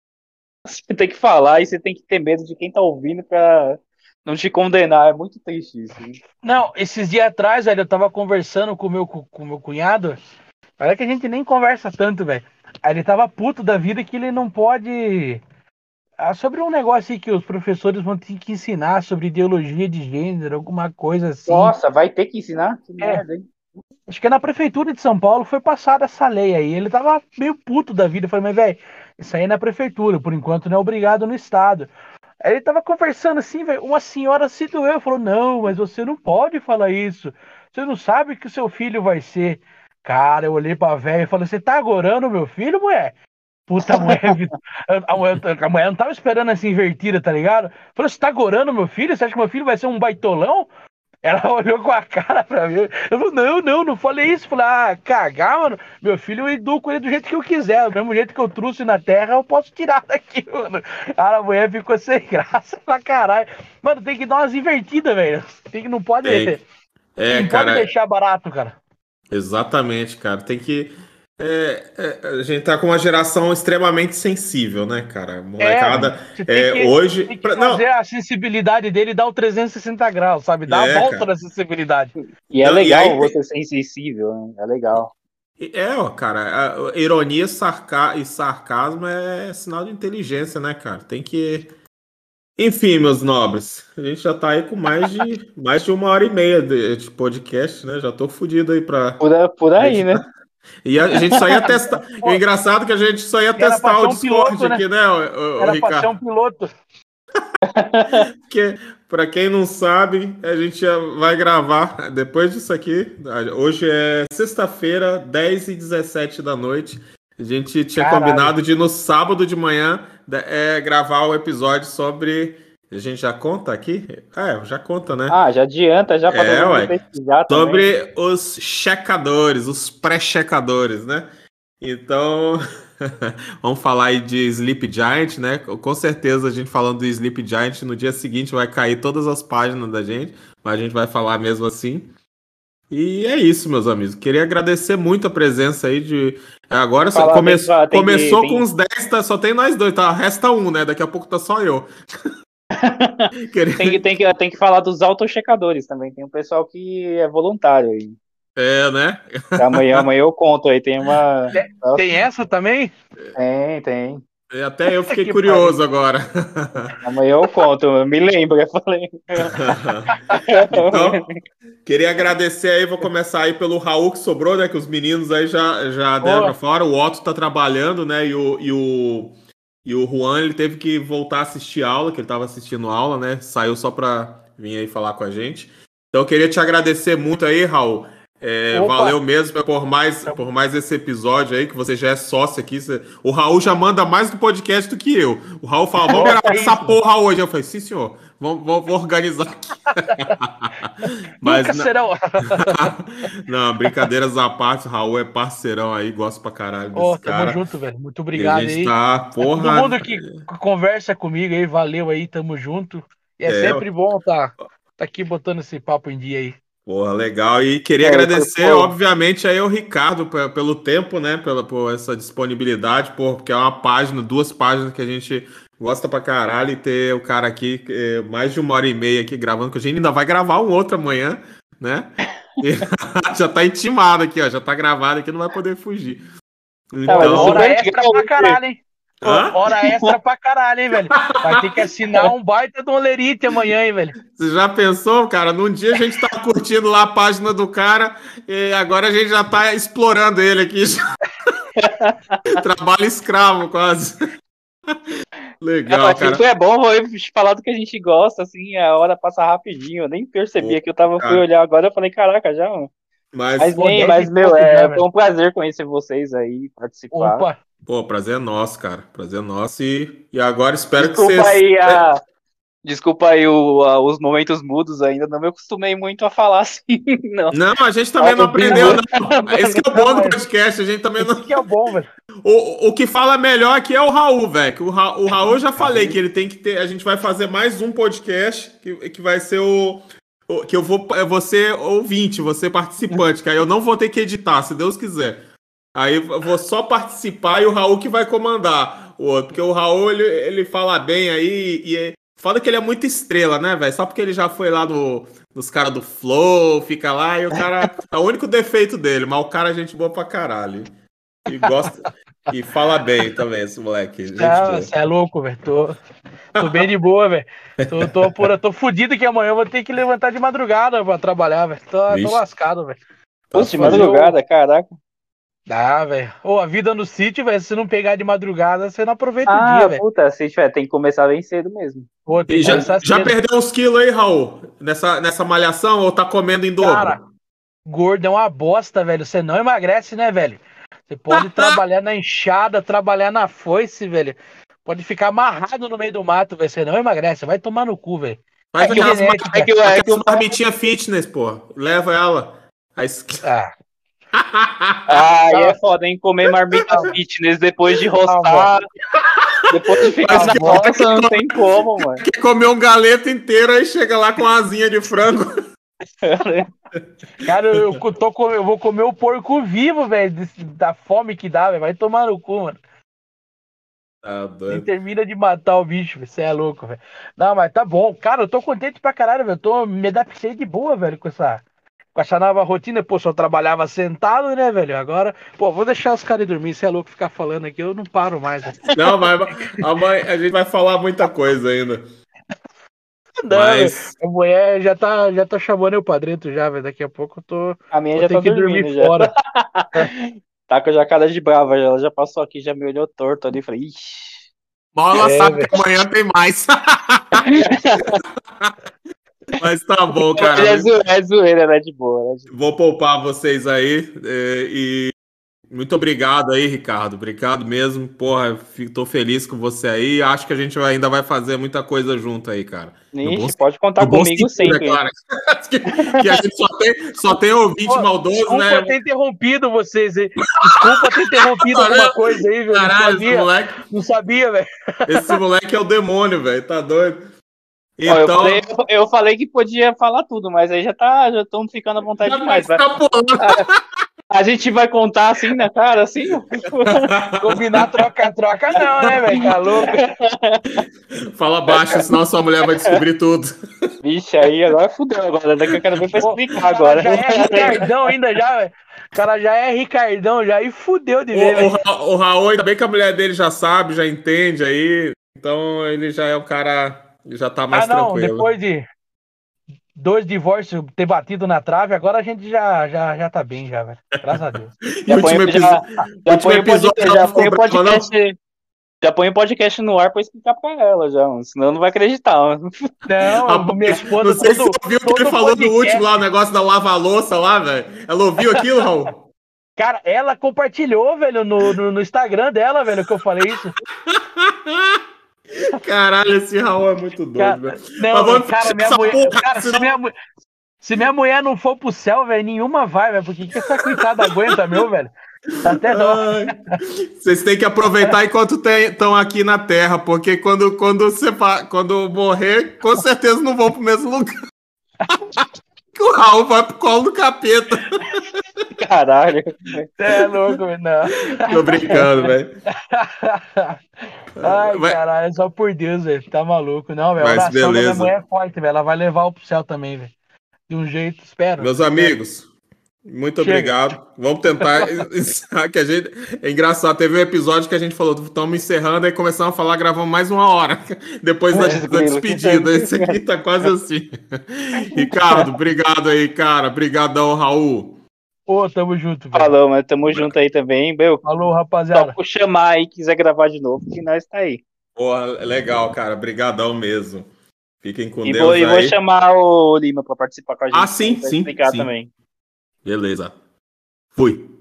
você tem que falar e você tem que ter medo de quem tá ouvindo pra não te condenar. É muito triste isso. Não, esses dias atrás, velho, eu tava conversando com o meu, com o meu cunhado. Olha que a gente nem conversa tanto, velho. Aí ele tava puto da vida que ele não pode. Ah, sobre um negócio aí que os professores vão ter que ensinar sobre ideologia de gênero, alguma coisa assim. Nossa, vai ter que ensinar? Que É, merda, hein? acho que é na prefeitura de São Paulo foi passada essa lei aí. Ele tava meio puto da vida. Eu falei, mas, velho, isso aí é na prefeitura, por enquanto não é obrigado no estado. Aí ele tava conversando assim, velho. Uma senhora se doeu, falou: não, mas você não pode falar isso. Você não sabe o que o seu filho vai ser. Cara, eu olhei pra velha e falei: você tá agorando meu filho, mulher? Puta, a mulher, a mulher, a mulher não tava esperando essa invertida, tá ligado? Falou: você tá agorando meu filho? Você acha que meu filho vai ser um baitolão? Ela olhou com a cara pra mim. Eu falei, não, não, não falei isso. Falei, ah, cagar, mano. Meu filho, eu educo ele do jeito que eu quiser. Do mesmo jeito que eu trouxe na terra, eu posso tirar daqui, mano. Cara, a mulher ficou sem graça pra caralho. Mano, tem que dar umas invertidas, velho. Tem que, não pode, É, é, não pode cara, deixar barato, cara. exatamente, cara. Tem que. é, é, a gente tá com uma geração extremamente sensível, né, cara? É, Molecada, você tem é, que, hoje. tem que pra- fazer não, a sensibilidade dele dar o trezentos e sessenta graus, sabe? Dar a é, volta cara. da sensibilidade. E é Não, e legal aí tem- você ser insensível, né? É legal. É, ó, cara, a- a ironia sarca- e sarcasmo é sinal de inteligência, né, cara? Tem que. Enfim, meus nobres, a gente já tá aí com mais de, mais de uma hora e meia de, de podcast, né? Já tô fudido aí pra Por, a- por aí, né? editar. E a gente só ia testar. O engraçado é que a gente só ia Era pra testar ser o um Discord piloto, né? aqui, né, o, o- o Era pra ser um Ricardo? piloto. Porque, pra quem não sabe, a gente já vai gravar depois disso aqui. Hoje é sexta-feira, dez e dezessete da noite. A gente tinha Caralho. combinado de no sábado de manhã é, gravar o episódio sobre. A gente já conta aqui? É, já conta, né? Ah, já adianta, já pra É, todo mundo ué. pesquisar também. Sobre os checadores, os pré-checadores, né? Então, vamos falar aí de Sleep Giant, né? Com certeza a gente falando do Sleep Giant, no dia seguinte vai cair todas as páginas da gente, mas a gente vai falar mesmo assim. E é isso, meus amigos. Queria agradecer muito a presença aí de. Agora só Falar, come... tem que falar, tem que- começou tem- com uns dez, tá... só tem nós dois, tá? Resta um, né? Daqui a pouco tá só eu. Queria... Tem que, tem, que, tem que falar dos autochecadores também. Tem um pessoal que é voluntário aí. É, né? Amanhã, amanhã eu conto aí. Tem uma. Tem essa também? Tem, tem. E até eu fiquei curioso agora. Amanhã eu conto, eu me lembro, eu falei. Então, queria agradecer aí, vou começar aí pelo Raul que sobrou, né? Que os meninos aí já, já deram pra fora. O Otto tá trabalhando, né? E o, e o, e o Juan, ele teve que voltar a assistir aula, que ele tava assistindo aula, né? Saiu só pra vir aí falar com a gente. Então, eu queria te agradecer muito aí, Raul. É, valeu mesmo por mais, por mais esse episódio aí, que você já é sócio aqui. Você... O Raul já manda mais do podcast do que eu. O Raul fala, vamos gravar essa porra hoje. Eu falei, sim, senhor, vamos, vamos organizar aqui. Mas, Nunca serão. Não, brincadeiras à parte, o Raul é parceirão aí, gosto pra caralho desse oh, cara. Tamo junto, velho. Muito obrigado a gente aí. Tá, porra... Todo mundo que conversa comigo aí, valeu aí, tamo junto. E é, é sempre bom tá, tá aqui botando esse papo em dia aí. Porra, legal. E queria é, agradecer, pô, obviamente, aí ao Ricardo pelo tempo, né? Pela, por essa disponibilidade, pô, porque é uma página, duas páginas que a gente gosta pra caralho e ter o cara aqui é, mais de uma hora e meia aqui gravando, que a gente ainda vai gravar um outro amanhã, né? E já tá intimado aqui, ó. Já tá gravado aqui, não vai poder fugir. Então, é, hora extra pra caralho, hein? Pô, hora extra pra caralho, hein, velho? Vai ter que assinar um baita do Olerite amanhã, hein, velho? Você já pensou, cara? Num dia a gente tá curtindo lá a página do cara e agora a gente já tá explorando ele aqui. Trabalho escravo, quase. Legal, não, cara. É bom falar do que a gente gosta, assim, a hora passa rapidinho. Eu nem percebia Pô, que eu tava, fui olhar agora, eu falei, caraca, já, mano. Mas, mas, bem, mas meu, é, foi um prazer conhecer vocês aí, participar. Opa! Pô, prazer é nosso, cara. Prazer é nosso. E, e agora espero desculpa que vocês... Aí a... Desculpa aí o, a, os momentos mudos ainda. Não me acostumei muito a falar assim, não. Não, a gente também ah, não aprendeu, não. Esse que é o bom do podcast. A gente também não... Esse que é o bom, velho. O, o que fala melhor aqui é o Raul, velho. O, Ra, o Raul eu já falei que ele tem que ter... A gente vai fazer mais um podcast que, que vai ser o... o que eu vou, eu vou ser ouvinte, vou ser participante, que aí eu não vou ter que editar, se Deus quiser. Aí eu vou só participar e o Raul que vai comandar o outro. Porque o Raul, ele, ele fala bem aí e é... Foda que ele é muito estrela, né, velho? Só porque ele já foi lá no, nos caras do Flow, fica lá e o cara... É o único defeito dele, mas o cara é gente boa pra caralho. E gosta... e fala bem também, esse moleque. Gente Não, você é louco, velho. Tô, tô bem de boa, velho. Tô, tô, tô, tô fudido que amanhã eu vou ter que levantar de madrugada pra trabalhar, velho. Tô, tô lascado, velho. Putz, de madrugada, eu... caraca. Dá, velho. Ô, a vida no sítio, velho, se não pegar de madrugada, você não aproveita ah, o dia, velho. Ah, puta, sítio, é, tem que começar bem cedo mesmo. Pô, e já, já perdeu uns quilos aí, Raul? Nessa, nessa malhação ou tá comendo em dobro? Cara, gordo é uma bosta, velho. Você não emagrece, né, velho? Você pode trabalhar na enxada, trabalhar na foice, velho. Pode ficar amarrado no meio do mato, velho. Você não emagrece. Vai tomar no cu, velho. Faz aquelas é que, é que, é que marmitinha fitness, pô. Leva ela. Aí... Ah. Ah, aí é foda, hein? Comer marmita fitness depois de rostar. Depois de ficar na roça, não tem como, mano. Quer comer um galeto inteiro, aí chega lá com a asinha de frango. Cara, eu, tô, eu vou comer o porco vivo, velho. Da fome que dá, velho. Vai tomar no cu, mano. Ah, doido. E termina de matar o bicho, você é louco, velho. Não, mas tá bom. Cara, eu tô contente pra caralho, velho. Tô me adaptei de boa, velho, com essa. Com essa nova rotina, pô, só trabalhava sentado, né, velho? Agora, pô, vou deixar os caras dormir. Você é louco ficar falando aqui, eu não paro mais. Velho. Não, mas a, mãe, a gente vai falar muita coisa ainda. Não, mas... a mulher já tá, já tá chamando eu pra dentro já, velho. Daqui a pouco eu tô. A minha já tá que dormindo dormir já. Fora. Tá com a cara de brava, ela já passou aqui, já me olhou torto ali. Falei, ixi. Mal ela é, sabe véio. Que amanhã tem mais. Mas tá bom, cara. É zoeira, é zoeira, né? De boa. Né? Vou poupar vocês aí. É, e muito obrigado aí, Ricardo. Obrigado mesmo. Porra, fico, tô feliz com você aí. Acho que a gente ainda vai fazer muita coisa junto aí, cara. Ixi, bom, pode contar comigo sempre. Né, que, que a gente só tem, só tem ouvinte Pô, maldoso, desculpa né? Desculpa ter interrompido vocês aí. Desculpa ter interrompido alguma coisa aí, velho. Caralho, não sabia, esse moleque... não sabia, velho. Esse moleque é o demônio, velho. Tá doido. Então... Ó, eu, falei, eu, eu falei que podia falar tudo, mas aí já tá, já estamos ficando à vontade já demais. Vai. A, a gente vai contar assim, né, cara? Assim? Combinar troca-troca não, né, velho? Tá louco? Fala baixo, senão sua mulher vai descobrir tudo. Vixe, aí agora fudeu agora. Daqui eu quero ver pra explicar Pô, agora. Já é Ricardão ainda já, velho. cara já é Ricardão, já e fudeu de ver. O, o, Ra- o Raul, ainda bem que a mulher dele já sabe, já entende aí. Então ele já é um cara. Já tá mais Ah, não, tranquilo. depois de dois divórcios ter batido na trave, agora a gente já, já, já tá bem, já, velho. Graças a Deus. E o último, episo- já, já último põe o episódio podcast, ela já ficou põe o brava, não? podcast, já põe o podcast no ar pra explicar pra ela, já, mano, senão não vai acreditar. Mano. Não, Rapaz, minha esposa, não sei se todo, você ouviu o que todo ele falou no podcast- último lá, o negócio da lava-louça lá, velho. Ela ouviu aquilo, Raul? Cara, ela compartilhou, velho, no, no, no Instagram dela, velho, que eu falei isso. Caralho, esse Raul é muito doido, Cara, velho. não, Mas vamos cara, fechar minha essa mulher, porra, cara, senão- se minha, mu- se minha mulher não for pro céu, velho, nenhuma vai, velho, porque que essa coitada aguenta, meu, velho? Tá até dó. Ai, vocês têm que aproveitar enquanto estão aqui na Terra, porque quando, quando, você fa- quando morrer, com certeza não vão pro mesmo lugar. Que o Raul vai pro colo do capeta. Caralho. Você é louco, velho, não. Tô brincando, velho. Ai, Vai- caralho, só por Deus, velho, tá maluco. Não, velho, a Mas oração da minha beleza. mulher é forte, velho, ela vai levar o pro céu também, velho. De um jeito, espero. Meus amigos, muito Chega. obrigado. Vamos tentar encerrar, que a gente... É engraçado, teve um episódio que a gente falou, estamos encerrando, aí começamos a falar, gravamos mais uma hora. Depois da, da despedida. Esse aqui tá quase assim. Ricardo, obrigado aí, cara. Obrigadão, Raul. Ô, tamo junto, velho. Falou, mas tamo junto aí também, meu. Falou, Só rapaziada. por chamar aí, quiser gravar de novo, que nós tá aí. Porra, legal, cara. Obrigadão mesmo. Fiquem com E Deus vou, e vou aí. chamar o Lima pra participar com a gente. Ah, sim, pra sim, explicar sim. também. Beleza. Fui.